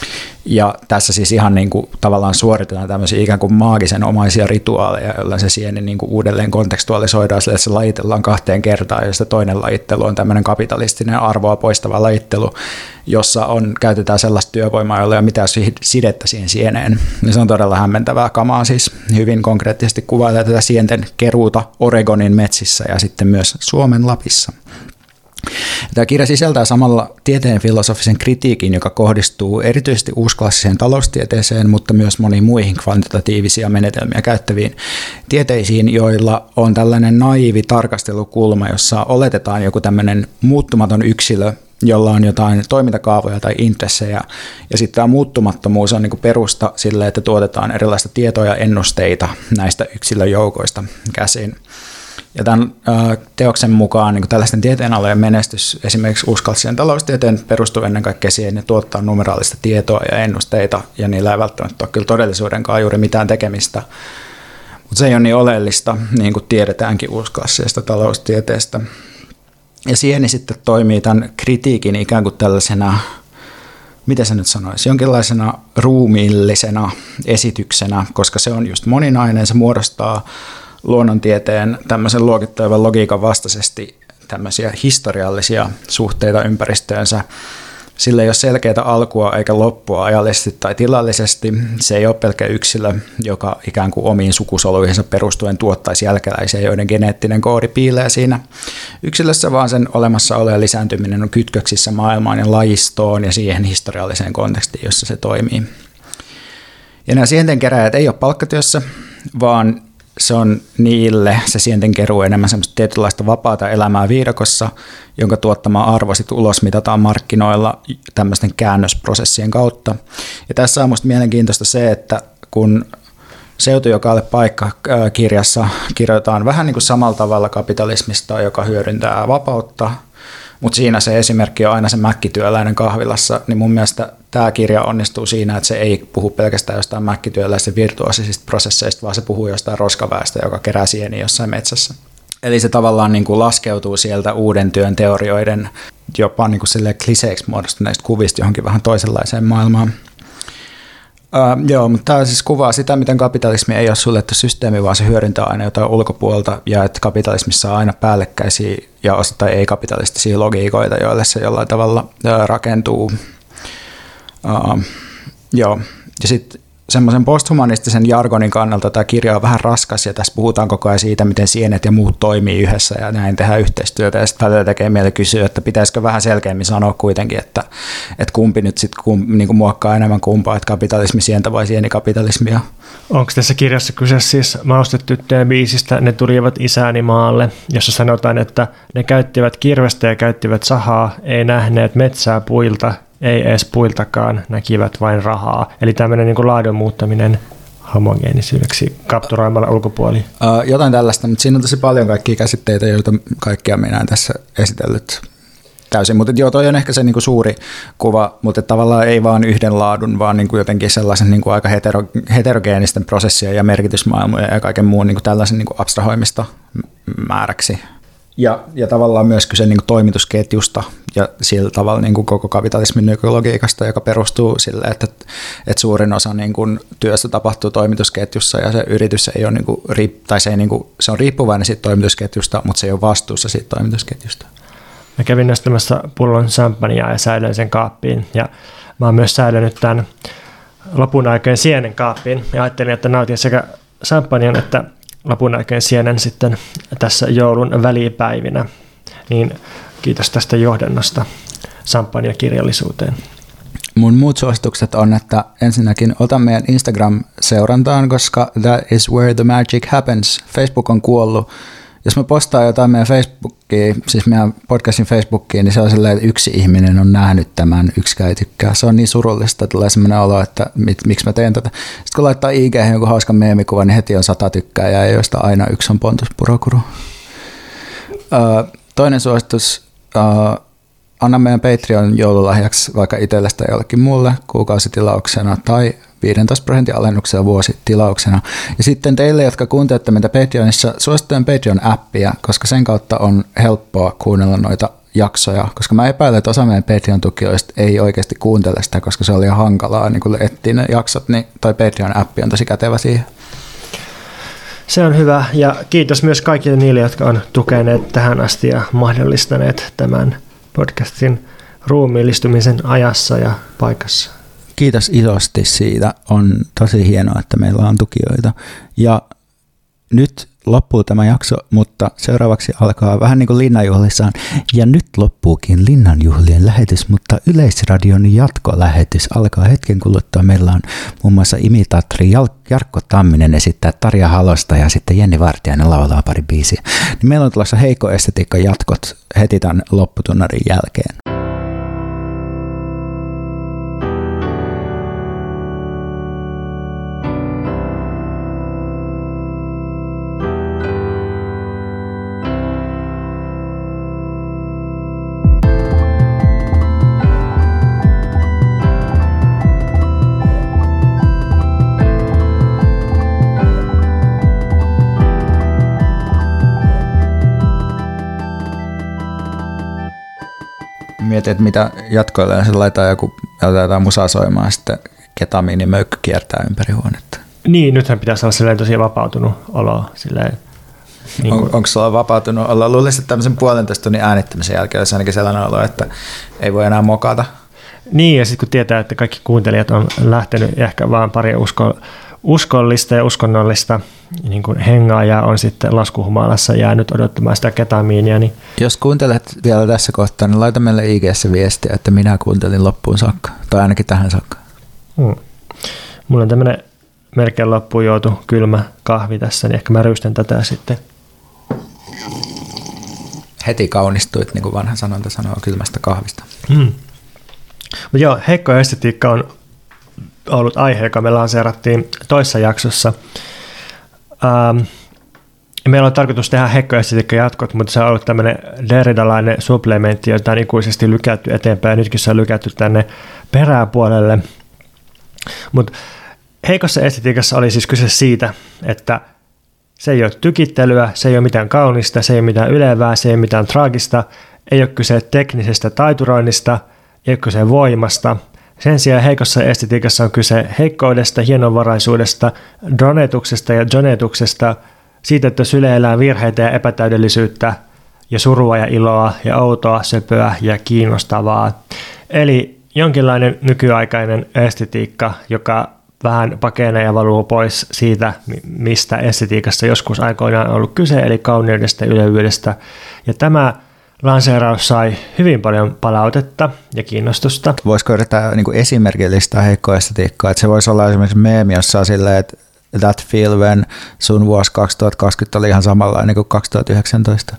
Ja tässä siis ihan tavallaan suoritetaan tämmöisiä ikään kuin maagisen omaisia rituaaleja, joilla se sieni uudelleen kontekstualisoidaan sille, että se lajitellaan 2 kertaan, ja sitten toinen lajittelu on tämmöinen kapitalistinen arvoa poistava lajittelu, jossa käytetään sellaista työvoimaa, jolla ei ole mitään sidettä siihen sieneen. Ja se on todella hämmentävää kamaa, siis hyvin konkreettisesti kuvailee tätä sienten keruuta Oregonin metsissä ja sitten myös Suomen Lapissa. Tämä kirja sisältää samalla tieteen filosofisen kritiikin, joka kohdistuu erityisesti uusklassiseen taloustieteeseen, mutta myös moniin muihin kvantitatiivisia menetelmiä käyttäviin tieteisiin, joilla on tällainen naiivi tarkastelukulma, jossa oletetaan joku tämmöinen muuttumaton yksilö, jolla on jotain toimintakaavoja tai intressejä, ja sitten tämä muuttumattomuus on perusta sille, että tuotetaan erilaista tietoa ja ennusteita näistä yksilöjoukoista käsin. Ja tämän teoksen mukaan tällaisten tieteenalojen menestys, esimerkiksi uusklassisen taloustieteen, perustuu ennen kaikkea siihen, että tuottaa numeraalista tietoa ja ennusteita, ja niillä ei välttämättä ole kyllä todellisuudenkaan juuri mitään tekemistä. Mutta se ei ole niin oleellista, niin kuin tiedetäänkin uusklassisesta taloustieteestä. Ja sieni sitten toimii tämän kritiikin ikään kuin tällaisena, miten se nyt sanoisi, jonkinlaisena ruumiillisena esityksenä, koska se on just moninainen, se muodostaa luonnontieteen tämmöisen luokittelevan logiikan vastaisesti tämmöisiä historiallisia suhteita ympäristöönsä. Sillä ei ole selkeää alkua eikä loppua ajallisesti tai tilallisesti. Se ei ole pelkkä yksilö, joka ikään kuin omiin sukusoluihinsa perustuen tuottaisi jälkeläisiä, joiden geneettinen koodi piilee siinä yksilössä, vaan sen olemassaolo ja lisääntyminen on kytköksissä maailmaan ja lajistoon ja siihen historialliseen kontekstiin, jossa se toimii. Ja nämä sienten keräjät ei ole palkkatyössä, vaan se on niille se sienten keruu enemmän semmoista tietynlaista vapaata elämää viidakossa, jonka tuottama arvo sitten ulos mitataan markkinoilla tämmöisten käännösprosessien kautta. Ja tässä on musta mielenkiintoista se, että kun Seutu, joka ole paikka kirjassa kirjoitetaan vähän niin kuin samalla tavalla kapitalismista, joka hyödyntää vapautta, mutta siinä se esimerkki on aina se mäkkityöläinen kahvilassa, niin mun mielestä tämä kirja onnistuu siinä, että se ei puhu pelkästään jostain mäkkityöläisen virtuaasisista prosesseista, vaan se puhuu jostain roskaväestä, joka kerää sieniä jossain metsässä. Eli se tavallaan niin kuin laskeutuu sieltä uuden työn teorioiden jopa niin kuin kliseiksi muodostuneista kuvista johonkin vähän toisenlaiseen maailmaan. Joo, mutta tämä siis kuvaa sitä, miten kapitalismi ei ole suljettu systeemi, vaan se hyödyntää aina jotain ulkopuolta, ja että kapitalismissa on aina päällekkäisiä ja osittain ei-kapitalistisia logiikoita, joille se jollain tavalla rakentuu. Joo, ja sitten semmoisen posthumanistisen jargonin kannalta tämä kirja on vähän raskas, ja tässä puhutaan koko ajan siitä, miten sienet ja muut toimii yhdessä, ja näin tehdään yhteistyötä, ja sitten välillä tekee mieli kysyä, että pitäisikö vähän selkeämmin sanoa kuitenkin, että kumpi nyt sitten niin muokkaa enemmän kumpaa, että kapitalismi sientä vai sienikapitalismia. Onko tässä kirjassa kyse siis maustetyttöjen biisistä Ne tulivat isääni maalle, jossa sanotaan, että ne käyttivät kirvestä ja käyttivät sahaa, ei nähneet metsää puilta, ei edes puiltakaan, näkivät vain rahaa. Eli tämmöinen niin kuin laadun muuttaminen homogeenisyydeksi kapturoimalla ulkopuoli. Jotain tällaista, mutta siinä on tosi paljon kaikkia käsitteitä, joita kaikkia minä en tässä esitellyt täysin. Mutta joo, toi on ehkä se niin kuin suuri kuva, mutta tavallaan ei vaan yhden laadun, vaan niin kuin jotenkin sellaisen niin kuin aika heterogeenisten prosessien ja merkitysmaailmojen ja kaiken muun niin kuin tällaisen niin kuin abstrahoimista määräksi. Ja tavallaan myös kyse niin kuin toimitusketjusta ja sillä tavalla niin kuin koko kapitalismin nykylogiikasta, joka perustuu sille, että suurin osa niin kuin työstä tapahtuu toimitusketjussa ja se yritys ei ole, niin kuin, tai se, ei, niin kuin, se on riippuvainen siitä toimitusketjusta, mutta se ei ole vastuussa siitä toimitusketjusta. Mä kävin nostamassa pullon champagnea ja säilöin sen kaappiin ja mä oon myös säilönyt tämän lopun aikojen sienen kaappiin ja ajattelin, että nautin sekä champagnen että lopun aikojen sienen sitten tässä joulun välipäivinä. Niin kiitos tästä johdannosta champagne-kirjallisuuteen. Mun muut suositukset on, että ensinnäkin ota meidän Instagram-seurantaan, koska that is where the magic happens. Facebook on kuollut. Jos mä postaan jotain meidän Facebookiin, siis meidän podcastin Facebookiin, niin se on sellainen, että yksi ihminen on nähnyt tämän, yksikään ei tykkää. Se on niin surullista, että tulee sellainen olo, että miksi mä teen tätä. Sitten kun laittaa IG:hen joku hauska meemikuva, niin heti on 100 tykkääjää, joista aina yksi on Pontus Purokuru. Toinen suositus, anna meidän Patreon joululahjaksi vaikka itsellesi tai jollekin muulle kuukausitilauksena tai 15% alennuksella vuositilauksena. Ja sitten teille, jotka kuuntelette meitä Patreonissa, suosittelen Patreon-appia, koska sen kautta on helppoa kuunnella noita jaksoja, koska mä epäilen, että osa meidän Patreon-tukijoista ei oikeasti kuuntele sitä, koska se oli ihan hankalaa niin kun etsiä ne jaksot, niin toi Patreon-appi on tosi kätevä siihen. Se on hyvä ja kiitos myös kaikille niille, jotka on tukeneet tähän asti ja mahdollistaneet tämän podcastin ruumiillistumisen ajassa ja paikassa. Kiitos isosti siitä. On tosi hienoa, että meillä on tukijoita. Ja nyt loppuu tämä jakso, mutta seuraavaksi alkaa vähän niin kuin Linnanjuhlissaan. Ja nyt loppuukin Linnanjuhlien lähetys, mutta Yleisradion jatkolähetys alkaa hetken kuluttua. Meillä on muun muassa imitaattori Jarkko Tamminen esittää Tarja Halosta ja sitten Jenni Vartiainen laulaa pari biisiä. Niin meillä on tulossa Heikko Estetiikka jatkot heti tämän lopputunnarin jälkeen. Mietin, että mitä jatkoille ja se laitetaan jotain musaa soimaan ja sitten ketamiinimöykky kiertää ympäri huonetta. Niin, nythän pitäisi olla silleen tosi vapautunut olo. Niin onko sulla vapautunut olla? Luulisin, että tämmöisen 1,5 tunnin äänittämisen jälkeen olisi ainakin sellainen olo, että ei voi enää mokata. Niin, ja sitten kun tietää, että kaikki kuuntelijat on lähtenyt ehkä vaan pari uskollista ja uskonnollista niin kuin hengaajaa on sitten laskuhumalassa jäänyt odottamaan sitä ketamiinia. Niin jos kuuntelet vielä tässä kohtaa, niin laita meille IG:ssä viestiä, että minä kuuntelin loppuun saakka, tai ainakin tähän saakka. Mulla on tämmöinen melkein loppuun joutu kylmä kahvi tässä, niin ehkä mä ryystän tätä sitten. Heti kaunistuit, niin kuin vanha sanonta sanoo, kylmästä kahvista. Mutta joo, heikko estetiikka on ollut aihe, joka me lanseerattiin toissa jaksossa. meillä on tarkoitus tehdä heikkoestetiikka jatkot, mutta se on ollut tämmöinen derridalainen supplementti, jota on ikuisesti lykätty eteenpäin ja nytkin se on lykätty tänne peräpuolelle. Mutta heikossa estetiikassa oli siis kyse siitä, että se ei ole tykittelyä, se ei ole mitään kaunista, se ei ole mitään ylevää, se ei ole mitään traagista, ei ole kyse teknisestä taituroinnista, ei ole kyse voimasta. Sen sijaan heikossa estetiikassa on kyse heikkoudesta, hienovaraisuudesta, dronetuksesta ja jonetuksesta, siitä, että syleillään virheitä ja epätäydellisyyttä ja surua ja iloa ja outoa, söpöä ja kiinnostavaa. Eli jonkinlainen nykyaikainen estetiikka, joka vähän pakenee ja valuu pois siitä, mistä estetiikassa joskus aikoinaan on ollut kyse, eli kauneudesta ja ylevyydestä. Ja tämä lanseeraus sai hyvin paljon palautetta ja kiinnostusta. Voisiko yrittää niin kuin esimerkillistä heikkoa estetiikkaa? Että se voisi olla esimerkiksi meemi, jossa on silleen, että that feel when sun vuosi 2020 oli ihan samanlainen kuin 2019.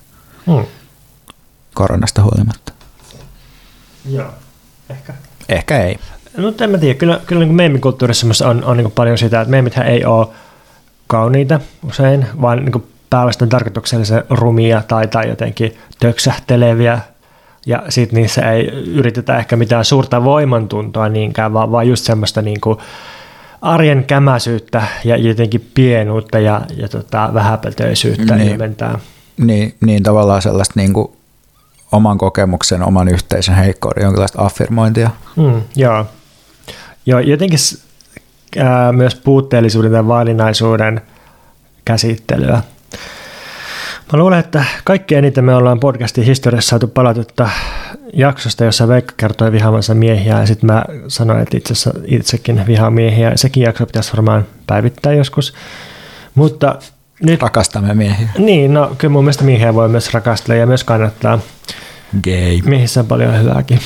Koronasta huolimatta. Joo, ehkä. Ehkä ei. No en mä tiedä, kyllä niin meemikulttuurissa on niin paljon sitä, että meemithän ei ole kauniita usein, vaan niin päävästä tarkoituksellisen rumia tai jotenkin töksähteleviä, ja sitten niissä ei yritetä ehkä mitään suurta voimantuntoa niinkään, vaan just semmoista niin kuin arjen kämäisyyttä ja jotenkin pienuutta ja vähäpätöisyyttä ilmentää. Niin tavallaan sellaista niin kuin oman kokemuksen, oman yhteisön heikkouden, jonkinlaista affirmointia. Joo, jotenkin myös puutteellisuuden ja vaillinaisuuden käsittelyä. Mä luulen, että kaikki eniten me ollaan podcastin historiassa saatu palautetta jaksosta, jossa Veikka kertoi vihaamansa miehiä, ja sitten mä sanoin, että itsekin vihaan miehiä. Sekin jakso pitäisi varmaan päivittää joskus. Mutta nyt rakastamme miehiä. Niin, no kyllä mun mielestä miehiä voi myös rakastella ja myös kannattaa. Gay. Miehissä on paljon hyvääkin.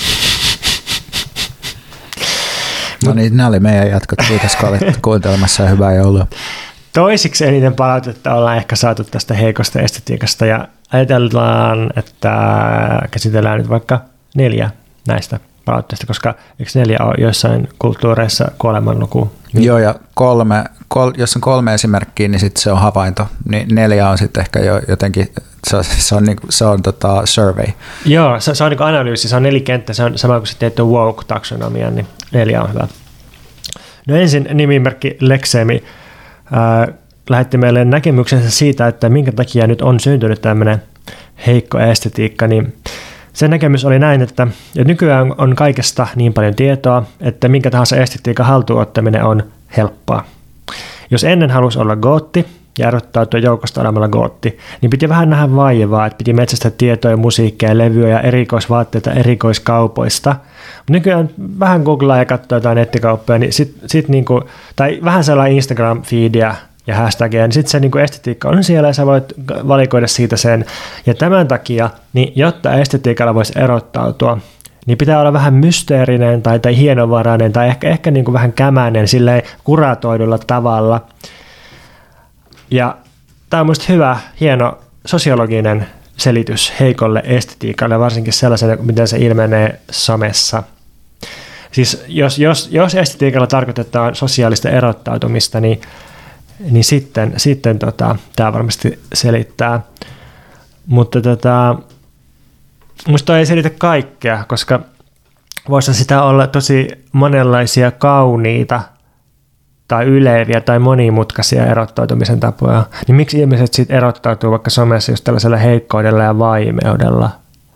No niin, nämä oli meidän jatkot. Kiitos, kun olet kuuntelemassa ja hyvää joulua. Toisiksi eniten palautetta ollaan ehkä saatu tästä heikosta estetiikasta ja ajatellaan, että käsitellään nyt vaikka 4 näistä palautteista, koska eikö 4 ole joissain kulttuureissa kuolemanluku? Joo, ja jos on 3 esimerkkiä, niin sitten se on havainto, niin 4 on sitten ehkä jo jotenkin, se on survey. Joo, se on niin analyysi, se on 4 kenttä, se on sama kuin se tietty woke-taksonomia, niin 4 on hyvä. No ensin nimimerkki Lexemi lähetti meille näkemyksensä siitä, että minkä takia nyt on syntynyt tämmöinen heikko estetiikka, niin sen näkemys oli näin, että nykyään on kaikesta niin paljon tietoa, että minkä tahansa estetiikan haltuunottaminen on helppoa. Jos ennen halusi olla gootti ja erottautua joukosta olemalla gootti, niin piti vähän nähdä vaivaa, että piti metsästä tietoja, musiikkia, levyjä ja erikoisvaatteita erikoiskaupoista. Nykyään vähän googlaa ja katsoo jotain nettikauppoja, niin sit niinku, tai vähän sellainen Instagram-feedia ja hashtagia, niin sitten se niinku estetiikka on siellä ja sä voit valikoida siitä sen. Ja tämän takia, niin jotta estetiikalla voisi erottautua, niin pitää olla vähän mysteerinen tai hienovarainen tai ehkä niinku vähän kämäinen silleen kuratoidulla tavalla. Ja tämä on minusta hyvä, hieno sosiologinen selitys heikolle estetiikalle, varsinkin sellaisena, miten se ilmenee somessa. Siis jos estetiikalla tarkoitetaan sosiaalista erottautumista, niin sitten tämä varmasti selittää. Mutta minusta ei selitä kaikkea, koska voisi sitä olla tosi monenlaisia kauniita tai yleviä tai monimutkaisia erottautumisen tapoja, niin miksi ihmiset sitten erottautuu vaikka somessa just tällaisella heikkoudella ja vaimeudella?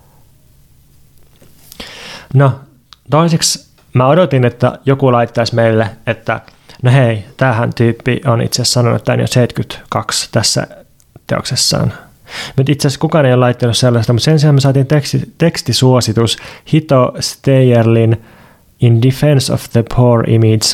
No, toiseksi mä odotin, että joku laittaisi meille, että no hei, tämähän tyyppi on itse asiassa sanonut tämän jo 72 tässä teoksessaan. Mutta itse asiassa kukaan ei ole laittanut sellaista, mutta sen sijaan me saatiin tekstisuositus Hito Steyerlin In Defense of the Poor Image.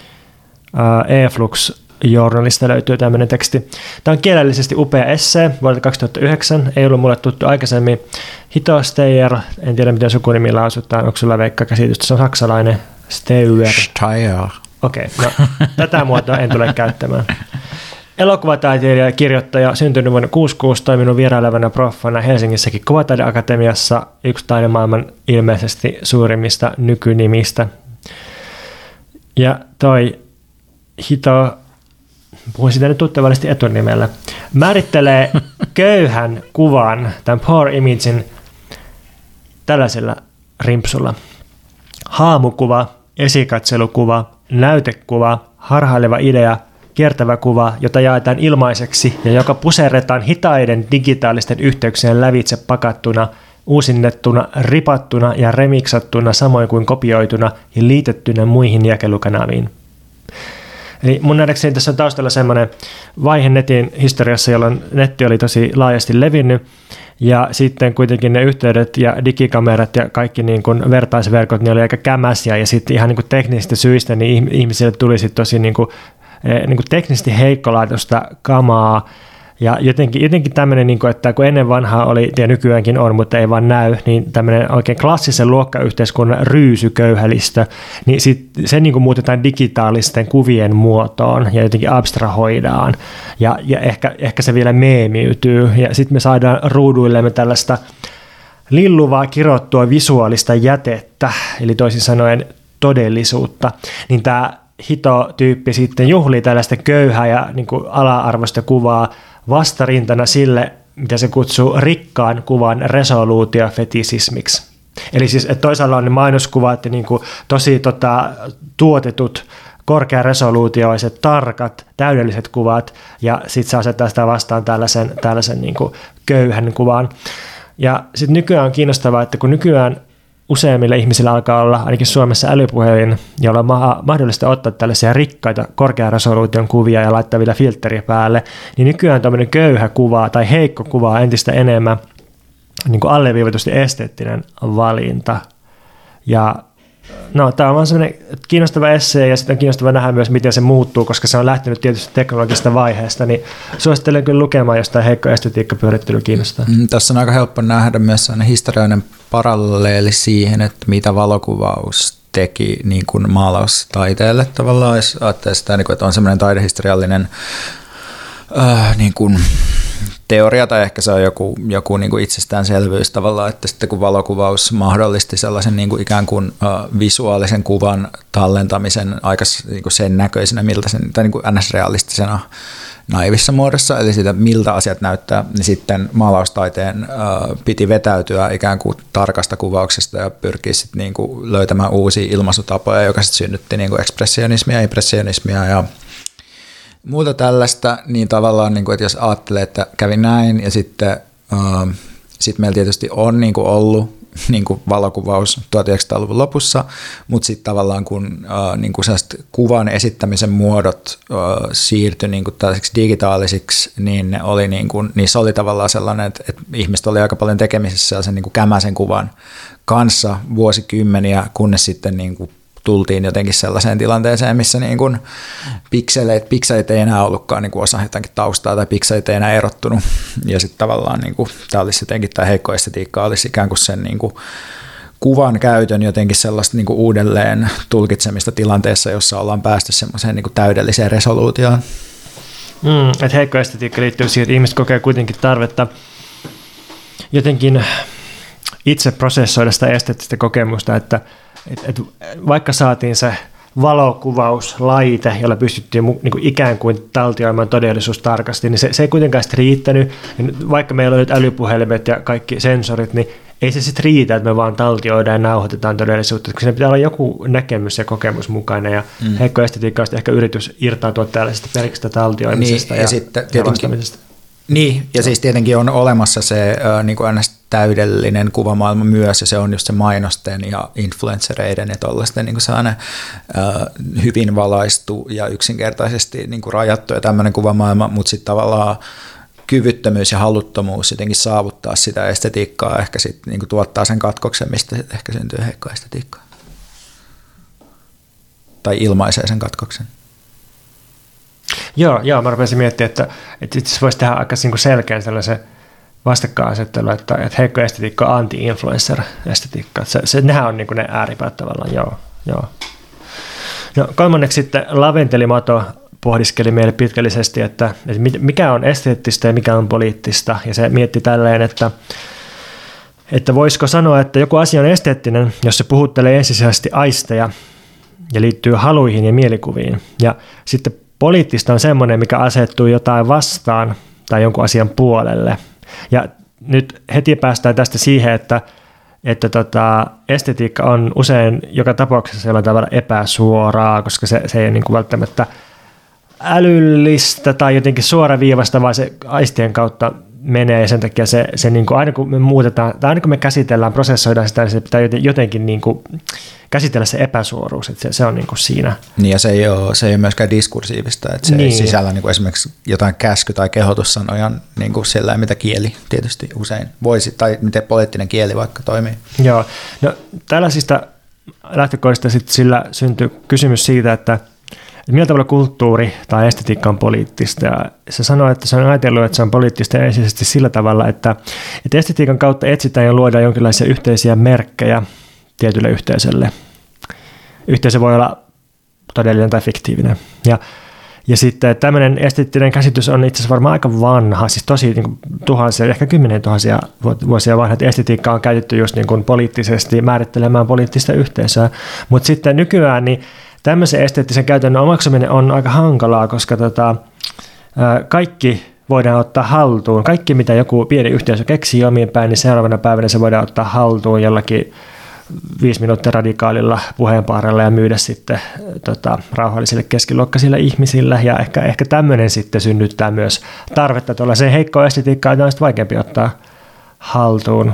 E-Flux-journalista löytyy tämmöinen teksti. Tämä on kielellisesti upea essee vuodelta 2009. Ei ollut mulle tuttu aikaisemmin. Hito Steyer, en tiedä miten sukunimi lausutaan. Onko sulla Veikka käsitystä? Se on saksalainen. Steyer. Okei, no tätä muotoa en tule käyttämään. Elokuvataiteilija ja kirjoittaja, syntynyt vuonna 1966, toiminut vierailevana proffana Helsingissäkin Kuvataideakatemiassa, yksi taidemaailman ilmeisesti suurimmista nykynimistä. Ja toi Hito puhun sitä nyt tuttavallisesti etunimellä, määrittelee köyhän kuvan, tämän poor imagein, tällaisella rimpsulla. Haamukuva, esikatselukuva, näytekuva, harhaileva idea, kiertävä kuva, jota jaetaan ilmaiseksi ja joka puserretaan hitaiden digitaalisten yhteyksien lävitse pakattuna, uusinnettuna, ripattuna ja remiksattuna samoin kuin kopioituna ja liitettynä muihin jakelukanaviin. Eli mun nähdäkseni tässä on taustalla semmoinen vaihe netin historiassa, jolloin netti oli tosi laajasti levinnyt, ja sitten kuitenkin ne yhteydet ja digikamerat ja kaikki niin kuin vertaisverkot, ne oli aika kämäsiä, ja sitten ihan niin kuin teknisistä syistä niin ihmisille tuli sitten tosi niin kuin teknisesti heikkolaatuista kamaa, ja jotenkin tämmöinen, niin kuin, että kun ennen vanhaa oli, ja nykyäänkin on, mutta ei vaan näy, niin tämmöinen oikein klassisen luokkayhteiskunnan ryysyköyhälistö, niin se niin kuin muutetaan digitaalisten kuvien muotoon ja jotenkin abstrahoidaan, ja ehkä se vielä meemiytyy, ja sitten me saadaan ruuduillemme tällaista lilluvaa, kirottua visuaalista jätettä, eli toisin sanoen todellisuutta, niin tämä Hito-tyyppi sitten juhlii tällaista köyhää ja niin kuin ala-arvoista kuvaa vastarintana sille, mitä se kutsuu rikkaan kuvan resoluutiofetisismiksi. Eli siis, että toisaalla on ne mainoskuvat ja niin kuin tosi tuotetut, korkearesoluutioiset, tarkat, täydelliset kuvat, ja sitten se asettaa sitä vastaan tällaisen niin kuin köyhän kuvan. Ja sitten nykyään on kiinnostavaa, että kun nykyään useimmilla ihmisillä alkaa olla ainakin Suomessa älypuhelin, jolla on mahdollista ottaa tällaisia rikkaita korkearesoluution kuvia ja laittaa vielä filtteri päälle, niin nykyään tämmöinen köyhä kuva tai heikko kuva on entistä enemmän niin kuin alleviivatusti esteettinen valinta. Ja no, tämä on vaan semmoinen kiinnostava essee, ja sitten on kiinnostava nähdä myös, miten se muuttuu, koska se on lähtenyt tietysti teknologisesta vaiheesta, niin suosittelen kyllä lukemaan, jos tämä heikko estetiikkapyörittely kiinnostaa. Tässä on aika helppo nähdä myös sellainen historiallinen paralleeli siihen, että mitä valokuvaus teki niin kuin maalaustaiteelle tavallaan, jos ajattelee sitä, että on semmoinen taidehistoriallinen niin kuin teoria, tai ehkä se on joku niin kuin itsestäänselvyys tavallaan, että sitten kun valokuvaus mahdollisti sellaisen niin kuin ikään kuin visuaalisen kuvan tallentamisen aika niin kuin sen näköisenä, miltä sen, tai niin kuin ns-realistisena naivissa muodossa, eli siitä miltä asiat näyttää, niin sitten maalaustaiteen piti vetäytyä ikään kuin tarkasta kuvauksesta ja pyrkiä sitten niin kuin löytämään uusia ilmaisutapoja, joka sitten synnytti niin kuin ekspressionismia, impressionismia ja muuta tällaista, niin tavallaan, niin kuin, että jos ajattelee, että kävi näin, ja sitten meillä tietysti on niin kuin ollut niin kuin valokuvaus 1900-luvun lopussa, mutta sitten tavallaan kun niin kuin kuvan esittämisen muodot siirtyi niin kuin tällaisiksi digitaalisiksi, niin ne oli niin kuin, niissä oli tavallaan sellainen, että ihmiset oli aika paljon tekemisissä sellaisen niin kuin kämäsen kuvan kanssa vuosikymmeniä, kunnes sitten niin kuin tultiin jotenkin sellaiseen tilanteeseen, missä niin kuin pikselit ei enää ollutkaan niin kuin osa jotakin taustaa tai pikselit ei enää erottunut. Ja sitten tavallaan niin kuin, tämä olisi jotenkin, tämä heikko estetiikka olisi ikään kuin sen niin kuin kuvan käytön jotenkin sellaista niin kuin uudelleen tulkitsemista tilanteessa, jossa ollaan päästy semmoiseen niin kuin täydelliseen resoluutioon. Että heikko estetiikka liittyy siihen, että ihmiset kokee kuitenkin tarvetta jotenkin itse prosessoida sitä esteettistä kokemusta, että vaikka saatiin se valokuvauslaite, jolla pystyttiin niin kuin ikään kuin taltioimaan todellisuus tarkasti, niin se ei kuitenkaan sitten riittänyt. Vaikka meillä on nyt älypuhelimet ja kaikki sensorit, niin ei se sitten riitä, että me vaan taltioidaan ja nauhoitetaan todellisuutta, koska siinä pitää olla joku näkemys ja kokemus mukana, ja heikko estetiikka on ehkä yritys irtautua tällaisesta pelkästä taltioimisesta niin, ja vastamisesta. Niin, ja siis tietenkin on olemassa se niin kuin täydellinen kuvamaailma myös, ja se on just se mainosten ja influenssereiden ja tollaisten niin kuin sellainen hyvin valaistu ja yksinkertaisesti niin kuin rajattu ja tämmöinen kuvamaailma, mutta sitten tavallaan kyvyttömyys ja haluttomuus jotenkin saavuttaa sitä estetiikkaa ehkä sitten niin kuin tuottaa sen katkoksen, mistä ehkä syntyy heikko estetiikkaa. Tai ilmaisee sen katkoksen. Joo, mä rupesin miettimään, että itse voisi tehdä aika selkeän sellaisen vastakkainasettelu, että heikko estetiikka on anti-influencer-estetiikka. Nehän on niin kuin ne ääripäät tavallaan, joo. No, kolmanneksi sitten Laventeli Mato pohdiskeli meille pitkällisesti, että mikä on esteettistä ja mikä on poliittista, ja se mietti tälleen, että voisiko sanoa, että joku asia on esteettinen, jos se puhuttelee ensisijaisesti aisteja ja liittyy haluihin ja mielikuviin, ja sitten poliittista on semmoinen, mikä asettuu jotain vastaan tai jonkun asian puolelle. Ja nyt heti päästään tästä siihen, että estetiikka on usein joka tapauksessa jollain tavalla epäsuoraa, koska se ei ole niin kuin välttämättä älyllistä tai jotenkin suoraviivasta, vaan se aistien kautta menee ja sen takia se niin kuin aina kun me muutetaan, tai aina kun me käsitellään, prosessoidaan sitä, niin se pitää jotenkin niin kuin käsitellä se epäsuoruus, että se on niin kuin siinä. Niin ja se ei ole myöskään diskursiivista, että se ei sisällä niin kuin esimerkiksi jotain käsky- tai kehotussanoja niin kuin sillä, mitä kieli tietysti usein voisi, tai miten poliittinen kieli vaikka toimii. Joo, no tällaisista lähtökohdista sitten sillä syntyy kysymys siitä, että millä tavalla kulttuuri tai estetiikka on poliittista. Ja se sanoo, että se on ajatellut, että se on poliittista ensisijaisesti sillä tavalla, että estetiikan kautta etsitään ja luodaan jonkinlaisia yhteisiä merkkejä tietylle yhteisölle. Yhteisö voi olla todellinen tai fiktiivinen. Ja sitten tämmöinen esteettinen käsitys on itse asiassa varmaan aika vanha, siis tosi niin kuin tuhansia, ehkä 10 000 vuosia vanha, että estetiikkaa on käytetty just niin kuin poliittisesti määrittelemään poliittista yhteisöä. Mutta sitten nykyään niin tämmöisen esteettisen käytännön omaksuminen on aika hankalaa, koska kaikki voidaan ottaa haltuun. Kaikki, mitä joku pieni yhteisö keksii omiin päin, niin seuraavana päivänä se voidaan ottaa haltuun jollakin 5 minuuttia radikaalilla puheenpaarella ja myydä sitten rauhallisille keskiluokkaisille ihmisille. Ja ehkä tämmöinen sitten synnyttää myös tarvetta tuollaiseen heikkoon estetiikkaan, että on sitten vaikeampi ottaa haltuun.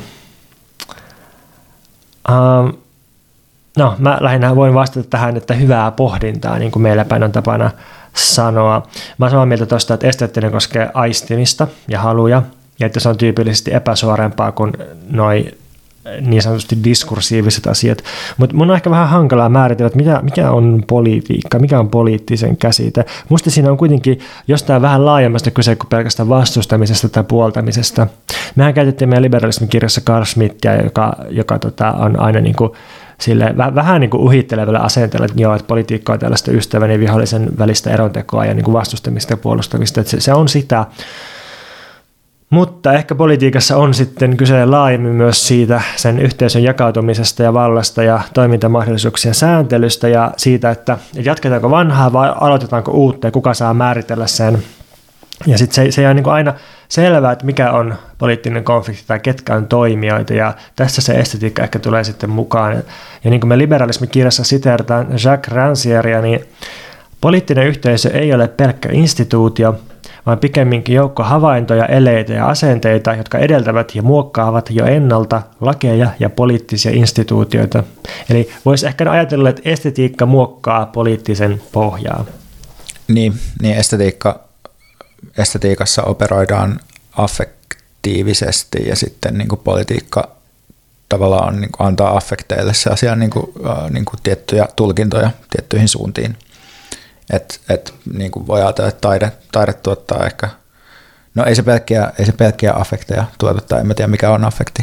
No, mä lähinnä voin vastata tähän, että hyvää pohdintaa, niin kuin meillä päin on tapana sanoa. Mä oon samaa mieltä tuosta, että esteettinen koskee aistimista ja haluja, ja että se on tyypillisesti epäsuorempaa kuin noi niin sanotusti diskursiiviset asiat. Mutta mun on ehkä vähän hankalaa määritellä, että mikä on politiikka, mikä on poliittisen käsite. Musta siinä on kuitenkin jostain vähän laajemmasta kyse kuin pelkästään vastustamisesta tai puoltamisesta. Mehän käytettiin meidän liberalismin kirjassa Carl Schmittiä, joka on aina niin kuin vähän niin kuin uhittelevalle asenteella, että joo, että politiikka on tällaista ystävän ja vihollisen välistä erontekoa ja niin kuin vastustamista ja puolustamista, että se on sitä. Mutta ehkä politiikassa on sitten kyse laajemmin myös siitä sen yhteisön jakautumisesta ja vallasta ja toimintamahdollisuuksien sääntelystä ja siitä, että jatketaanko vanhaa vai aloitetaanko uutta ja kuka saa määritellä sen. Ja sitten se ei ole niin kuin aina selvää, että mikä on poliittinen konflikti tai ketkä on toimijoita, ja tässä se estetiikka ehkä tulee sitten mukaan. Ja niin kuin me liberalismin kirjassa siteerataan Jacques Rancieria, niin poliittinen yhteisö ei ole pelkkä instituutio, vaan pikemminkin joukko havaintoja, eleitä ja asenteita, jotka edeltävät ja muokkaavat jo ennalta lakeja ja poliittisia instituutioita. Eli voisi ehkä ajatella, että estetiikka muokkaa poliittisen pohjaa. Niin estetiikassa operoidaan affektiivisesti ja sitten niin kuin politiikka tavallaan on, niin kuin antaa affekteille se asia niin kuin tiettyjä tulkintoja tiettyihin suuntiin. Et niin kuin voi ajatella, että taide tuottaa ehkä, no ei se pelkkiä affekteja tuottaa, en tiedä mikä on affekti,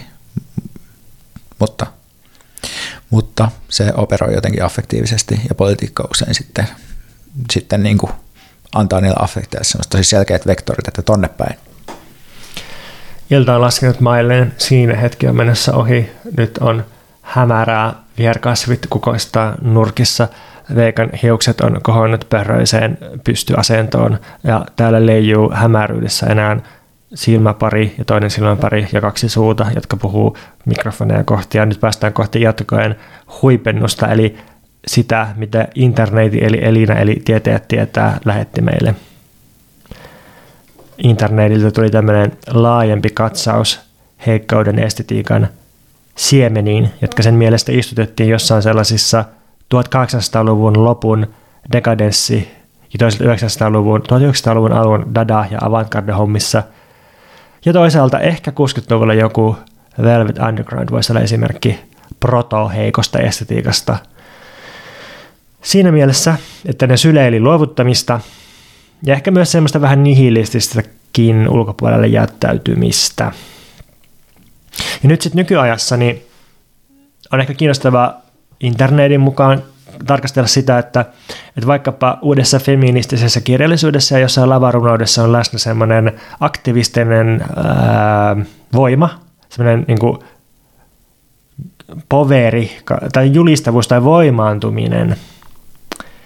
mutta se operoi jotenkin affektiivisesti ja politiikka usein sitten niin kuin antaa niillä affekteilla semmoista tosi selkeät vektorit, että tonne päin. Ilta on laskenut mailleen, siinä hetki on mennessä ohi, nyt on hämärää, viherkasvit kukoistaa nurkissa, Veikan hiukset on kohonnut pörröiseen pystyasentoon ja täällä leijuu hämäryydessä enää silmäpari ja toinen silmäpari ja 2 suuta, jotka puhuu mikrofoneja kohti. Ja nyt päästään kohti jatkojen huipennusta, eli sitä, mitä internetin eli Elina eli tietäjät tietää lähetti meille. Internetiltä tuli tämmöinen laajempi katsaus heikkouden estetiikan siemeniin, jotka sen mielestä istutettiin jossain sellaisissa 1800-luvun lopun dekadenssi ja toisaalta 1900-luvun alun dada- ja avantgarde-hommissa. Ja toisaalta ehkä 60-luvulla joku Velvet Underground voisi olla esimerkki proto-heikosta estetiikasta. Siinä mielessä, että ne syleili luovuttamista ja ehkä myös semmoista vähän nihilististäkin ulkopuolelle jättäytymistä. Ja nyt sitten nykyajassa niin on ehkä kiinnostavaa internetin mukaan tarkastella sitä, että vaikkapa uudessa feministisessä kirjallisuudessa ja jossain lavarunoudessa on läsnä semmoinen aktivistinen voima, semmoinen niin kuin poveri tai julistavuus tai voimaantuminen.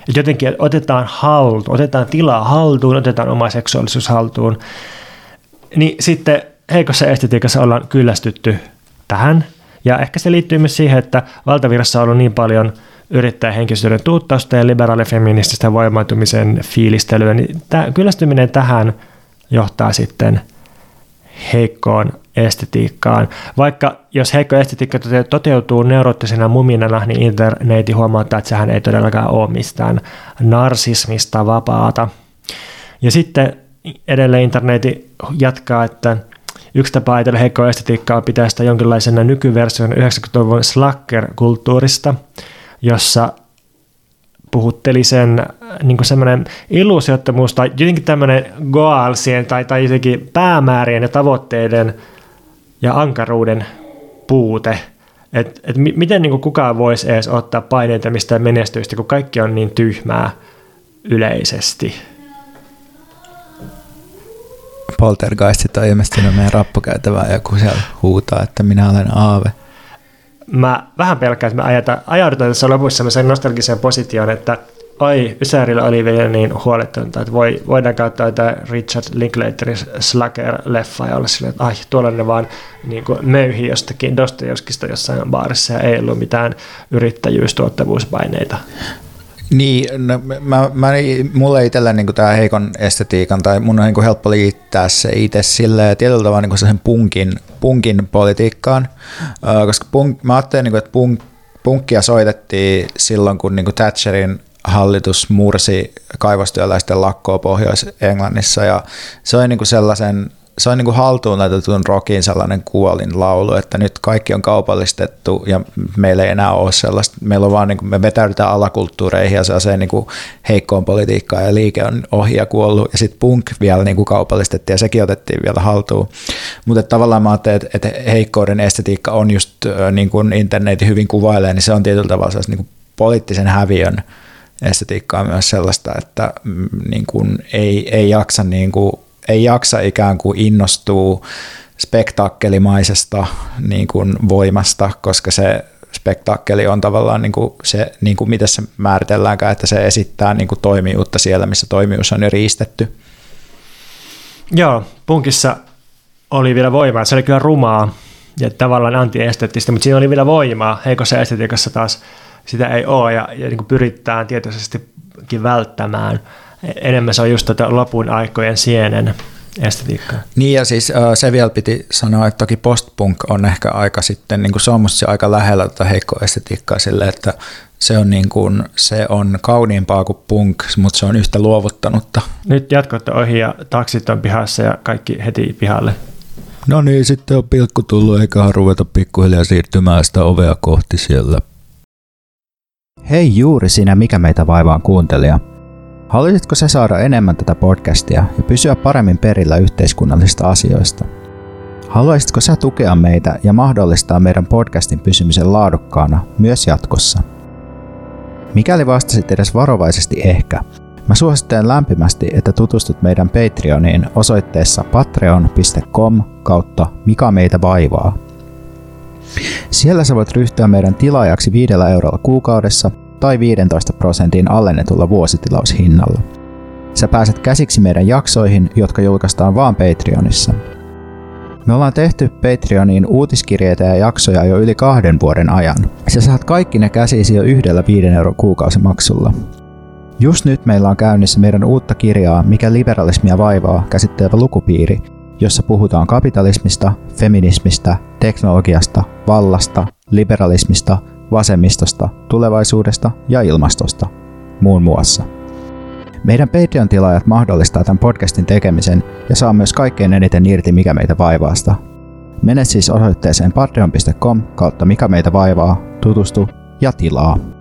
jotenkin otetaan tilaa haltuun, otetaan oma seksuaalisuus haltuun. Niin sitten heikossa estetiikassa ollaan kyllästytty tähän. Ja ehkä se liittyy myös siihen, että valtavirrassa on ollut niin paljon yrittäjähenkisyyden tuuttausta ja liberaalifeminististä voimaantumisen fiilistelyä. Niin kyllästyminen tähän johtaa sitten heikkoon estetiikkaan. Vaikka jos heikko estetiikka toteutuu neuroottisena muminana, niin internetti huomauttaa, että sehän ei todellakaan ole mistään narsismista vapaata. Ja sitten edelleen internetti jatkaa, että yksi tapa ajatella heikkoa estetiikkaa pitää sitä jonkinlaisena nykyversion 90-luvun slacker-kulttuurista, jossa puhutteli sen niin semmoinen illuusiottomuus tai jotenkin tämmöinen goalsien tai jotenkin päämäärien ja tavoitteiden ja ankaruuden puute. Et miten niin kukaan voisi edes ottaa paineita mistään menestyistä, kun kaikki on niin tyhmää yleisesti. Poltergeistit on ilmestynyt meidän rappukäytävään ja joku siellä huutaa, että minä olen Aave. Mä vähän pelkään, että me ajaudutaan tässä lopussa sellaiseen nostalgiseen positioon, että Ysärillä oli vielä niin huolettonta, että voidaan käyttää jotain Richard Linklaterin Slacker-leffaa ja olla silleen, että tuolla ne vaan niin möyhii jostakin Dostojevskista jossain baarissa ja ei ollut mitään yrittäjyystuottavuuspaineita. Niin, no, mulle itsellä niin tämä heikon estetiikan, tai mun on niin helppo liittää se itse silleen tietyllä tavalla niin sen punkin politiikkaan, koska mä ajattelin, että punkkia soitettiin silloin, kun niin Thatcherin hallitus mursi kaivostyöläisten lakkoa Pohjois-Englannissa, ja se oli niin se on niin kuin haltuun laitetun rockin sellainen kuolin laulu, että nyt kaikki on kaupallistettu ja meillä ei enää ole sellaista, meillä on vaan niin kuin, me vetäydytään alakulttuureihin ja sellaiseen niin kuin heikkoon politiikkaan ja liike on ohi ja kuollut ja sitten punk vielä niin kuin kaupallistettiin ja sekin otettiin vielä haltuun. Mutta tavallaan mä ajattelin, että heikkouden estetiikka on just niin kuin internetin hyvin kuvailee, niin se on tietyllä tavalla niin kuin poliittisen häviön estetiikkaa myös sellaista, että niin kuin ei jaksa ikään kuin innostua spektaakkelimaisesta niin kuin voimasta, koska se spektaakkeli on tavallaan niin kuin se, niin kuin miten se määritelläänkään, että se esittää niin kuin toimijuutta siellä, missä toimijuus on jo riistetty. Joo, punkissa oli vielä voimaa. Se oli kyllä rumaa ja tavallaan antiesteettistä, mutta siinä oli vielä voimaa. Heikossa estetiikassa taas sitä ei ole ja niin kuin pyritään tietoisestikin välttämään. Enemmän se on just lopun aikojen sienen estetiikkaa. Niin ja siis se vielä piti sanoa, että toki postpunk on ehkä aika sitten, niin kuin se on musta aika lähellä tätä heikkoa estetiikkaa silleen, että se on kauniimpaa kuin punk, mutta se on yhtä luovuttanutta. Nyt jatkoitte ohi ja taksit on pihassa ja kaikki heti pihalle. No niin, sitten on pilkku tullut, eiköhän ruveta pikkuhiljaa siirtymään sitä ovea kohti siellä. Hei juuri sinä, mikä meitä vaivaa kuuntelija. Haluaisitko sä saada enemmän tätä podcastia ja pysyä paremmin perillä yhteiskunnallisista asioista? Haluaisitko sä tukea meitä ja mahdollistaa meidän podcastin pysymisen laadukkaana myös jatkossa? Mikäli vastasit edes varovaisesti ehkä, mä suosittelen lämpimästi, että tutustut meidän Patreoniin osoitteessa patreon.com/Mika meitä vaivaa. Siellä sä voit ryhtyä meidän tilaajaksi 5 € kuukaudessa tai 15% alennetulla vuositilaushinnalla. Sä pääset käsiksi meidän jaksoihin, jotka julkaistaan vaan Patreonissa. Me ollaan tehty Patreoniin uutiskirjeitä ja jaksoja jo yli 2 vuoden ajan. Sä saat kaikki ne käsisi jo yhdellä 5 € kuukausimaksulla. Just nyt meillä on käynnissä meidän uutta kirjaa Mikä liberalismia vaivaa käsittelevä lukupiiri, jossa puhutaan kapitalismista, feminismistä, teknologiasta, vallasta, liberalismista, vasemmistosta, tulevaisuudesta ja ilmastosta, muun muassa. Meidän Patreon-tilaajat mahdollistaa tämän podcastin tekemisen ja saa myös kaikkein eniten irti Mikä meitä vaivaasta. Mene siis osoitteeseen patreon.com/Mika meitä vaivaa, tutustu ja tilaa.